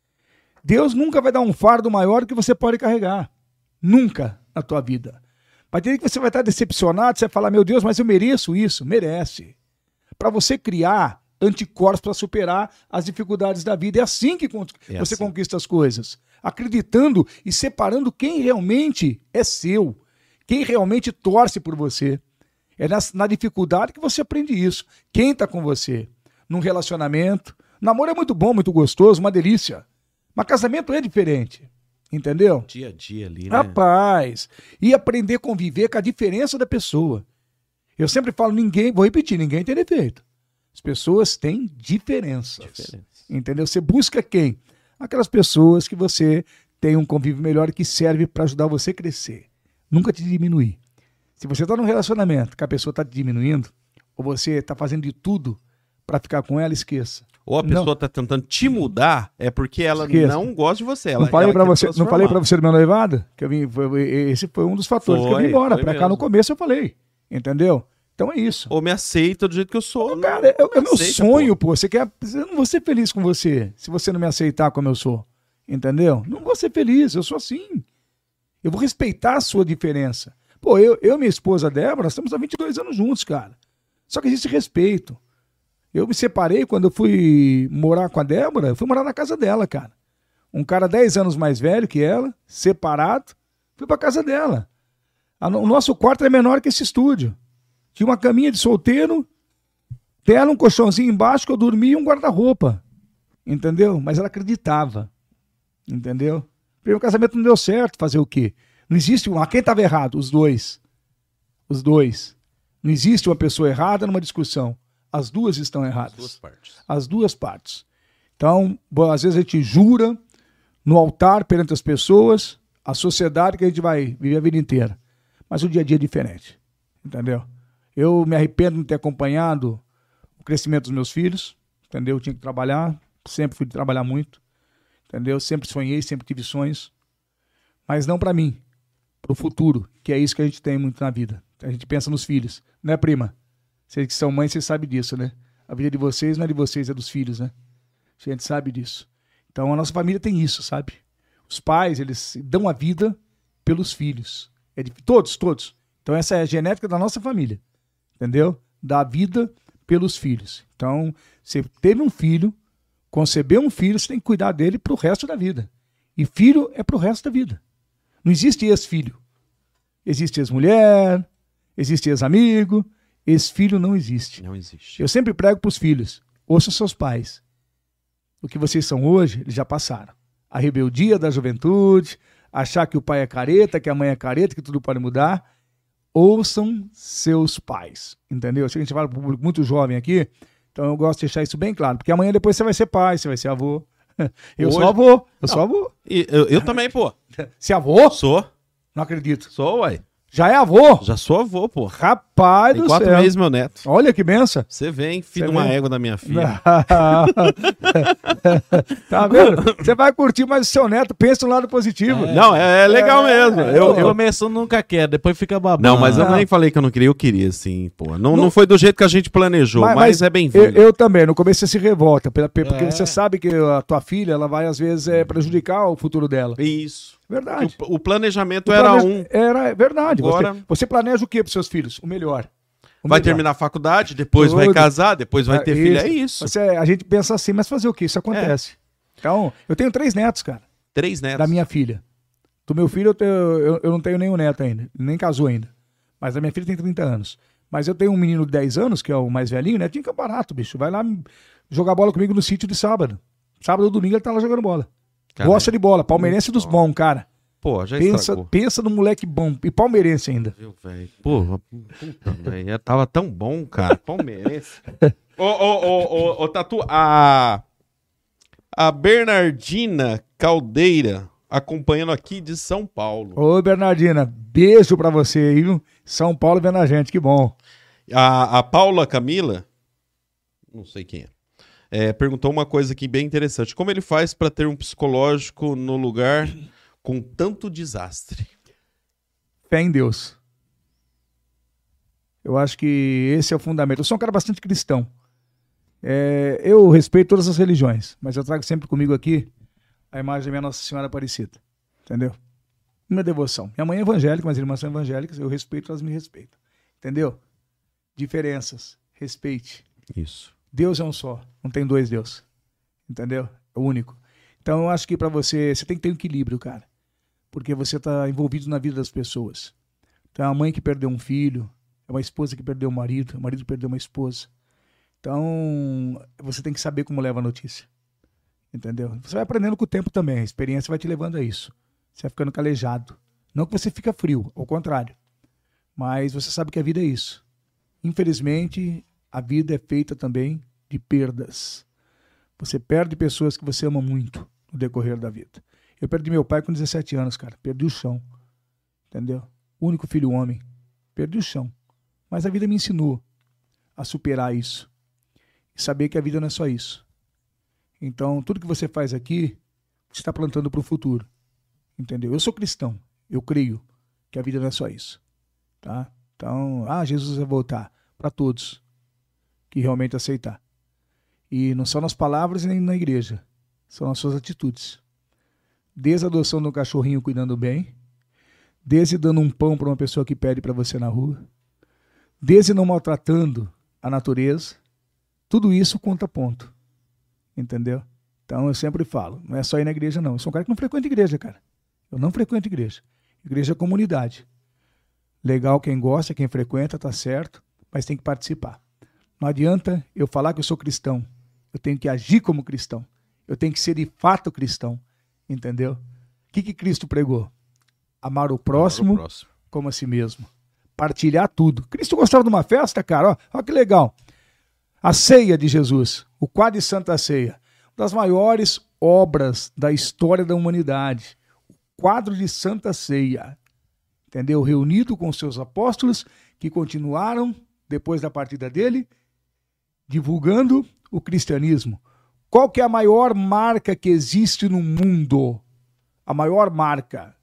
Deus nunca vai dar um fardo maior que você pode carregar. Nunca na tua vida. Vai ter que você vai estar decepcionado, você vai falar, meu Deus, mas eu mereço isso. Merece. Para você criar anticorpos para superar as dificuldades da vida. É assim que con- É você assim. conquista as coisas. Acreditando e separando quem realmente é seu. Quem realmente torce por você. É na, na dificuldade que você aprende isso. Quem está com você? Num relacionamento. Namoro é muito bom, muito gostoso, uma delícia. Mas casamento é diferente. Entendeu? Dia a dia ali, né? Rapaz, e aprender a conviver com a diferença da pessoa. Eu sempre falo, ninguém, vou repetir, ninguém tem defeito. As pessoas têm diferenças. Diferença. Entendeu? Você busca quem? Aquelas pessoas que você tem um convívio melhor e que serve para ajudar você a crescer. Nunca te diminuir. Se você está num relacionamento que a pessoa está te diminuindo, ou você está fazendo de tudo para ficar com ela, esqueça. Ou a pessoa tá tentando te mudar, é porque ela Esqueça. não gosta de você. Ela, Não falei ela para quer você, não transformar. falei para você do meu noivado, que eu vim, foi- esse foi um dos fatores que eu Foi, vim embora. foi Para cá mesmo. no começo eu falei, entendeu? Então é isso. Ou me aceita do jeito que eu sou. Cara, é, é meu aceita, sonho, pô. Você quer, eu não vou ser feliz com você se você não me aceitar como eu sou, entendeu? Não vou ser feliz, eu sou assim. Eu vou respeitar a sua diferença. Pô, eu, eu e minha esposa Débora, nós estamos há vinte e dois anos juntos, cara. Só que existe respeito. Eu me separei quando eu fui morar com a Débora, eu fui morar na casa dela, cara. Um cara dez anos mais velho que ela, separado, fui pra casa dela. A no- O nosso quarto é menor que esse estúdio. Tinha uma caminha de solteiro, dela um colchãozinho embaixo que eu dormia e um guarda-roupa. Entendeu? Mas ela acreditava. Entendeu? Primeiro casamento não deu certo, fazer o quê? Não existe um. Ah, quem estava errado? Os dois. Os dois. Não existe uma pessoa errada numa discussão. As duas estão erradas. Duas partes. As duas partes. Então, bom, às vezes a gente jura no altar perante as pessoas, a sociedade que a gente vai viver a vida inteira. Mas o dia a dia é diferente. Entendeu? Eu me arrependo de não ter acompanhado o crescimento dos meus filhos. Entendeu? Eu tinha que trabalhar. Sempre fui trabalhar muito. Entendeu? Sempre sonhei, sempre tive sonhos. Mas não para mim. Para o futuro. Que é isso que a gente tem muito na vida. A gente pensa nos filhos. Né, prima? Vocês que são mães, vocês sabem disso, né? A vida de vocês não é de vocês, é dos filhos, né? A gente sabe disso. Então a nossa família tem isso, sabe? Os pais, eles dão a vida pelos filhos. É de, todos, todos. Então essa é a genética da nossa família. Entendeu? Dá a vida pelos filhos. Então, você teve um filho, concebeu um filho, você tem que cuidar dele pro resto da vida. E filho é pro resto da vida. Não existe ex-filho. Existe ex-mulher, existe ex-amigo. Ex-filho não existe. Não existe. Eu sempre prego para os filhos, ouçam seus pais. O que vocês são hoje, eles já passaram. A rebeldia da juventude, achar que o pai é careta, que a mãe é careta, que tudo pode mudar. Ouçam seus pais, entendeu? Se a gente fala para um público muito jovem aqui, então eu gosto de deixar isso bem claro, porque amanhã depois você vai ser pai, você vai ser avô. Eu Hoje- sou avô, eu sou avô. E eu, eu também, pô. Se avô? Sou. Não acredito. Sou, uai. Já é avô? Já sou avô, pô. Rapaz Tem do quatro céu. meses, meu neto. Olha que benção. Você vem, filho Você de uma vem? égua da minha filha. Tá vendo? Você vai curtir, mas o seu neto pensa no lado positivo. Não, é, é legal É, mesmo. é, Eu, No eu- começo nunca quer, depois fica babando. Não, mas eu Não. nem falei que eu não queria, eu queria sim, pô. Não, não, Não- foi do jeito que a gente planejou, mas, é eu, bem-vindo. eu também, no começo você se revolta, pela- porque É. você sabe que a tua filha ela vai, às vezes, é, prejudicar o futuro dela. Isso. Verdade. O, o planejamento O era planeja- um. Era é verdade. Agora- Você, você planeja o que para seus filhos? O melhor. O Vai melhor. terminar a faculdade, depois vai Tudo. casar, depois vai É, ter filho. É isso. Você, a gente pensa assim, mas fazer o que? Isso acontece. Então, eu tenho três netos, cara, Três netos. da minha filha. Do meu filho, eu, tenho- eu- eu não tenho nenhum neto ainda. Nem casou ainda. Mas a minha filha tem trinta anos. Mas eu tenho um menino de dez anos, que é o mais velhinho, netinho que é barato, bicho. Vai lá jogar bola comigo no sítio de sábado. Sábado ou domingo ele tá lá jogando bola. Cara, Gosta de bola. Palmeirense dos bons, cara. Pô, já Pensa, estragou. pensa no moleque bom. E palmeirense ainda. Viu, velho? Pô, puta, velho. Tava tão bom, cara. Palmeirense. Ô, ô, ô, ô, ô, Tatu, a, a Bernardina Caldeira, acompanhando aqui de São Paulo. Ô, Bernardina, beijo pra você aí, viu? São Paulo vendo a gente, que bom. A, a Paula Camila, não sei quem é, é, perguntou uma coisa aqui bem interessante. Como ele faz para ter um psicológico no lugar com tanto desastre? Fé em Deus. Eu acho que esse é o fundamento. Eu sou um cara bastante cristão. É, eu respeito todas as religiões, mas eu trago sempre comigo aqui a imagem da minha Nossa Senhora Aparecida. Entendeu? Minha devoção. Minha mãe é evangélica, mas irmãs são evangélicas, eu respeito, elas me respeitam. Entendeu? Diferenças. Respeite. Isso. Deus é um só, não tem dois deuses. Entendeu? É o único. Então eu acho que pra você, você tem que ter um equilíbrio, cara. Porque você tá envolvido na vida das pessoas. Então é uma mãe que perdeu um filho, é uma esposa que perdeu um marido, o marido que perdeu uma esposa. Então, você tem que saber como leva a notícia. Entendeu? Você vai aprendendo com o tempo também. A experiência vai te levando a isso. Você vai ficando calejado. Não que você fica frio, ao contrário. Mas você sabe que a vida é isso. Infelizmente, a vida é feita também de perdas. Você perde pessoas que você ama muito no decorrer da vida. Eu perdi meu pai com dezessete anos, cara. Perdi o chão. Entendeu? O único filho homem. Perdi o chão. Mas a vida me ensinou a superar isso. E saber que a vida não é só isso. Então, tudo que você faz aqui, você está plantando para o futuro. Entendeu? Eu sou cristão. Eu creio que a vida não é só isso. Tá? Então, ah, Jesus vai voltar. Para todos que realmente aceitar. E não são nas palavras nem na igreja. São nas suas atitudes. Desde a adoção de um cachorrinho cuidando bem. Desde dando um pão para uma pessoa que pede para você na rua. Desde não maltratando a natureza. Tudo isso conta ponto. Entendeu? Então eu sempre falo, não é só ir na igreja não. Eu sou um cara que não frequenta igreja, cara. Eu não frequento igreja. Igreja é comunidade. Legal quem gosta, quem frequenta, tá certo, mas tem que participar. Não adianta eu falar que eu sou cristão. Eu tenho que agir como cristão. Eu tenho que ser de fato cristão. Entendeu? O que que Cristo pregou? Amar o próximo, Amar o próximo. Como a si mesmo. Partilhar tudo. Cristo gostava de uma festa, cara. Ó, ó que legal. A ceia de Jesus, o quadro de Santa Ceia, uma das maiores obras da história da humanidade. O quadro de Santa Ceia, entendeu? Reunido com seus apóstolos, que continuaram, depois da partida dele, divulgando o cristianismo. Qual que é a maior marca que existe no mundo? A maior marca?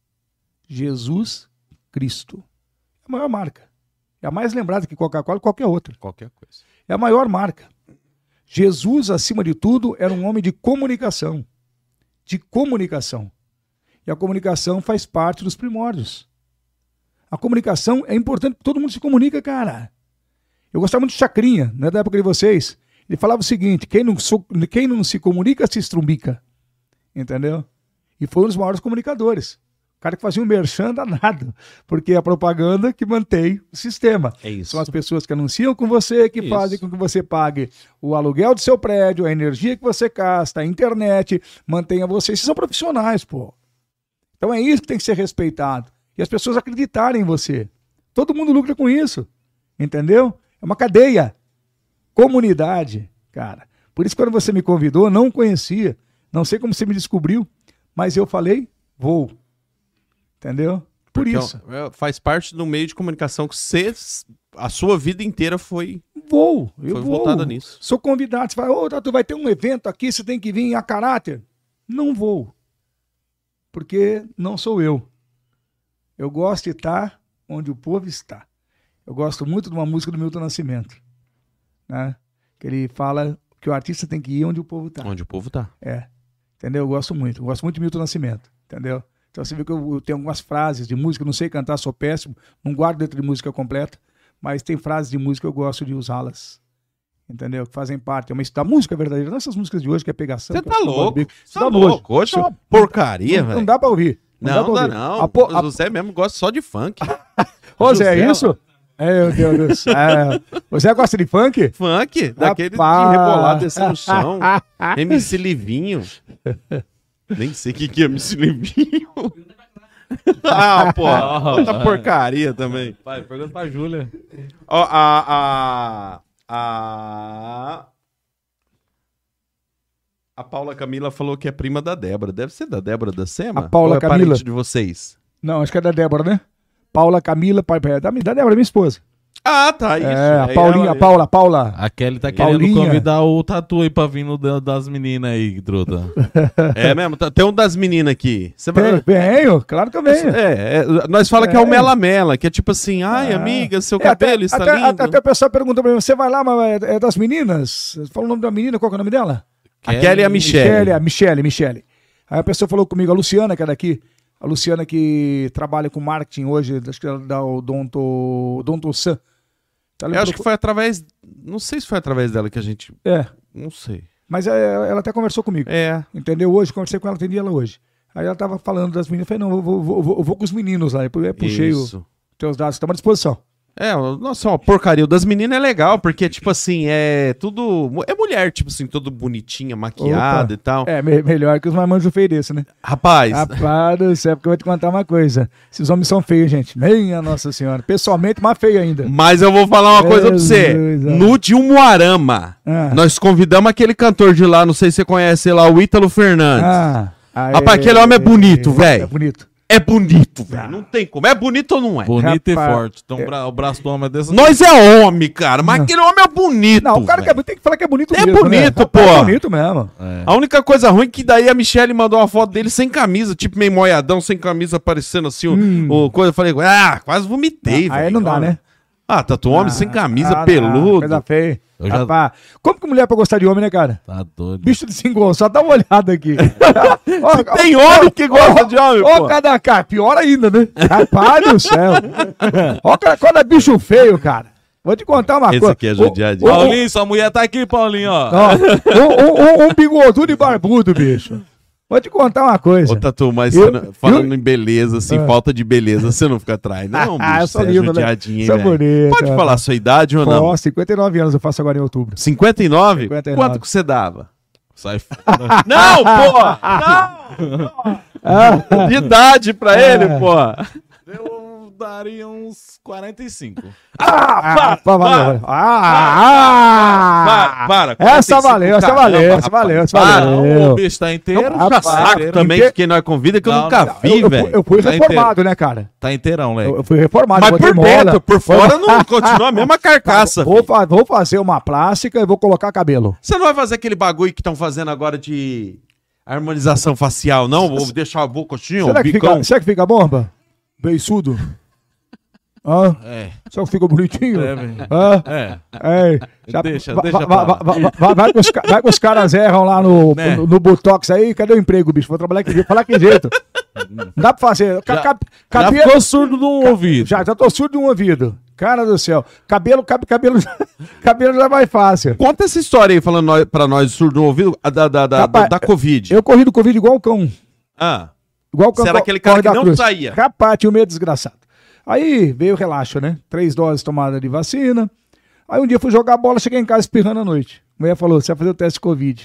Jesus Cristo. É a maior marca. É a mais lembrada que Coca-Cola e qualquer outra. Qualquer coisa. É a maior marca. Jesus, acima de tudo, era um homem de comunicação. De comunicação. E a comunicação faz parte dos primórdios. A comunicação é importante, todo mundo se comunica, cara. Eu gostava muito de Chacrinha, não é da época de vocês. Ele falava o seguinte, quem não, so, quem não se comunica, se estrumbica. Entendeu? E foi um dos maiores comunicadores. O cara que fazia um merchan danado, porque é a propaganda que mantém o sistema. É isso. São as pessoas que anunciam com você, que isso. fazem com que você pague o aluguel do seu prédio, a energia que você gasta, a internet, mantenha você. Vocês são profissionais, pô. Então é isso que tem que ser respeitado. E as pessoas acreditarem em você. Todo mundo lucra com isso. Entendeu? É uma cadeia. Comunidade, cara. Por isso, quando você me convidou, não conhecia. Não sei como você me descobriu, mas eu falei, vou. Entendeu? Por Porque isso. Faz parte do meio de comunicação que você, a sua vida inteira foi, vou, eu foi vou. voltada nisso. Sou convidado. Você fala, ô, oh, tu vai ter um evento aqui, você tem que vir a caráter. Não vou. Porque não sou eu. Eu gosto de estar onde o povo está. Eu gosto muito de uma música do Milton Nascimento. Né? Que ele fala que o artista tem que ir onde o povo está. Onde o povo está. É. Entendeu? Eu gosto muito. Eu gosto muito de Milton Nascimento. Entendeu? Então você vê que eu, eu tenho algumas frases de música, não sei cantar, sou péssimo, não guardo letra de música completa, mas tem frases de música que eu gosto de usá-las. Entendeu? Que fazem parte. É uma da música verdadeira, não essas músicas de hoje que é pegação. Você tá louco. Você tá louco. Hoje é uma porcaria, velho. Não dá pra ouvir. Não, não dá, dá não. A po... a... José mesmo gosta só de funk. Ô, Zé, é isso? É, meu Deus do céu. Você gosta de funk? Funk, daquele Rapaz. de rebolado descendo no chão. M C Livinho. Nem sei o que, que é M C Livinho. Ah, pô, outra porcaria também. Pai, pergunta pra Júlia. Ó, a, a, a, A Paula Camila falou que é prima da Débora. Deve ser da Débora da Sema? A Paula Ou é Camila? parente de vocês? Não, acho que é da Débora, né? Paula Camila, pai, pai, da, da Débora, minha esposa. Ah, tá, isso. É, a Aí Paulinha, ela- a Paula, a Paula. A Kelly tá querendo Paulinha. convidar o Tatu aí pra vir no da- das meninas aí, truta. É mesmo? Tá- Tem um das meninas aqui. Você vai... Venho, venho, claro que eu venho. É, é, nós fala que é o É. mela-mela, que é tipo assim, ai, É. amiga, seu É, cabelo até, está até, lindo. até, até o pessoal pergunta pra mim, você vai lá, mas é, é das meninas? Você fala o nome da menina, qual que é o nome dela? A Kelly e a Michelle. Michele, a Michele, Michele. Aí a pessoa falou comigo, a Luciana, que é daqui, a Luciana que trabalha com marketing hoje, acho que ela dá o Donto, Donto San. Tá, ela Eu me acho que procurou- foi através. Não sei se foi através dela que a gente. É, Não sei. mas é, ela até conversou comigo, É. entendeu? Hoje, conversei com ela, atendi ela hoje. Aí ela tava falando das meninas, eu falei, não, eu vou, vou, vou, eu vou com os meninos lá, eu puxei os Isso. teus dados, estamos à disposição. É, nossa, uma porcaria. O das meninas é legal, porque, tipo assim, é tudo. É mulher, tipo assim, tudo bonitinha, maquiada Opa. e tal. É, me- melhor que os marmanjos feios desse, né? Rapaz, Rapaz do céu, porque eu vou te contar uma coisa. Esses homens são feios, gente. Minha Nossa Senhora. Pessoalmente, mais feio ainda. mas eu vou falar uma coisa pra você. Jesus, ó. No de Umuarama, Ah. nós convidamos aquele cantor de lá, não sei se você conhece lá, o Ítalo Fernandes. Ah, aí- Rapaz, aquele homem é bonito, velho. É bonito. É bonito, velho. Não tem como. É bonito ou não é? Bonito Rapaz, e forte. Então bra- o braço do homem é desse. Nós é homem, cara, mas aquele homem é bonito. Não, o cara que é velho. bonito tem que falar que é bonito É mesmo, bonito, né? pô. É bonito mesmo. É. A única coisa ruim é que daí a Michelle mandou uma foto dele sem camisa, tipo meio moiadão, sem camisa, aparecendo assim o, Hum. o coisa. Eu falei, ah, quase vomitei, velho. Aí não dá, né? Ah, tatu homem Ah, sem camisa, ah, peludo. Coisa feia. Eu já- Rapaz, como que mulher é pra gostar de homem, né, cara? Tá doido. Bicho de cingol, só dá uma olhada aqui. Ó, Tem ó, homem que gosta ó, de homem, Ó, pô. cada cara, pior ainda, né? Rapaz do céu. Ó, cara, quando é bicho feio, cara. Vou te contar uma Esse coisa. aqui é O- judiadinho. o- o- Paulinho, sua mulher tá aqui, Paulinho, ó. Ó, um, um, um, um bigodudo e barbudo, bicho. Vou te contar uma coisa. Ô, Tatu, mas Eu- você não- falando eu- em beleza, assim, Ah. falta de beleza, você não fica atrás. Não, bicho, Ah, eu sou você é lindo, né? judiadinho, hein, Sou velho? bonito, Pode né? falar a sua idade ou não? Ó, cinquenta e nove anos eu faço agora em outubro. cinquenta e nove? cinquenta e nove. Quanto que você dava? Sai fora. Não, pô! Não! De idade pra ele, pô! Eu daria uns quarenta e cinco. Ah, para, valeu. para. Ah, Para, para. Essa quarenta e cinco, valeu, essa caramba, valeu, essa rapaz. valeu, essa Para. valeu. O bicho tá inteiro. Não, Puxa rapaz, saco inteiro. também porque- de quem nós convida que eu Não, nunca não, vi, eu, eu, velho. fui- eu fui Tá reformado, inteiro. né, cara? Tá inteirão, Leque. Eu, eu fui reformado. Mas botei por mola. dentro, por fora não continua a mesma carcaça. Vou, filho. fa- vou fazer uma plástica e vou colocar cabelo. Você não vai fazer aquele bagulho que estão fazendo agora de harmonização facial, não? Vou deixar a boca assim, ó, Será que, bicão. fica, será que fica bomba? Beiçudo? Hã? É. Será que fica bonitinho? É, velho. Hã? É. É, já- Deixa, va- deixa va- pra va- lá. va- va- vai, que os, ca- vai que os caras erram lá no, Né? no, no Botox aí. Cadê o emprego, bicho? Vou trabalhar que jeito. Falar que jeito. Não dá pra fazer. Ca- Já- ca- Já cabelo- ficou surdo de um ouvido. já, já tô surdo de um ouvido. Cara do céu. Cabelo, cab- cabelo, cabelo já vai fácil. Conta essa história aí, falando nós- pra nós, surdo no ouvido, a da, da, da, Rapaz, da Covid. Eu corri do Covid igual o cão. Ah, Igual o cão. Você era co- aquele cara corre que da não cruz. saía. Rapaz, tinha um medo desgraçado. Aí veio o relaxo, né? Três doses tomada de vacina. Aí um dia eu fui jogar bola, cheguei em casa espirrando à noite. A mulher falou, você vai fazer o teste de Covid.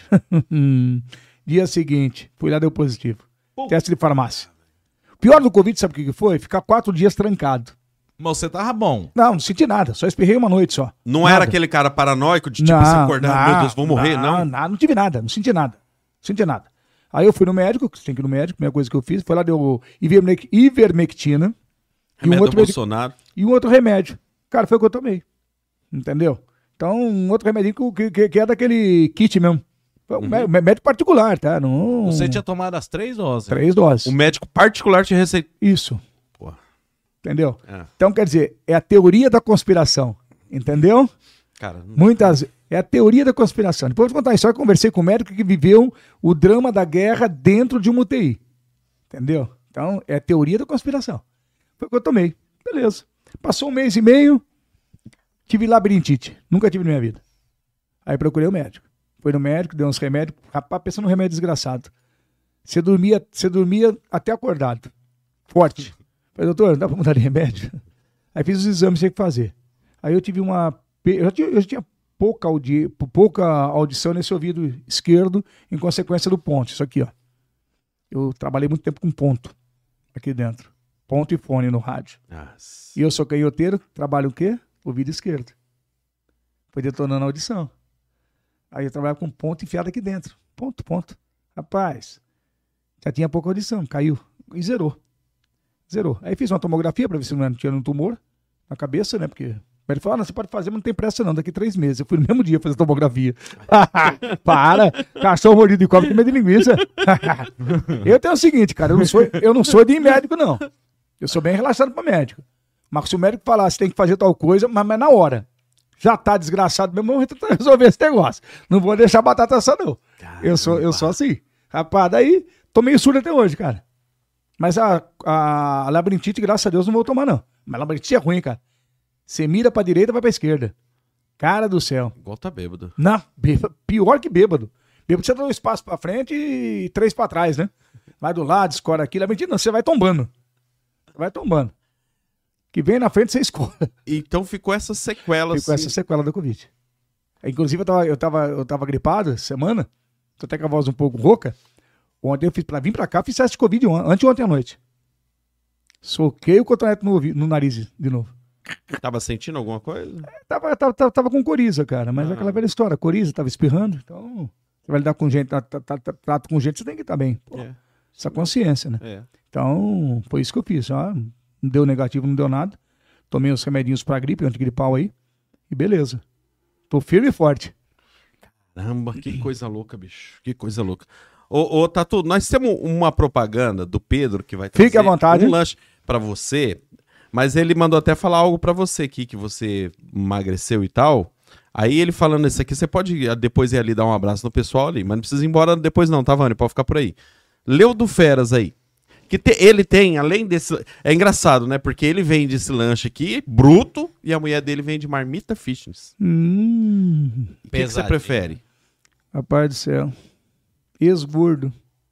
Dia seguinte, fui lá, deu positivo. Pô. Teste de farmácia. O pior do Covid, sabe o que que foi? Ficar quatro dias trancado. Mas você tava bom. Não, não senti nada, só espirrei uma noite só. não Nada. era aquele cara paranoico de tipo se acordar, meu Deus, vou morrer, não? Não, não, não tive nada, não senti nada. Não senti nada. Aí eu fui no médico, que você tem que ir no médico, primeira coisa que eu fiz, foi lá, deu ivermec- ivermectina e um, Remédio outro do medic- Bolsonaro. e um outro remédio. Cara, foi o que eu tomei. Entendeu? Então, um outro remédio que, que, que é daquele kit mesmo. Foi um mé- médico particular, tá? Não... Você tinha tomado as três doses. Três doses. O médico particular te receitou. Isso. Pô. Entendeu? É. Então, quer dizer, é a teoria da conspiração. Entendeu? Cara, não- Muitas. É a teoria da conspiração. Depois eu vou contar a história. Eu conversei com um médico que viveu o drama da guerra dentro de uma U T I. Entendeu? Então, é a teoria da conspiração. Foi o que eu tomei. Beleza. Passou um mês e meio, tive labirintite. Nunca tive na minha vida. Aí procurei o médico. Foi no médico, deu uns remédios. Rapaz, pensando num remédio desgraçado. Você dormia, você dormia até acordado. Forte. Falei, doutor, não dá pra mudar de remédio? Aí fiz os exames que tinha que fazer. Aí eu tive uma... pe- Eu já tinha, eu já tinha pouca, audi... pouca audição nesse ouvido esquerdo em consequência do ponto. Isso aqui, ó. Eu trabalhei muito tempo com ponto aqui dentro. Ponto e fone no rádio. Nossa. E eu sou canhoteiro, trabalho o quê? Ouvido esquerdo. Foi detonando a audição. Aí eu trabalhava com ponto enfiado aqui dentro. Ponto, ponto. Rapaz, já tinha pouca audição, caiu e zerou. Zerou. Aí fiz uma tomografia para ver se não tinha um tumor na cabeça, né? Porque ele falou, ah, não, você pode fazer, mas não tem pressa não, daqui três meses. Eu fui no mesmo dia fazer tomografia. Para! Cachorro mordido de cobra com medo de linguiça. Eu tenho o seguinte, cara, eu não sou, eu não sou de médico, não. Eu sou bem relaxado para médico. Mas se o médico falar, você tem que fazer tal coisa, mas, mas na hora. Já tá desgraçado mesmo, vamos tentar resolver esse negócio. Não vou deixar a batata assar, não. Eu sou, eu sou assim. Rapaz, daí tô meio surdo até hoje, cara. Mas a, a, a labirintite, graças a Deus, não vou tomar, não. Mas a labirintite é ruim, cara. Você mira pra direita, vai pra esquerda. Cara do céu. Igual tá bêbado. Não, bêbado, pior que bêbado. Bêbado, você dá um espaço pra frente e três pra trás, né? Vai do lado, escora aqui. Labirintite não, você vai tombando. Vai tombando. Que vem na frente, você escola. Então ficou essa sequela. Ficou assim. essa sequela da Covid. Inclusive, eu tava, eu tava, eu tava gripado essa semana. Tô até com a voz um pouco rouca. Ontem eu fiz, pra vir pra cá, fiz teste de Covid on, anteontem à noite. Soquei o cotonete no, no nariz de novo. Tava sentindo alguma coisa? É, tava, tava, tava, tava com coriza, cara. Mas Ah. é aquela velha história. Coriza, tava espirrando. Então, você vai lidar com gente, trato tá, tá, tá, com gente, você tem que estar bem. Pô, É. essa consciência, né? É. Então, foi isso que eu fiz. Ó, não deu negativo, não deu nada. Tomei uns remedinhos pra gripe, antigripal aí. E beleza. Tô firme e forte. Caramba, que coisa louca, bicho. Que coisa louca. Ô, ô, Tatu, nós temos uma propaganda do Pedro que vai trazer Fique à vontade. um lanche pra você, mas ele mandou até falar algo pra você aqui, que você emagreceu e tal. Aí ele falando isso aqui, você pode depois ir ali dar um abraço no pessoal ali, mas não precisa ir embora depois não, tá, Vânia? Pode ficar por aí. Leu do Feras aí. Que te- ele tem, além desse... É engraçado, né? Porque ele vende esse lanche aqui, bruto, e a mulher dele vende marmita fitness. Hum, O que que, você Pesadinho. prefere? rapaz do céu. Ex-gordo.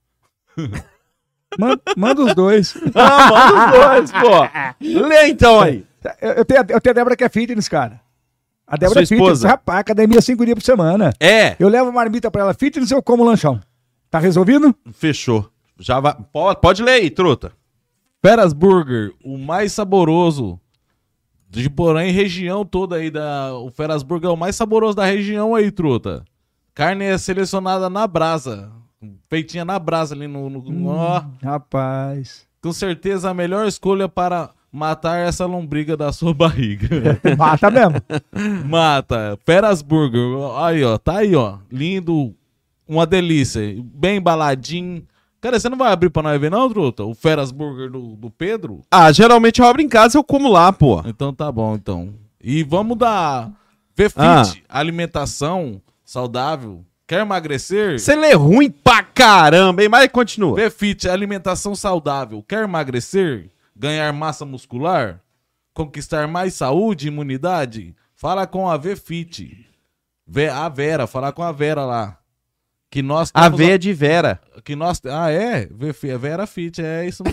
manda, manda os dois. Ah, manda os dois, pô. Lê então aí. Eu, eu tenho, eu tenho a Débora que é fitness, cara. A Débora sua é fitness. esposa? Rapaz, academia cinco dias por semana. É, Eu levo a marmita pra ela fitness e eu como lanchão. Tá resolvido? fechou. Já vai... Pode, pode ler aí, truta. Feras Burger, o mais saboroso de Porém, região toda aí da... O Feras Burger é o mais saboroso da região aí, truta. Carne é selecionada na brasa. Feitinha na brasa ali no... no- ó, Rapaz. com certeza a melhor escolha para matar essa lombriga da sua barriga. Mata mesmo. Mata. Feras Burger. Aí, ó. Tá aí, ó. Lindo. Uma delícia. Bem embaladinho. Cara, você não vai abrir pra nós ver não, truta? O Feras Burger do, do Pedro? Ah, geralmente eu abro em casa e eu como lá, pô. Então tá bom, então. E vamos dar V-Fit, Ah. alimentação saudável. Quer emagrecer? Você lê ruim pra caramba, hein? Mas continua. V-Fit, alimentação saudável. Quer emagrecer? Ganhar massa muscular? Conquistar mais saúde e imunidade? Fala com a V-Fit. Ve- A Vera, fala com a Vera lá. Que nós A temos veia de Vera. que nós... Ah, é? V- Vera Fit, é isso.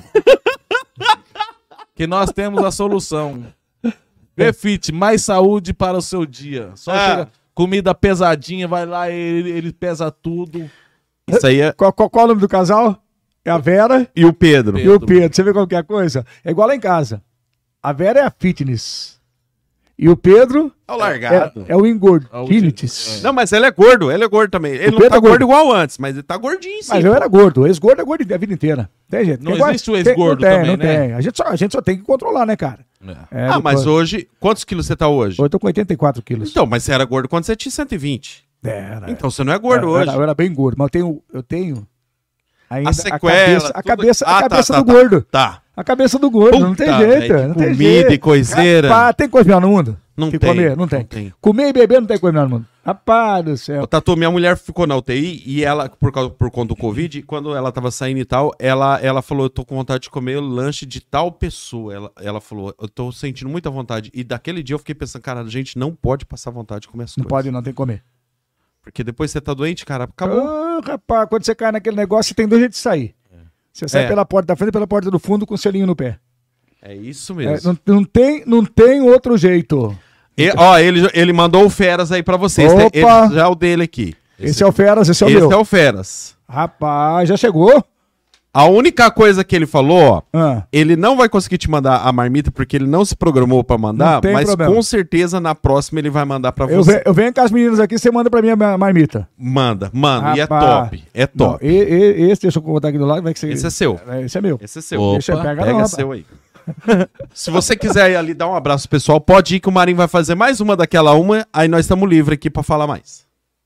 Que nós temos a solução. V-Fit, mais saúde para o seu dia. Só Ah. chega, comida pesadinha, vai lá, ele, ele pesa tudo. Isso aí é... Qual, qual, qual é o nome do casal? É a Vera E o Pedro? Pedro. e o Pedro. Você vê qual que é a coisa? É igual lá em casa. A Vera é a fitness. E o Pedro É o é, largado. é o engordo. É o- Fitness. Não, mas ele é gordo, ele é gordo também. Ele O não Pedro tá é gordo. gordo igual antes, mas ele tá gordinho sim. Mas eu era gordo. Ex-gordo é gordo a vida inteira. Tem gente. Não Tem guarda- existe o tem- ex-gordo não tem, também, não né? tem. A gente, só, a gente só tem que controlar, né, cara? É, Ah, mas depois- hoje... Quantos quilos você tá hoje? Hoje eu tô com oitenta e quatro quilos. Então, mas você era gordo quando você tinha cento e vinte. Era. Então você não é gordo eu, hoje. Era, eu era bem gordo, mas eu tenho, eu tenho ainda A a sequela, cabeça, a tudo- cabeça, Ah, a tá, cabeça tá, do tá. gordo. Tá. A cabeça do gordo, não tem Puta, jeito. velho, não que tem comida jeito. e coiseira. Rapaz, tem coisa melhor no mundo? Não que tem, comer? Não tem. não tem. Comer e beber não tem coisa melhor no mundo. Rapaz do céu. Ô, Tatu, minha mulher ficou na U T I e ela, por, causa, por conta do Covid, quando ela tava saindo e tal, ela, ela falou, eu tô com vontade de comer o lanche de tal pessoa. Ela, ela falou, eu tô sentindo muita vontade. E daquele dia eu fiquei pensando, cara, a gente não pode passar vontade de comer as Não coisas. pode não, tem que comer. Porque depois você tá doente, cara, acabou. Ah, rapaz, quando você cai naquele negócio, você tem dois jeitos de sair. Você sai É. pela porta da frente e pela porta do fundo com o selinho no pé. É isso É, mesmo. não, não tem, não tem outro jeito. E, ó, ele, ele mandou o Feras aí pra vocês. Opa! Ele, já é o dele aqui. Esse, é o Feras, esse é o Esse meu. é o Feras. Rapaz, já chegou? A única coisa que ele falou, ó, Ah. ele não vai conseguir te mandar a marmita porque ele não se programou pra mandar, Não tem mas problema. com certeza na próxima ele vai mandar pra Eu, você. ve- eu venho com as meninas aqui, você manda pra mim a ma- marmita. Manda, manda, e é Rapaz. top, é top. Não, e- e- esse, deixa eu botar aqui do lado, vai que você... Esse é seu, É, esse é meu. esse é seu. Opa, Deixa eu pegar, Pega não, seu aí. Se você quiser ir ali dar um abraço pessoal, pode ir que o Marinho vai fazer mais uma daquela uma, aí nós estamos livres aqui pra falar mais.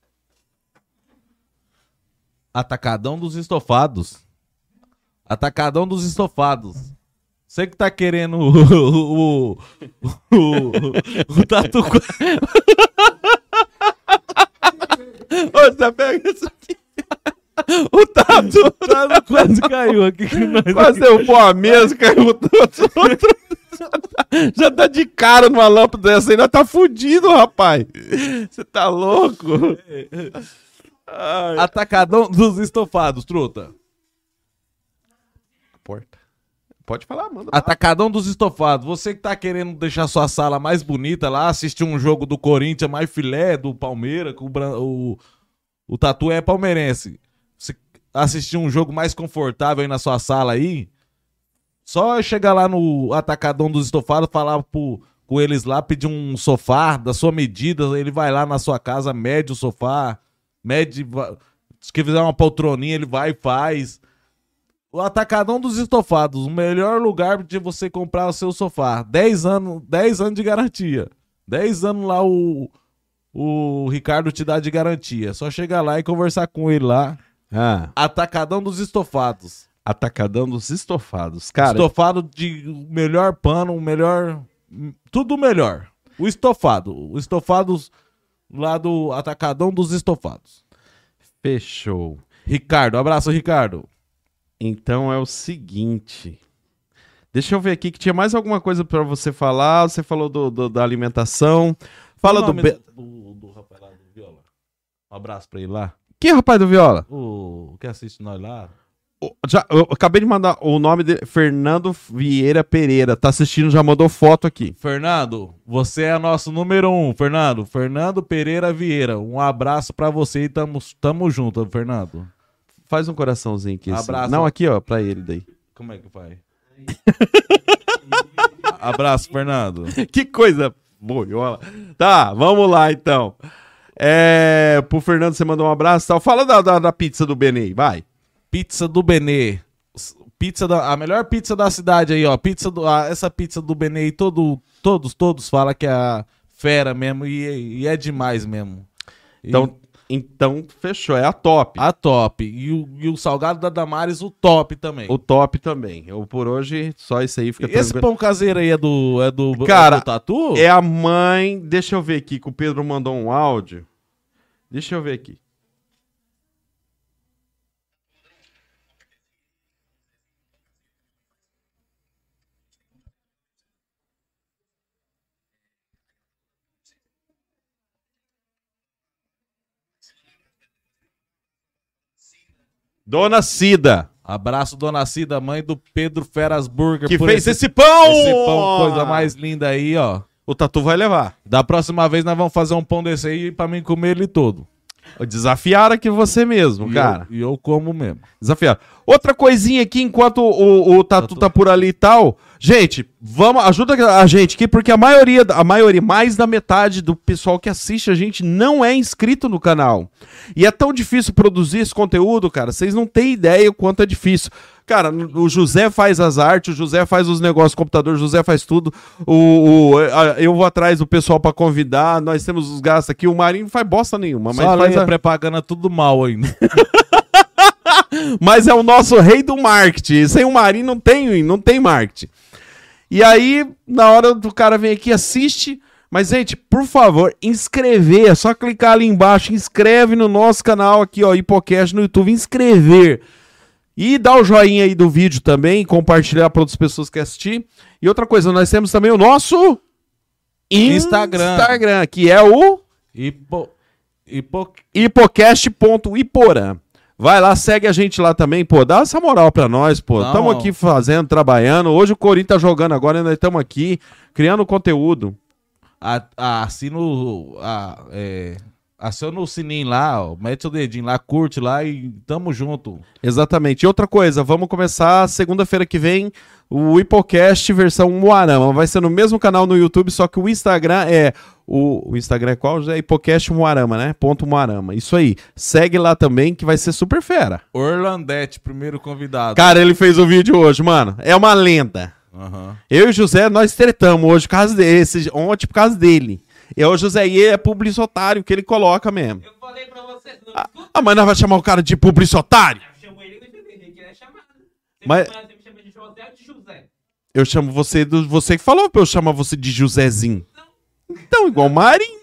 Atacadão dos estofados. Atacadão dos estofados. Você que tá querendo o. O. O, o, o tatu. Ô, você pega isso aqui. O Tatu Tatu quase caiu aqui. Que nós quase derrubou a mesa, caiu todo. Já tá de cara numa lâmpada dessa aí, nós tá fudido, rapaz. Você tá louco? Ai. Atacadão dos estofados, truta. Porta. Pode falar, manda. lá. Atacadão dos estofados. Você que tá querendo deixar sua sala mais bonita lá, assistir um jogo do Corinthians mais filé, do Palmeiras, que o, Bran- o, o Tatu é palmeirense. Você assistir um jogo mais confortável aí na sua sala aí, só chegar lá no Atacadão dos estofados, falar pro, com eles lá, pedir um sofá da sua medida, ele vai lá na sua casa, mede o sofá, mede... va- Se quiser uma poltroninha, ele vai e faz. O Atacadão dos Estofados, o melhor lugar de você comprar o seu sofá. dez anos, dez anos de garantia. dez anos lá o, o Ricardo te dá de garantia. Só chegar lá e conversar com ele lá. Ah, Atacadão dos Estofados. atacadão dos estofados. Cara, Estofado de melhor pano, o melhor... Tudo melhor. O estofado. O estofado lá do Atacadão dos Estofados. fechou. Ricardo, abraço, Ricardo. Então é o seguinte. Deixa eu ver aqui que tinha mais alguma coisa pra você falar. Você falou do, do- da alimentação. Fala O do, nome be- do, do rapaz lá do Viola. Um abraço pra ele lá. Que rapaz do Viola? O que assiste nós lá. O- Já, eu acabei de mandar o nome dele, Fernando Vieira Pereira. Tá assistindo, já mandou foto aqui. Fernando, você é nosso número um, Fernando. Fernando Pereira Vieira. Um abraço pra você e tamo, tamo junto, Fernando. Faz um coraçãozinho aqui. assim. Abraço. Não, aqui, ó, pra ele daí. Como é que faz? Abraço, Fernando. Que coisa boiola. Tá, vamos lá então. É, pro Fernando você mandou um abraço e tal. Fala da, da, da pizza do Benê, vai. Pizza do Benê. Pizza da, a melhor pizza da cidade aí, ó. Pizza do, a- essa pizza do Benê aí, todo, todos, todos falam que é a fera mesmo e, e é demais mesmo. E Então, então fechou, é a top. a top. E o, e o salgado da Damares, o top também. O top também. Eu, por hoje, só isso aí fica Esse tranquilo. pão caseiro aí é do, é do, Cara, é do Tatu? É a mãe. Deixa eu ver aqui, que o Pedro mandou um áudio. Deixa eu ver aqui. Dona Cida, Abraço, Dona Cida, mãe do Pedro Feras Burger. que por fez esse, pão! esse pão, coisa mais linda aí, ó. O Tatu vai levar. Da próxima vez nós vamos fazer um pão desse aí pra mim comer ele todo. Desafiaram aqui você mesmo, E cara. eu, e eu como mesmo. Desafiado. Outra coisinha aqui, enquanto o, o Tatu Tatu. tá por ali e tal. Gente, vamos, ajuda a gente aqui, porque a maioria, a maioria, mais da metade do pessoal que assiste a gente não é inscrito no canal. E é tão difícil produzir esse conteúdo, cara. Vocês não têm ideia o quanto é difícil. Cara, o José faz as artes, o José faz os negócios do computador, o José faz tudo. O, o- a- eu vou atrás do pessoal pra convidar. Nós temos os gastos aqui. O Marinho não faz bosta nenhuma, mas Só faz a a... propaganda tudo mal ainda. Mas é o nosso rei do marketing. Sem o Marinho não tem, não tem marketing. E aí, na hora do cara vem aqui, assiste. Mas, gente, por favor, inscrever. É só clicar ali embaixo. Inscreve no nosso canal aqui, ó, Hipocast no YouTube. Inscrever. E dá o joinha aí do vídeo também. Compartilhar para outras pessoas que assistir. E outra coisa, nós temos também o nosso Instagram. Instagram, que é o Hipo... Hipo... hipocast ponto iporã. Vai lá, segue a gente lá também, pô. Dá essa moral pra nós, pô. Não. Estamos aqui fazendo, trabalhando. Hoje o Corinthians tá jogando agora e nós estamos aqui criando conteúdo. A, a, assina o... A, é, aciona o sininho lá, ó, mete o dedinho lá, curte lá e tamo junto. Exatamente. E outra coisa, vamos começar segunda-feira que vem o Hipocast versão Moarama. Vai ser no mesmo canal no YouTube, só que o Instagram é... O, o Instagram é qual? É Hipocast Moarama, né? Ponto Moarama. Isso aí. Segue lá também que vai ser super fera. Orlandete, primeiro convidado. Cara, ele fez o vídeo hoje, mano. É uma lenda. Uhum. Eu e o José, nós tretamos hoje por causa desse, ontem por causa dele. E o José e é publicitário que ele coloca mesmo. Eu falei pra vocês, não Ah, ah, mas nós vamos chamar o cara de publicitário? Eu chamo ele, ele quer chamar. Você Mas- me chama- você me chama de José ou de José? Eu chamo você do. Você que falou pra eu chamar você de Josézinho. Então, igual Marinho.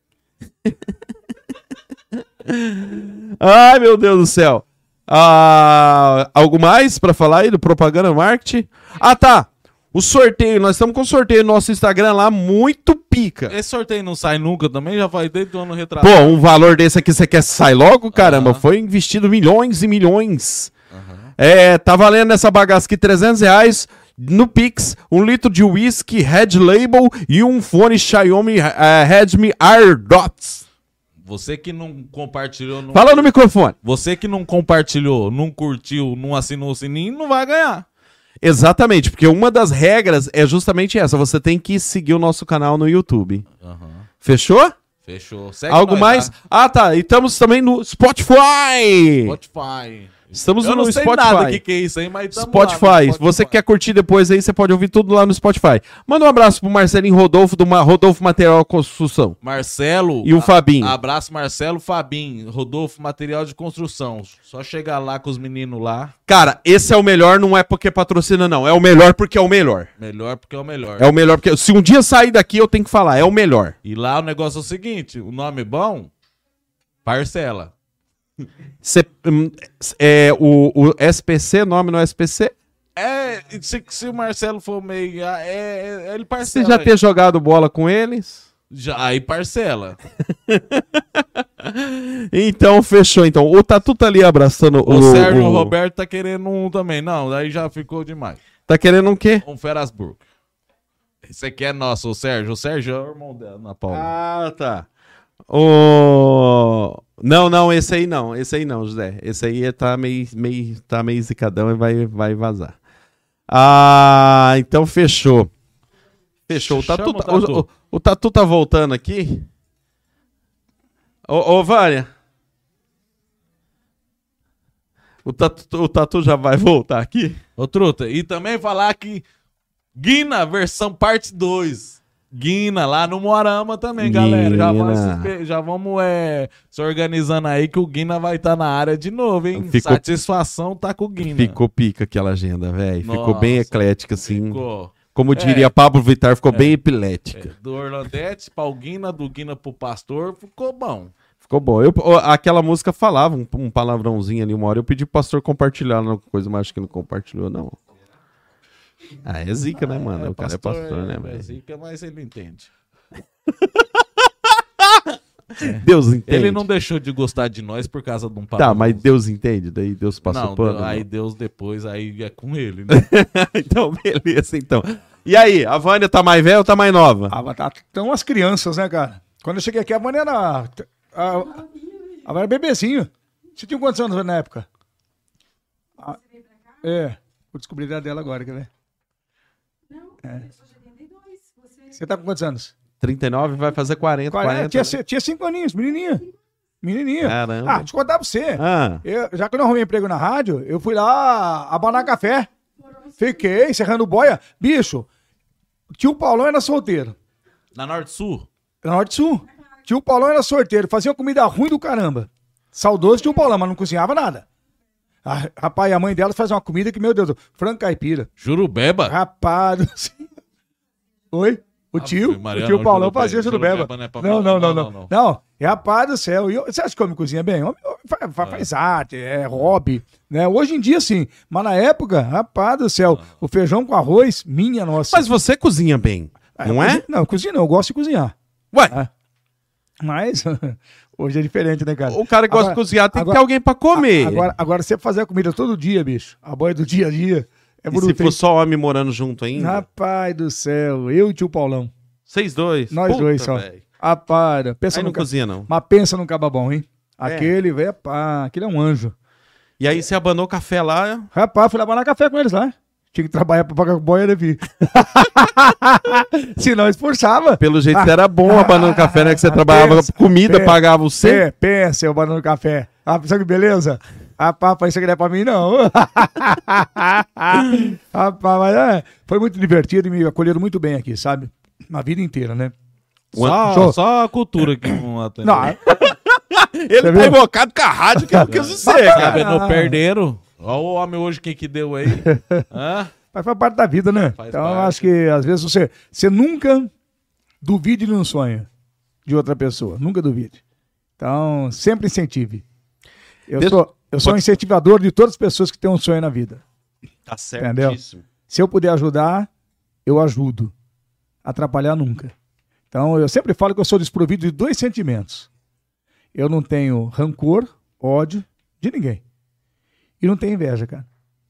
Ai, meu Deus do céu. Ah, algo mais pra falar aí do Propaganda Marketing? Ah, tá. O sorteio, nós estamos com o sorteio no nosso Instagram lá, muito pica. Esse sorteio não sai nunca também, já faz desde o ano Pô, retrasado. um valor desse aqui você quer sair logo? Caramba, Aham. foi investido milhões e milhões. Aham. É, tá valendo essa bagaça aqui trezentos reais no Pix, um litro de whisky Red Label e um fone Xiaomi eh, Redmi AirDots. Você que não compartilhou, não... Fala no microfone. você que não compartilhou, não curtiu, não assinou o sininho, não vai ganhar. Exatamente, porque uma das regras é justamente essa, você tem que seguir o nosso canal no YouTube. Aham. Fechou? Fechou. Segue Algo nós, mais? tá? Ah, tá. E estamos também no Spotify. Spotify. Estamos Eu no não sei Spotify. nada o que, que é isso aí, mas tamo Spotify. lá no Se você quer curtir depois aí, você pode ouvir tudo lá no Spotify. Manda um abraço pro Marcelinho Rodolfo, do Ma- Rodolfo Material Construção. Marcelo. E o a- Fabinho. Abraço, Marcelo, Fabinho, Rodolfo, Material de Construção. Só chegar lá com os meninos lá. Cara, esse é o melhor, não é porque patrocina, não. É o melhor porque é o melhor. Melhor porque é o melhor. É o melhor porque... Se um dia sair daqui, eu tenho que falar. É o melhor. E lá o negócio é o seguinte: o nome bom, parcela. Cê, hum, é, o, o S P C, nome no S P C? É, se, se o Marcelo for meio. ah, É, é, ele Você parcela. já aí. ter jogado bola com eles? Já, aí parcela. Então, fechou. Então, o Tatu tá ali abraçando o... O, Sérgio o- Roberto tá querendo um também. Não, daí já ficou demais. Tá querendo um quê? Um Ferasburg. Esse aqui é nosso, o Sérgio. O Sérgio é o irmão dela, na Paula. Ah, tá. O... Não, não, esse aí não. Esse aí não, José. Esse aí tá meio, meio, tá meio zicadão e vai, vai vazar. Ah, então fechou. Fechou. O Tatu, Chama o tá, o, Tatu. o- o Tatu tá voltando aqui. Ô, ô Vânia. O tatu, o Tatu já vai voltar aqui? Ô, Truta, e também falar que Guina, versão parte dois. Guina, lá no Moarama também, galera. Já, Guina. vamos se espe- já vamos é, se organizando aí que o Guina vai estar na área de novo, hein? Ficou- Satisfação tá com o Guina. Ficou pica aquela agenda, velho. Ficou Nossa, bem eclética, assim. Ficou. Como diria É. Pablo Vittar, ficou bem epilética. É, do Orlandete pra Guina, do Guina pro Pastor, ficou bom. Ficou bom. Eu, ó, aquela música falava um, um palavrãozinho ali uma hora. Eu pedi pro pastor compartilhar alguma coisa, mas acho que não compartilhou, não. Ah, é zica, né, mano? o cara é pastor, né, é velho? zica, mas ele entende. Deus entende. Ele não deixou de gostar de nós por causa de um Tá, palavrão. mas Deus entende. Daí Deus passou Não, pano. aí não. Deus depois, aí é com ele, né? Então, beleza, então. E aí, a Vânia tá mais velha ou tá mais nova? Ah, tá, estão as crianças, né, cara? Quando eu cheguei aqui, a Vânia era. A, a, a Vânia era bebezinho. Você tinha quantos anos na época? Ah, é, vou descobrir a idade dela agora, quer ver? Não, É. eu sou de oitenta e dois. Você... Você tá com quantos anos? trinta e nove vai fazer quarenta, quarenta, quarenta. tinha, ci- tinha cinco aninhos, menininha. Menininha. Caramba. Ah, deixa eu contar pra você. Ah, Eu- já que eu não arrumei emprego na rádio, eu fui lá abanar café. Fiquei, serrando boia. Bicho, tio Paulão era solteiro. Na Norte Sul. Na Norte Sul. Tio Paulão era sorteiro, fazia uma comida ruim do caramba. Saudoso tio Paulão, mas não cozinhava nada. Ah, rapaz, a mãe dela fazia uma comida que, meu Deus, frango caipira. Jurubeba. Rapaz, do céu. Oi? O tio, Ave Maria, o tio não, Paulão Jurubeba, fazia jurubeba. Jurubeba não é pra Não, mim, não, não, não, não. não, não. Não, é rapaz do céu. E eu- você acha que homem cozinha bem? Homem faz, faz- faz arte, é hobby, né? Hoje em dia, sim. Mas na época, rapaz do céu, o feijão com arroz, minha nossa. mas você cozinha bem, Ah, não eu é? cozinho- Não, eu cozinho não, eu gosto de cozinhar. Ué, Ah, Mas hoje é diferente, né, cara? o cara que gosta Agora- de cozinhar tem agora- que ter alguém pra comer. Agora, agora, você fazer a comida todo dia, bicho, a boia do dia a dia, é e bruto. se for hein? só homem morando junto ainda? Rapaz do céu, eu e o tio Paulão. Vocês dois. Nós Puta, dois só. velho. Ah, para. Pensa Aí no não ca- cozinha, não. Mas pensa num caba bom, hein? É. Aquele, velho, pá, aquele é um anjo. E aí você abanou o café lá. Rapaz, fui lavar café com eles lá. Tinha que trabalhar pra pagar boia, né, filho? Senão expulsava. Pelo jeito Ah. você era bom abanando café, né? Que você trabalhava pensa, com comida, pensa, pagava o cem. Pé, pensa, eu banando café. Ah, pensou que beleza? Ah, papai, isso aqui não é pra mim, não. Rapaz, mas é, foi muito divertido e me acolheram muito bem aqui, sabe? Na vida inteira, né? Só, Show. só a cultura que não atende. Não, Ele tá viu? invocado com a rádio que eu quis dizer, cara. Cabendo perdeiro. Olha o homem hoje, quem que deu aí. Hã? mas faz parte da vida, né? Faz então eu parte. acho que às vezes você, você nunca duvide de um sonho de outra pessoa. Nunca duvide. Então, sempre incentive. Eu Deixa- sou, eu sou um pode- incentivador de todas as pessoas que têm um sonho na vida. Tá Entendeu? certíssimo. Se eu puder ajudar, eu ajudo. Atrapalhar nunca. Então, eu sempre falo que eu sou desprovido de dois sentimentos. Eu não tenho rancor, ódio de ninguém. E não tenho inveja, cara.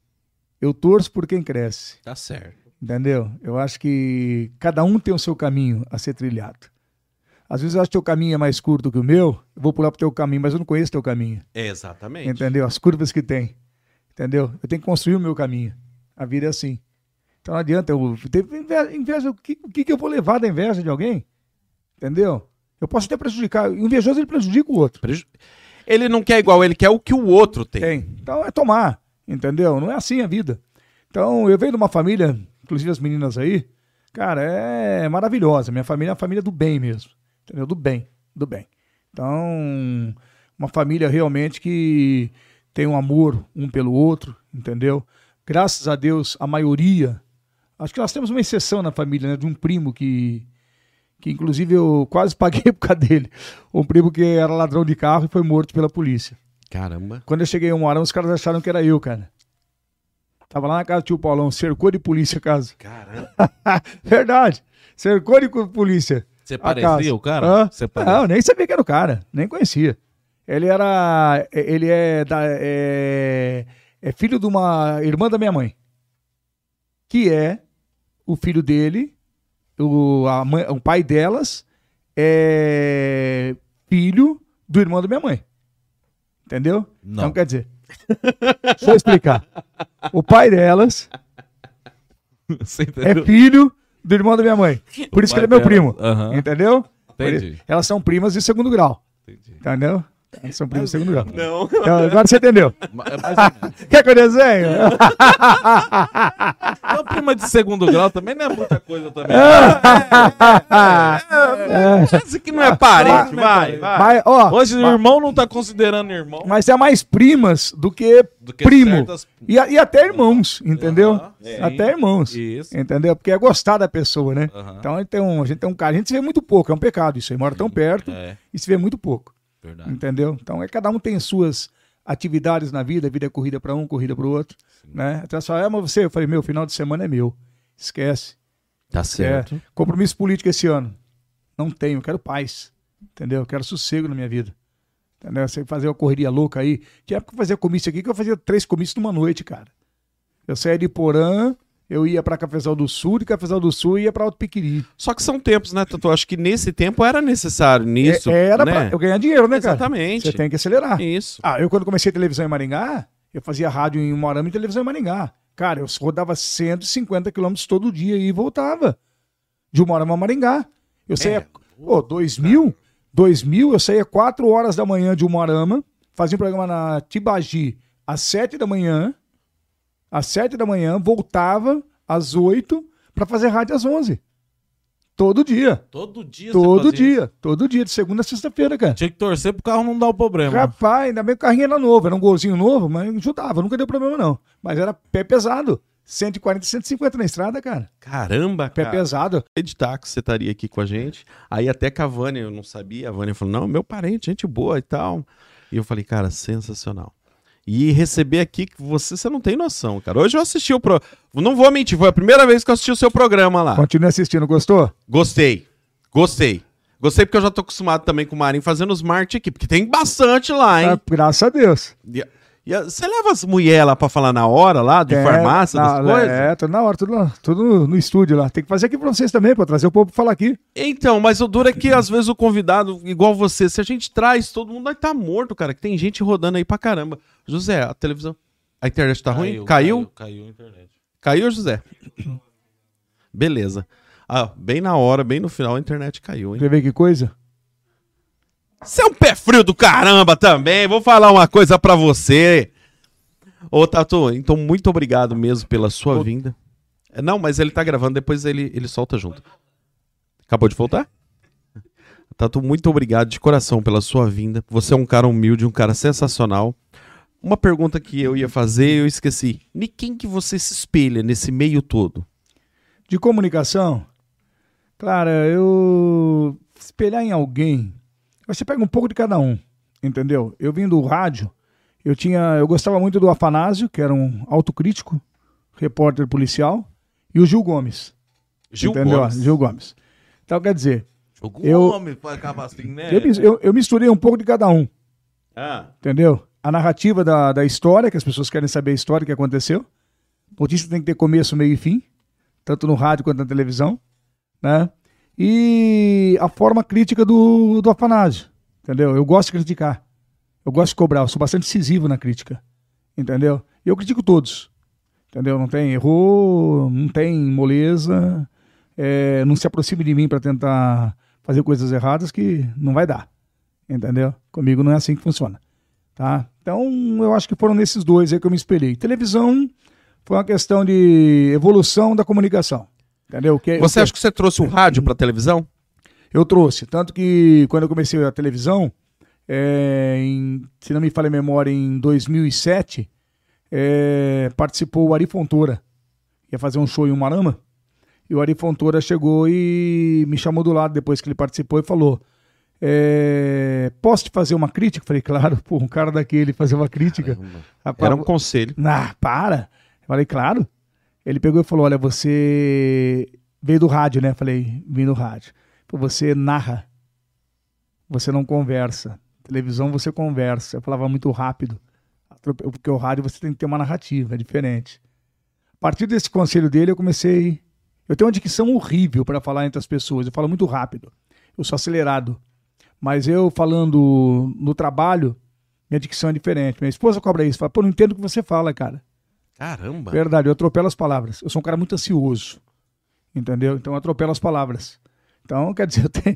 Eu torço por quem cresce. Tá certo. Entendeu? Eu acho que cada um tem o seu caminho a ser trilhado. Às vezes eu acho que o teu caminho é mais curto que o meu, eu vou pular pro teu caminho, mas eu não conheço teu caminho. Exatamente. Entendeu? As curvas que tem. Entendeu? Eu tenho que construir o meu caminho. A vida é assim. Então não adianta eu ter inveja. inveja o que, o que que eu vou levar da inveja de alguém? Entendeu? Eu posso até prejudicar. O invejoso ele prejudica o outro. Preju- Ele não quer igual, ele quer o que o outro tem. Tem. Então é tomar. Entendeu? Não é assim a vida. Então eu venho de uma família, inclusive as meninas aí, cara, é maravilhosa. Minha família é uma família do bem mesmo. Entendeu? Do bem. Do bem. Então, uma família realmente que tem um amor um pelo outro, entendeu? Graças a Deus, a maioria. Acho que nós temos uma exceção na família, né? De um primo que, que inclusive eu quase paguei por causa dele. Um primo que era ladrão de carro e foi morto pela polícia. Caramba. Quando eu cheguei em Moarão, os caras acharam que era eu, cara. Tava lá na casa do tio Paulão, cercou de polícia a casa. Caramba. Verdade. Cercou de cu- polícia. Você a parecia casa. o cara? Hã? Você parecia? Não, nem sabia que era o cara. Nem conhecia. Ele era... Ele é, da, é, é filho de uma irmã da minha mãe. Que é o filho dele, o, a mãe- o pai delas é filho do irmão da minha mãe. Entendeu? Não. Então quer dizer... Deixa eu explicar. O pai delas Você é entendeu? filho do irmão da minha mãe. Por isso que pai ele é meu dela, primo. aham. Entendeu? Entendi. Elas são primas de segundo grau. Entendi. Entendeu? Elas são primas de segundo grau. Não. Então, agora você entendeu. Mas- mas- Quer que eu desenhe? Uma prima de segundo grau também não é muita coisa também. Esse que não é parente, vai, vai. Mas, ó, Hoje o irmão não tá considerando irmão. mas é mais primas do que, Do que primo. certas- E, a- e até irmãos, entendeu? Aham, sim. Até irmãos. Isso. Entendeu? Porque é gostar da pessoa, né? Aham. Então a gente, tem um, a gente tem um cara, a gente se vê muito pouco, é um pecado isso aí. Mora tão perto É, e se vê muito pouco. verdade. Entendeu? Então, é cada um tem suas atividades na vida, a vida é corrida para um, corrida para o outro, né? Até só, ah, mas você, eu falei, meu, final de semana é meu. Esquece. Tá É. Compromisso político esse ano. Não tenho, eu quero paz. Entendeu? Eu quero sossego na minha vida. Entendeu? Você fazer uma correria louca aí. Que época que eu fazia comício aqui, que eu fazia três comícios numa noite, cara. Eu saía de Porã, eu ia para Cafezal do Sul, de Cafezal do Sul ia para Alto Piquiri. Só que são tempos, né, Tatu? Acho que nesse tempo era necessário nisso. É- era né? pra eu ganhar dinheiro, né, cara? Exatamente. Você tem que acelerar. Isso. Ah, eu quando comecei a televisão em Maringá, eu fazia rádio em Moarama e televisão em Maringá. Cara, eu rodava cento e cinquenta quilômetros todo dia e voltava. De Moarama a Maringá. Eu saía, pô, dois mil, dois mil, eu saía quatro horas da manhã de Umuarama, fazia um programa na Tibagi às sete da manhã, às sete da manhã, voltava às oito para fazer rádio às onze. Todo dia. Todo dia você Todo fazia dia. Todo dia, de segunda a sexta-feira, cara. Tinha que torcer pro carro não dar o problema. Rapaz, ainda bem que o carrinho era novo, era um golzinho novo, mas ajudava, nunca deu problema não. Mas era pé pesado, cento e quarenta, cento e cinquenta na estrada, cara. Caramba, Pé cara. pesado. Acreditar que você estaria aqui com a gente. Aí até que a Vânia, eu não sabia, a Vânia falou, não, meu parente, gente boa e tal. E eu falei, cara, sensacional. E receber aqui, que você, você não tem noção, cara. Hoje eu assisti o pro... Não vou mentir, foi a primeira vez que eu assisti o seu programa lá. Continue assistindo, gostou? Gostei, gostei. Gostei porque eu já tô acostumado também com o Marinho fazendo os marketing aqui, porque tem bastante lá, hein? Ah, graças a Deus. E, E a- você leva as mulheres lá pra falar na hora, lá, de É, farmácia, na- das coisas? É, tudo na hora, tudo, lá, tudo no, no estúdio lá. Tem que fazer aqui pra vocês também, pra trazer o povo pra falar aqui. Então, mas o duro é que às vezes o convidado, igual você, se a gente traz, todo mundo vai estar morto, cara, que tem gente rodando aí pra caramba. José, a televisão... A internet tá ruim? Caiu? Caiu, caiu a internet. Caiu, José? Beleza. Ah, bem na hora, bem no final, a internet caiu, hein? Quer ver que coisa? Você é um pé frio do caramba também. Vou falar uma coisa pra você. Ô, Tatu, então muito obrigado mesmo pela sua vinda. É, Não, mas ele tá gravando, depois ele, ele solta junto. Acabou de voltar? Tatu, muito obrigado de coração pela sua vinda. Você é um cara humilde, um cara sensacional. Uma pergunta que eu ia fazer, eu esqueci. Em quem que você se espelha nesse meio todo? De comunicação, cara, eu espelhar em alguém, você pega um pouco de cada um, entendeu? Eu vim do rádio, eu tinha, eu gostava muito do Afanásio, que era um autocrítico, repórter policial, e o Gil Gomes. Gil entendeu? Gomes. Gil Gomes. Então, quer dizer, Jogou Eu- homem pra acabar assim, né? eu, mis- eu, eu misturei um pouco de cada um, Ah, entendeu? A narrativa da, da história, que as pessoas querem saber a história que aconteceu. Notícia tem que ter começo, meio e fim, tanto no rádio quanto na televisão, né? E a forma crítica do, do Afanásio, entendeu? Eu gosto de criticar, eu gosto de cobrar, eu sou bastante incisivo na crítica, entendeu? E eu critico todos, entendeu? Não tem erro, não tem moleza, é, não se aproxime de mim para tentar fazer coisas erradas que não vai dar, entendeu? Comigo não é assim que funciona, tá? Então eu acho que foram nesses dois aí que eu me espelhei. Televisão foi uma questão de evolução da comunicação, entendeu? Que, você eu, acha que você trouxe o rádio pra televisão? eu trouxe, tanto que quando eu comecei a televisão, é, em, se não me falha a memória, em dois mil e sete, é, participou o Ari Fontoura, ia fazer um show em Umarama, e o Ari Fontoura chegou e me chamou do lado depois que ele participou e falou: é, posso te fazer uma crítica? Eu falei, claro, pô, um cara daquele fazer uma crítica. Rapaz, Era um conselho. ah, para. Eu falei, claro. Ele pegou e falou, olha, você veio do rádio, né? Eu falei, vim do rádio. Falei, você narra, você não conversa. Televisão você conversa. Eu falava muito rápido, porque o rádio você tem que ter uma narrativa, é diferente. A partir desse conselho dele eu comecei... Eu tenho uma dicção horrível para falar entre as pessoas, eu falo muito rápido, eu sou acelerado. Mas eu falando no trabalho, minha dicção é diferente. Minha esposa cobra isso, fala, pô, não entendo o que você fala, cara. Caramba. Verdade, eu atropelo as palavras. Eu sou um cara muito ansioso, entendeu? Então eu atropelo as palavras. Então, quer dizer, eu tenho...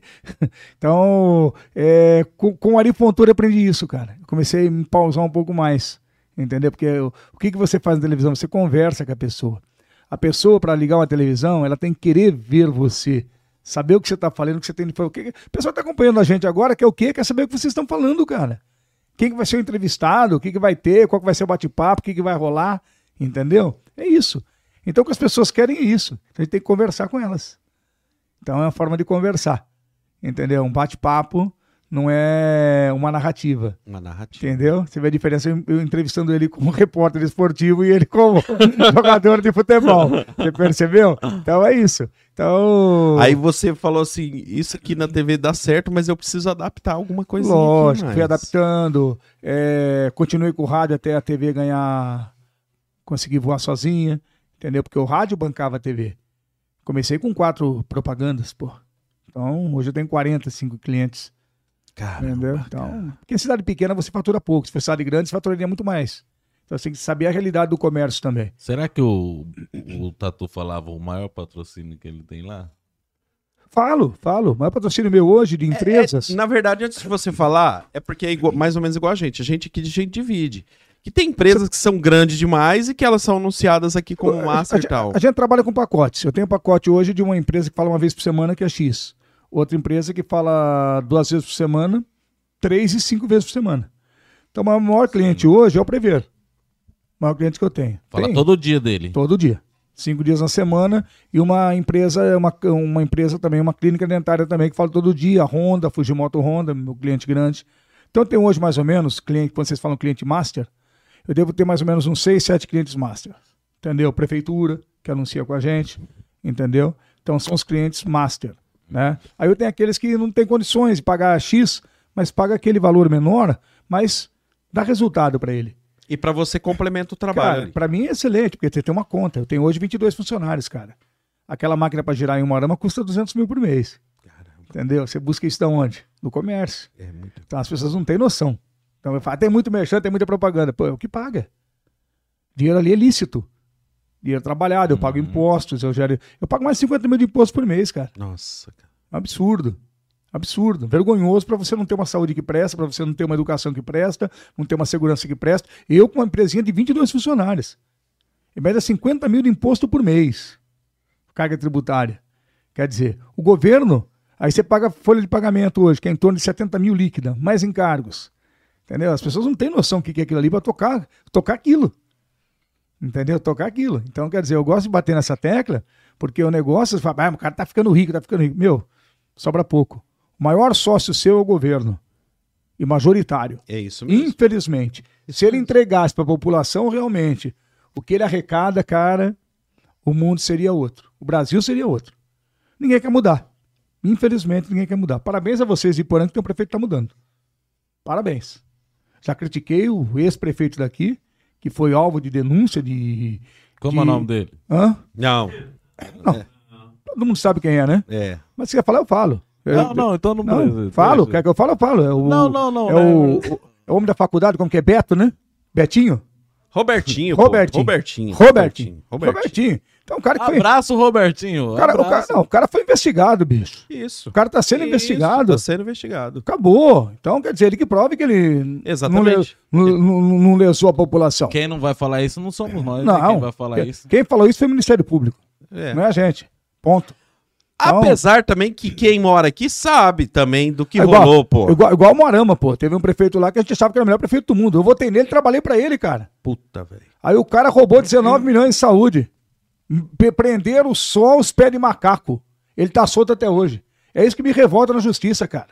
Então, é, com, com o Ari Fontoura eu aprendi isso, cara. Eu comecei a me pausar um pouco mais, entendeu? Porque eu- o que, que você faz na televisão? Você conversa com a pessoa. A pessoa, para ligar uma televisão, ela tem que querer ver você, saber o que você está falando, o que você tem de falar. O que... A pessoa está acompanhando a gente agora, quer o quê? Quer saber o que vocês estão falando, cara. Quem que vai ser o entrevistado, o que, que vai ter, qual que vai ser o bate-papo, o que, que vai rolar, entendeu? É isso. Então, o que as pessoas querem é isso. A gente tem que conversar com elas. Então, é uma forma de conversar, entendeu? Um bate-papo não é uma narrativa, Uma narrativa. entendeu? Você vê a diferença eu, eu entrevistando ele como repórter esportivo e ele como jogador de futebol. Você percebeu? Então, é isso. Então, Aí você falou assim, isso aqui na T V dá certo, mas eu preciso adaptar alguma coisinha lógico, aqui fui mais. adaptando, é, continuei com o rádio até a T V ganhar, conseguir voar sozinha, entendeu? Porque o rádio bancava a T V. Comecei com quatro propagandas, pô. Então, hoje eu tenho quarenta e cinco clientes, Caramba, entendeu? Então, porque em cidade pequena você fatura pouco, se for cidade grande você faturaria muito mais. Então, você tem que saber a realidade do comércio também. Será que o, o Tatu falava o maior patrocínio que ele tem lá? Falo, falo. O maior patrocínio meu hoje de empresas... É, na verdade, antes de você falar, é porque é igual- mais ou menos igual a gente. A gente aqui a gente divide. Que tem empresas que são grandes demais e que elas são anunciadas aqui como master a, e tal. a gente trabalha com pacotes. Eu tenho um pacote hoje de uma empresa que fala uma vez por semana, que é X. Outra empresa que fala duas vezes por semana, três e cinco vezes por semana. Então, o maior- maior cliente hoje é o Prever. O maior cliente que eu tenho. Fala Tem? todo dia dele. Todo dia. Cinco dias na semana. E uma empresa, uma, uma empresa também, uma clínica dentária também, que fala todo dia. A Honda, Fujimoto Honda, meu cliente grande. Então, eu tenho hoje mais ou menos, cliente, quando vocês falam cliente master, eu devo ter mais ou menos uns seis, sete clientes master. Entendeu? Prefeitura, que anuncia com a gente. Entendeu? Então, são os clientes master. Né? Aí eu tenho aqueles que não têm condições de pagar X, mas paga aquele valor menor, mas dá resultado para ele. E pra você complementa o trabalho. Cara, ali. pra mim é excelente, porque você tem uma conta. Eu tenho hoje vinte e dois funcionários, cara. Aquela máquina pra girar em uma arama custa duzentos mil por mês. Caramba, Entendeu? Você busca isso da onde? No comércio. é muito... Então as pessoas não têm noção. Então eu falo, tem muito merchan, tem muita propaganda. Pô, é o que paga. Dinheiro ali é lícito. Dinheiro trabalhado, eu pago impostos, eu gero... Eu pago mais de cinquenta mil de imposto por mês, cara. Nossa, cara. Absurdo. Absurdo. Vergonhoso para você não ter uma saúde que presta, para você não ter uma educação que presta, não ter uma segurança que presta. Eu com uma empresinha de vinte e dois funcionários. Em média, cinquenta mil de imposto por mês. Carga tributária. Quer dizer, o governo, aí você paga folha de pagamento hoje, que é em torno de setenta mil líquida, mais encargos. Entendeu? As pessoas não têm noção do que é aquilo ali para tocar, tocar aquilo. Entendeu? Tocar aquilo. Então, quer dizer, eu gosto de bater nessa tecla, porque o negócio, você fala, ah, o cara tá ficando rico, tá ficando rico. Meu, sobra pouco. O maior sócio seu é o governo. E majoritário. É isso mesmo. Infelizmente. Se ele entregasse para a população realmente o que ele arrecada, cara, o mundo seria outro. O Brasil seria outro. Ninguém quer mudar. Infelizmente, ninguém quer mudar. Parabéns a vocês de Iporã, que tem um prefeito que está mudando. Parabéns. Já critiquei o ex-prefeito daqui, que foi alvo de denúncia de... Como de... é o nome dele? Hã? Não, Todo mundo sabe quem é, né? é. Mas se quer falar, eu falo. Eu- Não, não, então não, Não, precisa. falo, Deixa. quer que eu falo, eu falo. É o, Não, não, não, É, né? o, o- é o homem da faculdade, como que é? Beto, né? Betinho? Robertinho, pô. Robertinho. Robertinho. Robertinho. Robertinho. Robertinho. Então o cara que foi... Abraço, Robertinho. o cara, o cara- Abraço. não, o cara foi investigado, bicho. Isso. O cara tá sendo Isso, investigado. Tá sendo investigado. Acabou. Então quer dizer, ele que prove que ele Exatamente. não, le- não, não- não lesou a população. Quem não vai falar isso não somos nós. né? Não. Quem vai falar Quem- isso? Quem falou isso foi o Ministério Público. É. Não é a gente. Ponto. Então- Apesar também que quem mora aqui sabe também do que É igual, rolou, pô. Igual, igual o Moarama, pô. Teve um prefeito lá que a gente achava que era o melhor prefeito do mundo. Eu votei nele, trabalhei pra ele, cara. Puta, velho. Aí o cara roubou dezenove milhões de saúde. P- Prenderam só os pés de macaco. Ele tá solto até hoje. É isso que me revolta na justiça, cara.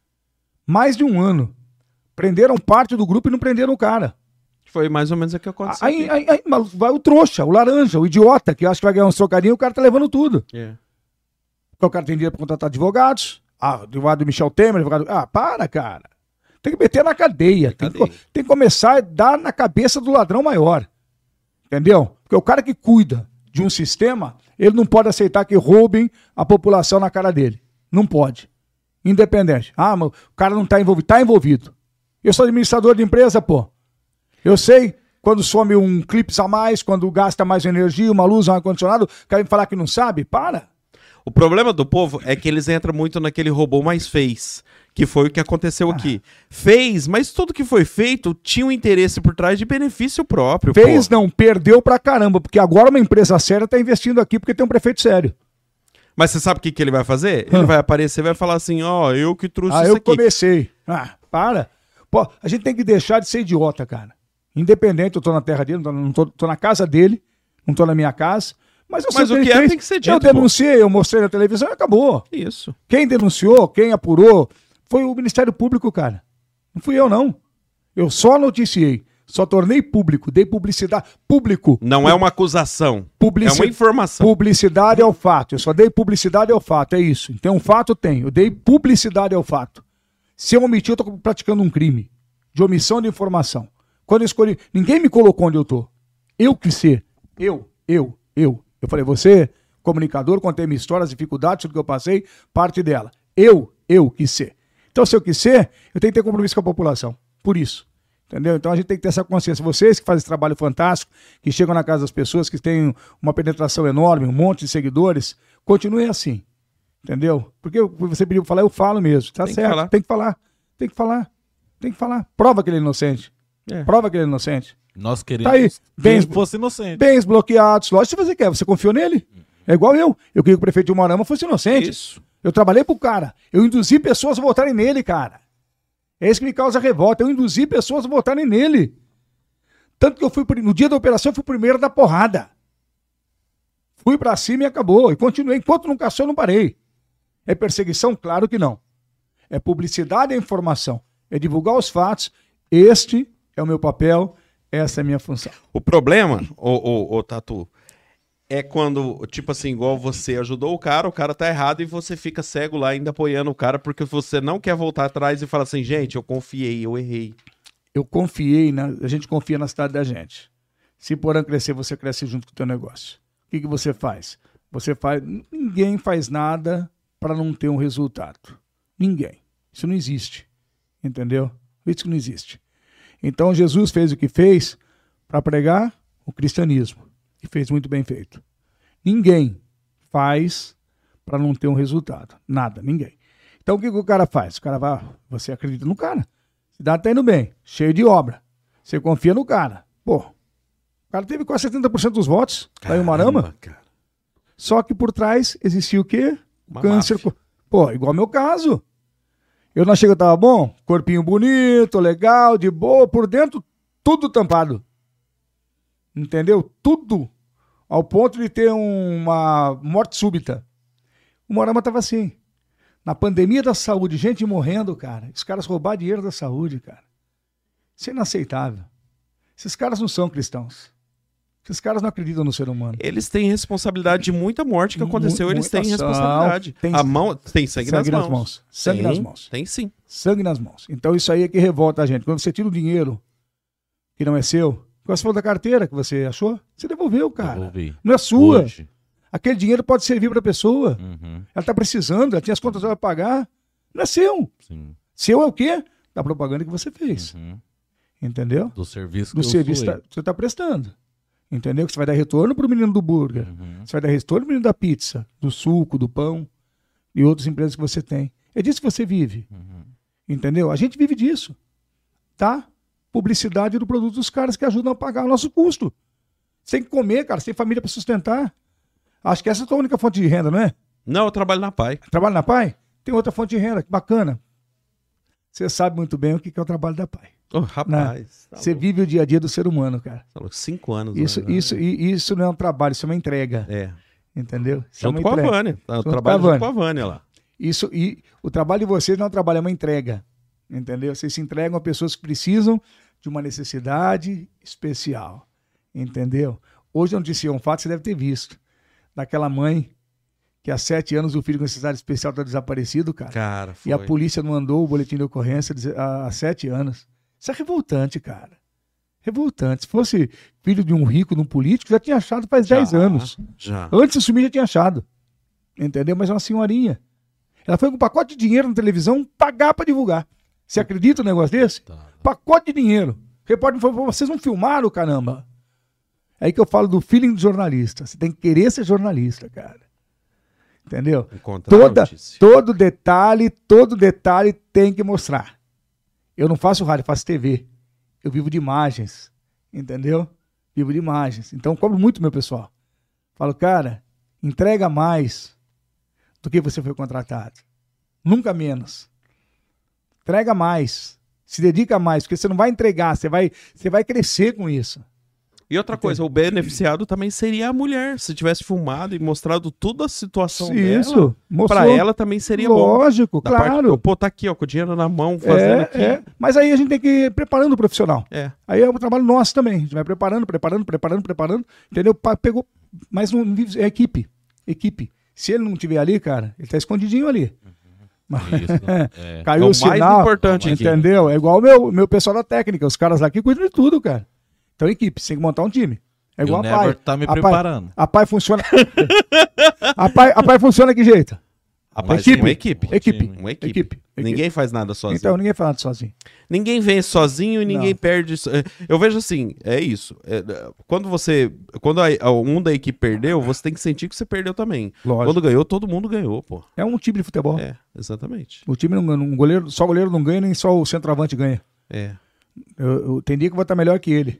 Mais de um ano. Prenderam parte do grupo e não prenderam o cara. Foi mais ou menos o que aconteceu. Aí, aqui. aí, aí mas vai o trouxa, o laranja, o idiota, que acha que vai ganhar uns trocadinhos, o cara tá levando tudo. É. Porque o cara tem dinheiro pra contratar advogados. Ah, advogado do Michel Temer, advogado... Ah, para, cara. Tem que meter na cadeia. Tem, cadeia. Que, tem que começar a dar na cabeça do ladrão maior. Entendeu? Porque o cara que cuida de um sistema, ele não pode aceitar que roubem a população na cara dele. Não pode. Independente. Ah, mas o cara não tá envolvido. Tá envolvido. Eu sou administrador de empresa, pô. Eu sei quando some um clips a mais, quando gasta mais energia, uma luz, um ar-condicionado, quer me falar que não sabe? Para. O problema do povo é que eles entram muito naquele robô mais fez, que foi o que aconteceu Ah. aqui. Fez, mas tudo que foi feito tinha um interesse por trás de benefício próprio. Fez pô. não, perdeu pra caramba, porque agora uma empresa séria tá investindo aqui porque tem um prefeito sério. Mas você sabe o que, que ele vai fazer? Hã. Ele vai aparecer e vai falar assim, ó, eu que trouxe Ah, isso eu aqui. comecei. Ah, para. Pô, a gente tem que deixar de ser idiota, cara. Independente, eu tô na terra dele, não tô, não tô, tô na casa dele, não tô na minha casa. Mas, eu sei Mas o ele que é fez. tem que ser dito, Eu denunciei, eu mostrei na televisão e acabou. Isso. Quem denunciou, quem apurou, foi o Ministério Público, cara. Não fui eu, não. Eu só noticiei, só tornei público, dei publicidade. Público. Não é uma acusação, Publici- é uma informação. Publicidade ao fato. Eu só dei publicidade ao fato, é isso. Então, um fato tem. Eu dei publicidade ao fato. Se eu omitir, eu estou praticando um crime de omissão de informação. Quando eu escolhi, ninguém me colocou onde eu tô. Eu quis ser. Eu, eu, eu. Eu falei, você, comunicador, contei minha história, as dificuldades, tudo que eu passei, parte dela. Eu, eu quis ser. Então, se eu quis ser, eu tenho que ter compromisso com a população. Por isso. Entendeu? Então a gente tem que ter essa consciência. Vocês que fazem esse trabalho fantástico, que chegam na casa das pessoas, que têm uma penetração enorme, um monte de seguidores, continuem assim. Entendeu? Porque você pediu pra falar, eu falo mesmo. Tá Tem que certo. falar. Tem que falar. Tem que falar. Tem que falar. Prova que ele é inocente. É. Prova que ele é inocente. Nós queremos Tá aí, que bem- ele fosse inocente. Bens bloqueados. Lógico que você quer. Você confiou nele? É igual eu. Eu queria que o prefeito de Moarama fosse inocente. Isso. Eu trabalhei pro cara. Eu induzi pessoas a votarem nele, cara. É isso que me causa revolta. Eu induzi pessoas a votarem nele. Tanto que eu fui, no dia da operação, eu fui o primeiro da porrada. Fui pra cima e acabou. E continuei. Enquanto não caçou, eu não parei. É perseguição? Claro que não. É publicidade e informação. É divulgar os fatos. Este é o meu papel. Essa é a minha função. O problema, ô, ô, ô, Tatu, é quando, tipo assim, igual você ajudou o cara, o cara tá errado e você fica cego lá ainda apoiando o cara porque você não quer voltar atrás e falar assim, gente, eu confiei, eu errei. eu confiei, na, a gente confia na cidade da gente. Se Porã crescer, você cresce junto com o teu negócio. O que, que você faz? Você faz... Ninguém faz nada para não ter um resultado. Ninguém. Isso não existe. Entendeu? Isso que não existe. Então, Jesus fez o que fez para pregar o cristianismo. E fez muito bem feito. Ninguém faz para não ter um resultado. Nada, ninguém. Então, o que, que o cara faz? O cara vai... Você acredita no cara. A cidade está indo bem. Cheio de obra. Você confia no cara. Pô, o cara teve quase setenta por cento dos votos. Lá em Umarama. Cara. Só que por trás existia o quê? O Uma câncer. máfia. Pô, igual meu caso. Eu não achei que eu tava bom? Corpinho bonito, legal, de boa. Por dentro, tudo tampado. Entendeu? Tudo. Ao ponto de ter uma morte súbita. O Umarama tava assim. Na pandemia da saúde, gente morrendo, cara. Os caras roubaram dinheiro da saúde, cara. Isso é inaceitável. Esses caras não são cristãos. Esses caras não acreditam no ser humano. Eles têm responsabilidade de muita morte que aconteceu, Mu- eles têm muita ação. responsabilidade. Tem- a mão tem sangue, sangue nas nas mãos. mãos. Sangue tem, nas mãos. Tem sim. Sangue nas mãos. Então isso aí é que revolta a gente. Quando você tira o dinheiro que não é seu, quando você falou da carteira que você achou, você devolveu, cara. Devolvi. Não é sua. Hoje. Aquele dinheiro pode servir para a pessoa. Uhum, Ela está precisando, ela tinha as contas para pagar. Não é seu. sim. Seu é o quê? Da propaganda que você fez. Uhum. Entendeu? Do serviço que Do eu serviço suei. tá- que você está prestando. Entendeu? Que você vai dar retorno para o menino do burger. Uhum. Você vai dar retorno pro menino da pizza, do suco, do pão e outras empresas que você tem. É disso que você vive. Uhum. Entendeu? A gente vive disso. Tá? Publicidade do produto dos caras que ajudam a pagar o nosso custo. Você tem que comer, cara. Você tem família para sustentar. Acho que essa é a tua única fonte de renda, não é? Não, eu trabalho na Pai. Trabalho na Pai? Tem outra fonte de renda, que bacana. Você sabe muito bem o que é o trabalho da Pai. Ô, rapaz. tá Você louco, vive o dia a dia do ser humano, cara. tá louco. Cinco anos. Isso, né? isso, e isso não é um trabalho, isso é uma entrega. É. Entendeu? Isso é Junto uma com a entrega. Vânia. Eu Junto trabalho com a junto com a Vânia lá. Isso, e o trabalho de vocês não é um trabalho, é uma entrega. Entendeu? Vocês se entregam a pessoas que precisam de uma necessidade especial. Entendeu? Hoje eu noticiei um fato, você deve ter visto. Daquela mãe que há sete anos o filho com necessidade especial está desaparecido, cara. Cara, foi. E a polícia não mandou o boletim de ocorrência dizer- há há sete anos. Isso é revoltante, cara. Revoltante. Se fosse filho de um rico, de um político, já tinha achado faz Já, dez anos. Já. Antes de sumir já tinha achado. Entendeu? Mas é uma senhorinha. Ela foi com um pacote de dinheiro na televisão pagar pra divulgar. Você acredita num negócio desse? Tá. Pacote de dinheiro. O repórter falou, vocês não filmaram, caramba. É aí que eu falo do feeling do jornalista. Você tem que querer ser jornalista, cara. Entendeu? Encontrar a Toda, notícia. todo detalhe, todo detalhe tem que mostrar. Eu não faço rádio, eu faço T V. Eu vivo de imagens. Entendeu? Vivo de imagens. Então, eu cobro muito meu pessoal. Falo, cara, entrega mais do que você foi contratado. Nunca menos. Entrega mais. Se dedica mais, porque você não vai entregar, você vai, você vai crescer com isso. E outra coisa, o beneficiado também seria a mulher. Se tivesse filmado e mostrado toda a situação dela, Isso. Mostrou. pra ela também seria bom. Lógico, Da parte claro. que, pô, tá aqui, ó, com o dinheiro na mão, fazendo É, aqui. é. Mas aí a gente tem que ir preparando o profissional. É. Aí é um trabalho nosso também. A gente vai preparando, preparando, preparando, preparando. Entendeu? Pa- Pegou. Mas não vive. É equipe. Equipe. Se ele não estiver ali, cara, ele tá escondidinho ali. Mas- Isso. É. Caiu É o o mais sinal. importante aqui. Entendeu? É igual o meu, meu pessoal da técnica. Os caras aqui cuidam de tudo, cara. Então, equipe. Você tem que montar um time. É E igual o a Never pai. tá me a pai, preparando. a pai funciona. a, pai, a pai funciona que jeito? Rapaz, Equipe. uma equipe. Equipe. Uma equipe. Equipe. Ninguém faz nada sozinho. Então, ninguém fala sozinho. Ninguém vence sozinho e ninguém Não. perde. so- é, Eu vejo assim, é isso. É, quando você. Quando a- a- um da equipe perdeu, você tem que sentir que você perdeu também. Lógico. Quando ganhou, todo mundo ganhou, pô. É um time de futebol. É, exatamente. O time não, não goleiro, só o goleiro não ganha, nem só o centroavante ganha. É. Eu, eu, tem dia que eu vou estar melhor que ele.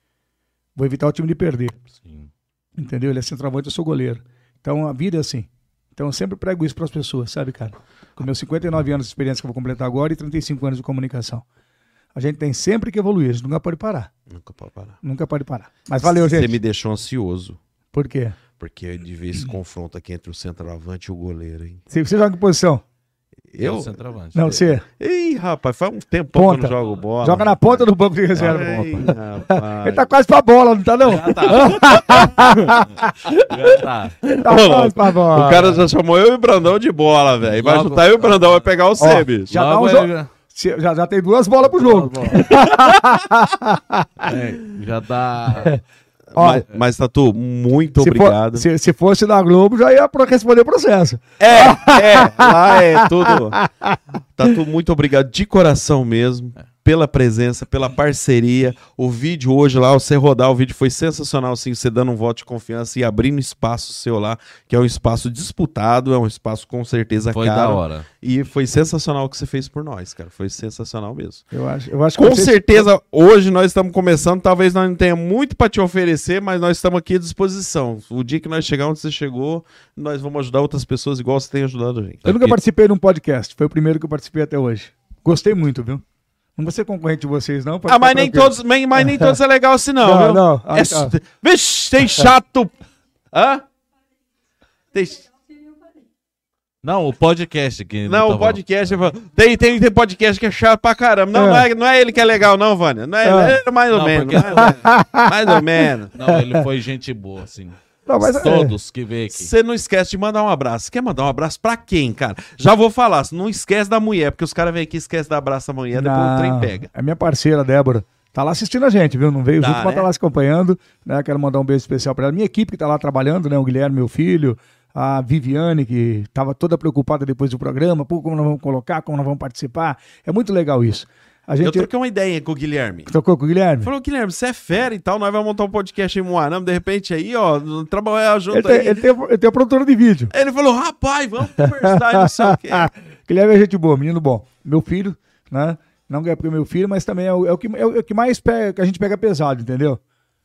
Vou evitar o time de perder. Sim. Entendeu? Ele é centroavante, eu sou goleiro. Então a vida é assim. Então eu sempre prego isso para as pessoas, sabe, cara? Com meus cinquenta e nove anos de experiência que eu vou completar agora e trinta e cinco anos de comunicação. A gente tem sempre que evoluir, a gente nunca pode parar. Nunca pode parar. Nunca pode parar. Mas valeu, gente. Você me deixou ansioso. Por quê? Porque de ver esse confronto aqui entre o centroavante e o goleiro, hein? Você, você joga em que posição? Eu? É o centroavante. Não, você. Ei, rapaz, faz um tempão que eu Ponta. não jogo bola. Joga na ponta do banco de reserva. Ei, rapaz. Ele tá quase pra bola, não tá não? Já tá. Já tá. Tá Ô, quase pra bola. O cara já chamou eu e o Brandão de bola, velho. Vai Logo- juntar eu e o Brandão, vai pegar o Ó, C, bicho. já dá Logo um jo- ele- Se- já, já tem duas bolas pro jogo. É, já dá. Ó, Mas, mas, Tatu, muito se, for- obrigado. se, se fosse na Globo, já ia pro- responder o processo. É, é, lá é tudo. Tatu, muito obrigado de coração mesmo, pela presença, pela parceria. O vídeo hoje lá, você rodar, o vídeo foi sensacional, assim, você dando um voto de confiança e abrindo espaço seu lá, que é um espaço disputado, é um espaço com certeza Foi caro. da hora. E foi sensacional o que você fez por nós, cara. Foi sensacional mesmo. Eu acho, eu acho que Com vocês- certeza, hoje nós estamos começando, talvez nós não tenhamos muito para te oferecer, mas nós estamos aqui à disposição. O dia que nós chegar onde você chegou, nós vamos ajudar outras pessoas igual você tem ajudado a gente. Eu nunca Aqui- participei de um podcast, foi o primeiro que eu participei até hoje. Gostei muito, viu? Não vou ser concorrente de vocês, não. pode Ah, mas ficar nem, tranquilo. todos, mas, mas nem todos é legal assim, não. Não, viu? não. Ah, É, tá. Vixe, tem chato. Hã? Tem... Não, o podcast que. ele Não, tá o podcast. eu falo, Tem, tem, tem podcast que é chato pra caramba. Não, É. não, é, não é ele que é legal, não, Vânia. Não é, É. é mais ou Não, menos. porque- Mais ou menos. Mais ou menos. falando. Não, ele foi gente boa, assim. Não, mas é- Todos que veio aqui. Você não esquece de mandar um abraço. Quer mandar um abraço pra quem, cara? Já vou falar, não esquece da mulher, porque os caras vêm aqui e esquecem da abraço da mulher, depois o trem Não, pega. É minha parceira, Débora. Tá lá assistindo a gente, viu? Não veio Tá, junto, mas né? tá lá se acompanhando. Né? Quero mandar um beijo especial pra ela. Minha equipe que tá lá trabalhando, né? O Guilherme, meu filho. A Viviane, que tava toda preocupada depois do programa. Pô, como nós vamos colocar, como nós vamos participar. É muito legal isso. A Eu gente troquei uma ideia com o Guilherme. tocou com o Guilherme. Falou, Guilherme, você é fera e tal, nós vamos montar um podcast em Moarama, de repente aí, ó, trabalhar junto Ele tem, aí. ele, tem, ele tem a produtora de vídeo. Ele falou, rapaz, vamos conversar e não sei o quê. Guilherme é gente boa, menino bom. Meu filho, né? Não é porque é meu filho, mas também é o, é o que, é o que mais pega, que a gente pega pesado, entendeu?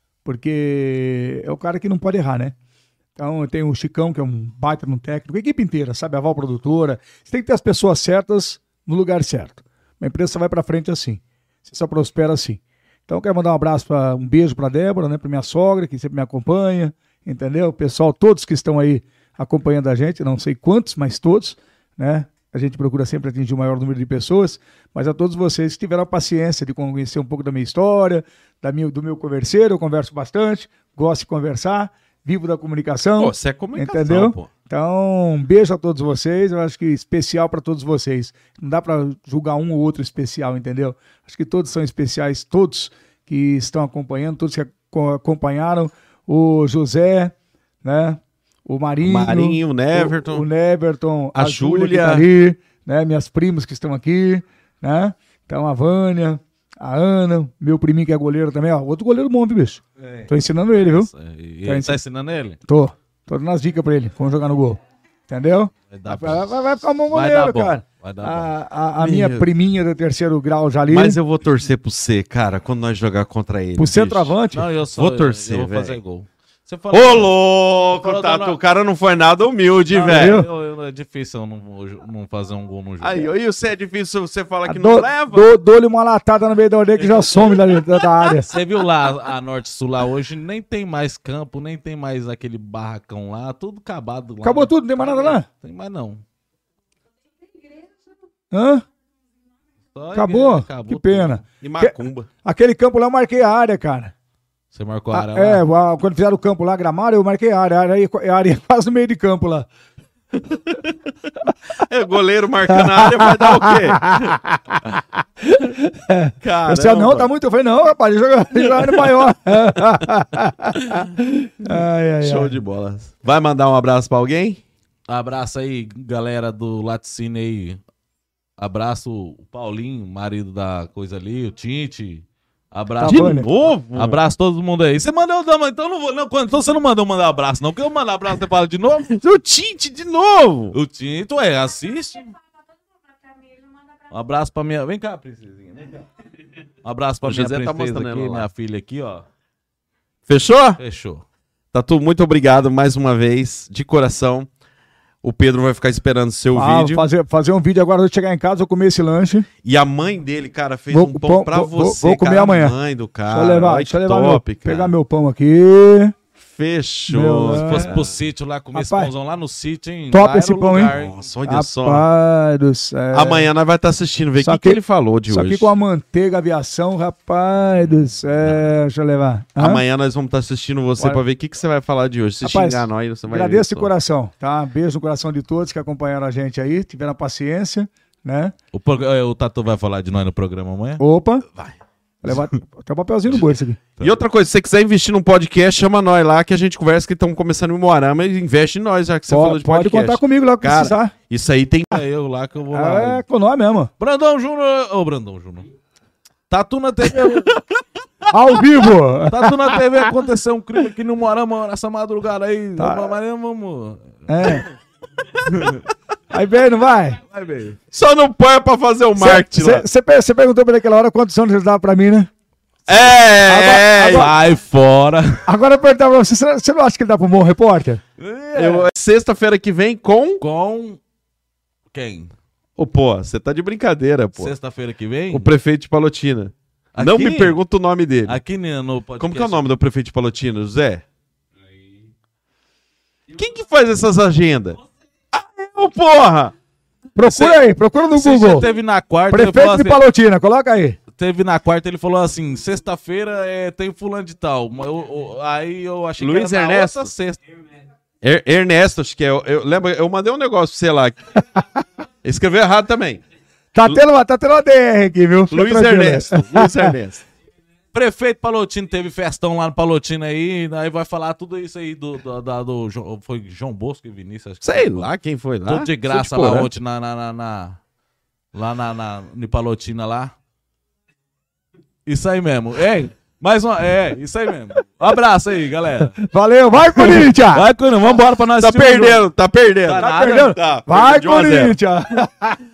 Porque é o cara que não pode errar, né? Então, eu tenho o Chicão, que é um baita no técnico, a equipe inteira, sabe? A Val Produtora. Você tem que ter as pessoas certas no lugar certo. Uma empresa só vai pra frente assim. Você só prospera assim. Então, eu quero mandar um abraço, pra, um beijo pra Débora, né? Pra minha sogra, que sempre me acompanha, entendeu? O pessoal, todos que estão aí acompanhando a gente, não sei quantos, mas todos, né? A gente procura sempre atingir o maior número de pessoas, mas a todos vocês que tiveram a paciência de conhecer um pouco da minha história, da minha, do meu converseiro, eu converso bastante, gosto de conversar, vivo da comunicação. Pô, você é comunicação, Entendeu? pô. Então, um beijo a todos vocês, eu acho que especial para todos vocês. Não dá para julgar um ou outro especial, entendeu? Acho que todos são especiais, todos que estão acompanhando, todos que aco- acompanharam, o José, né? O Marinho, Marinho, o Neverton. o, o Neverton, A a, Júlia que Júlia. tá ali, né? Minhas primas que estão aqui, né? Então a Vânia, a Ana, meu priminho que é goleiro também, ó, outro goleiro bom, viu, bicho? Tô ensinando ele, viu? E Tá ele ensin- tá ensinando ele? Tô. Tô dando as dicas pra ele, como jogar no gol. Entendeu? Vai dar Vai, bom. vai, vai ficar um bom Vai goleiro, dar bom. cara. Vai dar bom. A, a, a Meu. minha priminha do terceiro grau já ali. Mas eu vou torcer pro você, cara, quando nós jogar contra ele. Pro bicho. centroavante. Não, eu sou. Vou torcer, eu vou velho. fazer gol. Você Ô, falou. louco, Falou tá, da no- o cara não foi nada humilde, Não, velho. eu- eu- é difícil eu não, não fazer um gol no jogo. Aí, aí você é difícil, você fala que Ah, não dou- leva. dou- Dou-lhe uma latada no meio da orelha que já some da, da, da área. Você viu lá a Norte Sul lá hoje, nem tem mais campo, nem tem mais aquele barracão lá, tudo acabado lá. Acabou tudo, não tem mais nada lá? Tem mais não. Hã? Só Acabou? igreja, acabou Que tudo. pena. E macumba. Aquele campo lá eu marquei a área, cara. Você marcou a Ah, área é, lá? a- quando fizeram o campo lá, gramado, eu marquei a área. A área, a área é quase no meio de campo lá. É, goleiro marcando a área vai dar o quê? Eu Caramba. disse, ah, não, tá muito. Eu falei, não, rapaz, joga joga área maior. ai, ai, Show ai. de bola. Vai mandar um abraço pra alguém? Abraço aí, galera do Laticínio aí. Abraço o Paulinho, marido da coisa ali, o Tinte. Abraço. Tá bom, né? novo? Abraço todo mundo aí. Você mandou, não, então não vou. Não, quando- então você não mandou mandar abraço, não. Porque eu mandar abraço, você fala de novo. O Tite de novo. O Tinto, é, assiste. Um abraço pra minha. Vem cá, princesinha. Vem cá. Um abraço pra O minha José tá princesa mostrando aqui, ela lá. minha filha aqui, ó. Fechou? Fechou. Tatu, muito obrigado mais uma vez, de coração. O Pedro vai ficar esperando o seu Ah, vídeo. fazer, fazer um vídeo agora, eu chegar em casa, eu comer esse lanche. E a mãe dele, cara, fez Vou- um pão pão- pra vou- vou- você. vou comer cara, amanhã. A mãe do cara. Deixa eu levar, Olha deixa eu que levar top, meu, cara. pegar meu pão aqui. Fechou. Meu, Se é. fosse pro sítio lá, comer esse Rapaz, pãozão lá no sítio, hein? top Lá era esse o pão, hein? lugar, Nossa, olha só. Rapaz do céu. Amanhã nós vai estar assistindo, ver o Só que, que que- ele falou de Isso hoje. aqui com a manteiga aviação, rapaz do céu. Deixa eu levar. Hã? Amanhã nós vamos estar assistindo você Olha. pra ver o que, que você vai falar de hoje. Se Rapaz, xingar nós, você vai Agradeço ver de só. coração, tá? Beijo no coração de todos que acompanharam a gente aí, tiveram paciência, né? O, prog- é, o Tatu vai falar de nós no programa amanhã? Opa. Vai. Vou levar até um papelzinho no bolso aqui. E outra coisa, se você quiser investir num podcast, chama nós lá que a gente conversa que estamos começando em Moarama e investe em nós, já que você falou Pode, de pode podcast. contar comigo lá que Cara, precisar. Isso aí tem... É eu lá que eu vou lá. É com nós mesmo. Brandão Júnior. Ô, Brandão Júnior. Tatu na T V. Ao vivo. Tatu na T V aconteceu um crime aqui no Moarama nessa madrugada aí. Tá. Mas vamos. É. Aí vem, não vai? Vai ver. Só não põe pra fazer o marketing lá. Você perguntou pra ele aquela hora quantos anos ele dava pra mim, né? É, é, Agora- Sai fora. Agora eu perguntar pra você, você você não acha que ele dá pro bom repórter? eu- Sexta-feira que vem com... Com quem? Ô, pô, você tá de brincadeira, pô. Sexta-feira que vem? O prefeito de Palotina. Aqui? Não me pergunta o nome dele. Aqui né, no podcast. Como que é o nome do prefeito de Palotina, José? Quem que faz essas agendas? Ah, eu, porra! Procura aí, procura no Você já Google. teve na quarta, ele Prefeito falou de assim, Palotina, coloca aí. teve na quarta, ele falou assim, sexta-feira é, tem fulano de tal. Mas eu- eu- aí eu achei Luiz que era na Ernesto. outra sexta. Er- Ernesto, acho que é. Eu, eu lembro, eu mandei um negócio pra você lá. Escreveu errado também. Tá tendo, uma- tá tendo uma D R aqui, viu? Fica Luiz tranquilo. Ernesto. Luiz Ernesto. Prefeito Palotino teve festão lá no Palotino aí, aí vai falar tudo isso aí do, do, da- do Jo- foi João Bosco e Vinícius, acho que Sei foi. lá quem foi lá. Tudo de graça Sou de lá Porã. ontem na, na, na, na- lá na, na no Palotina lá. Isso aí mesmo. Ei, mais uma, é, isso aí mesmo. Um abraço aí, galera. Valeu, vai, Corinthians! Vai, Cunha, vambora pra nós Tá assistir o jogo. perdendo, tá perdendo. Tá Tá nada. perdendo? Tá, Vai, de um a zero. Corinthians!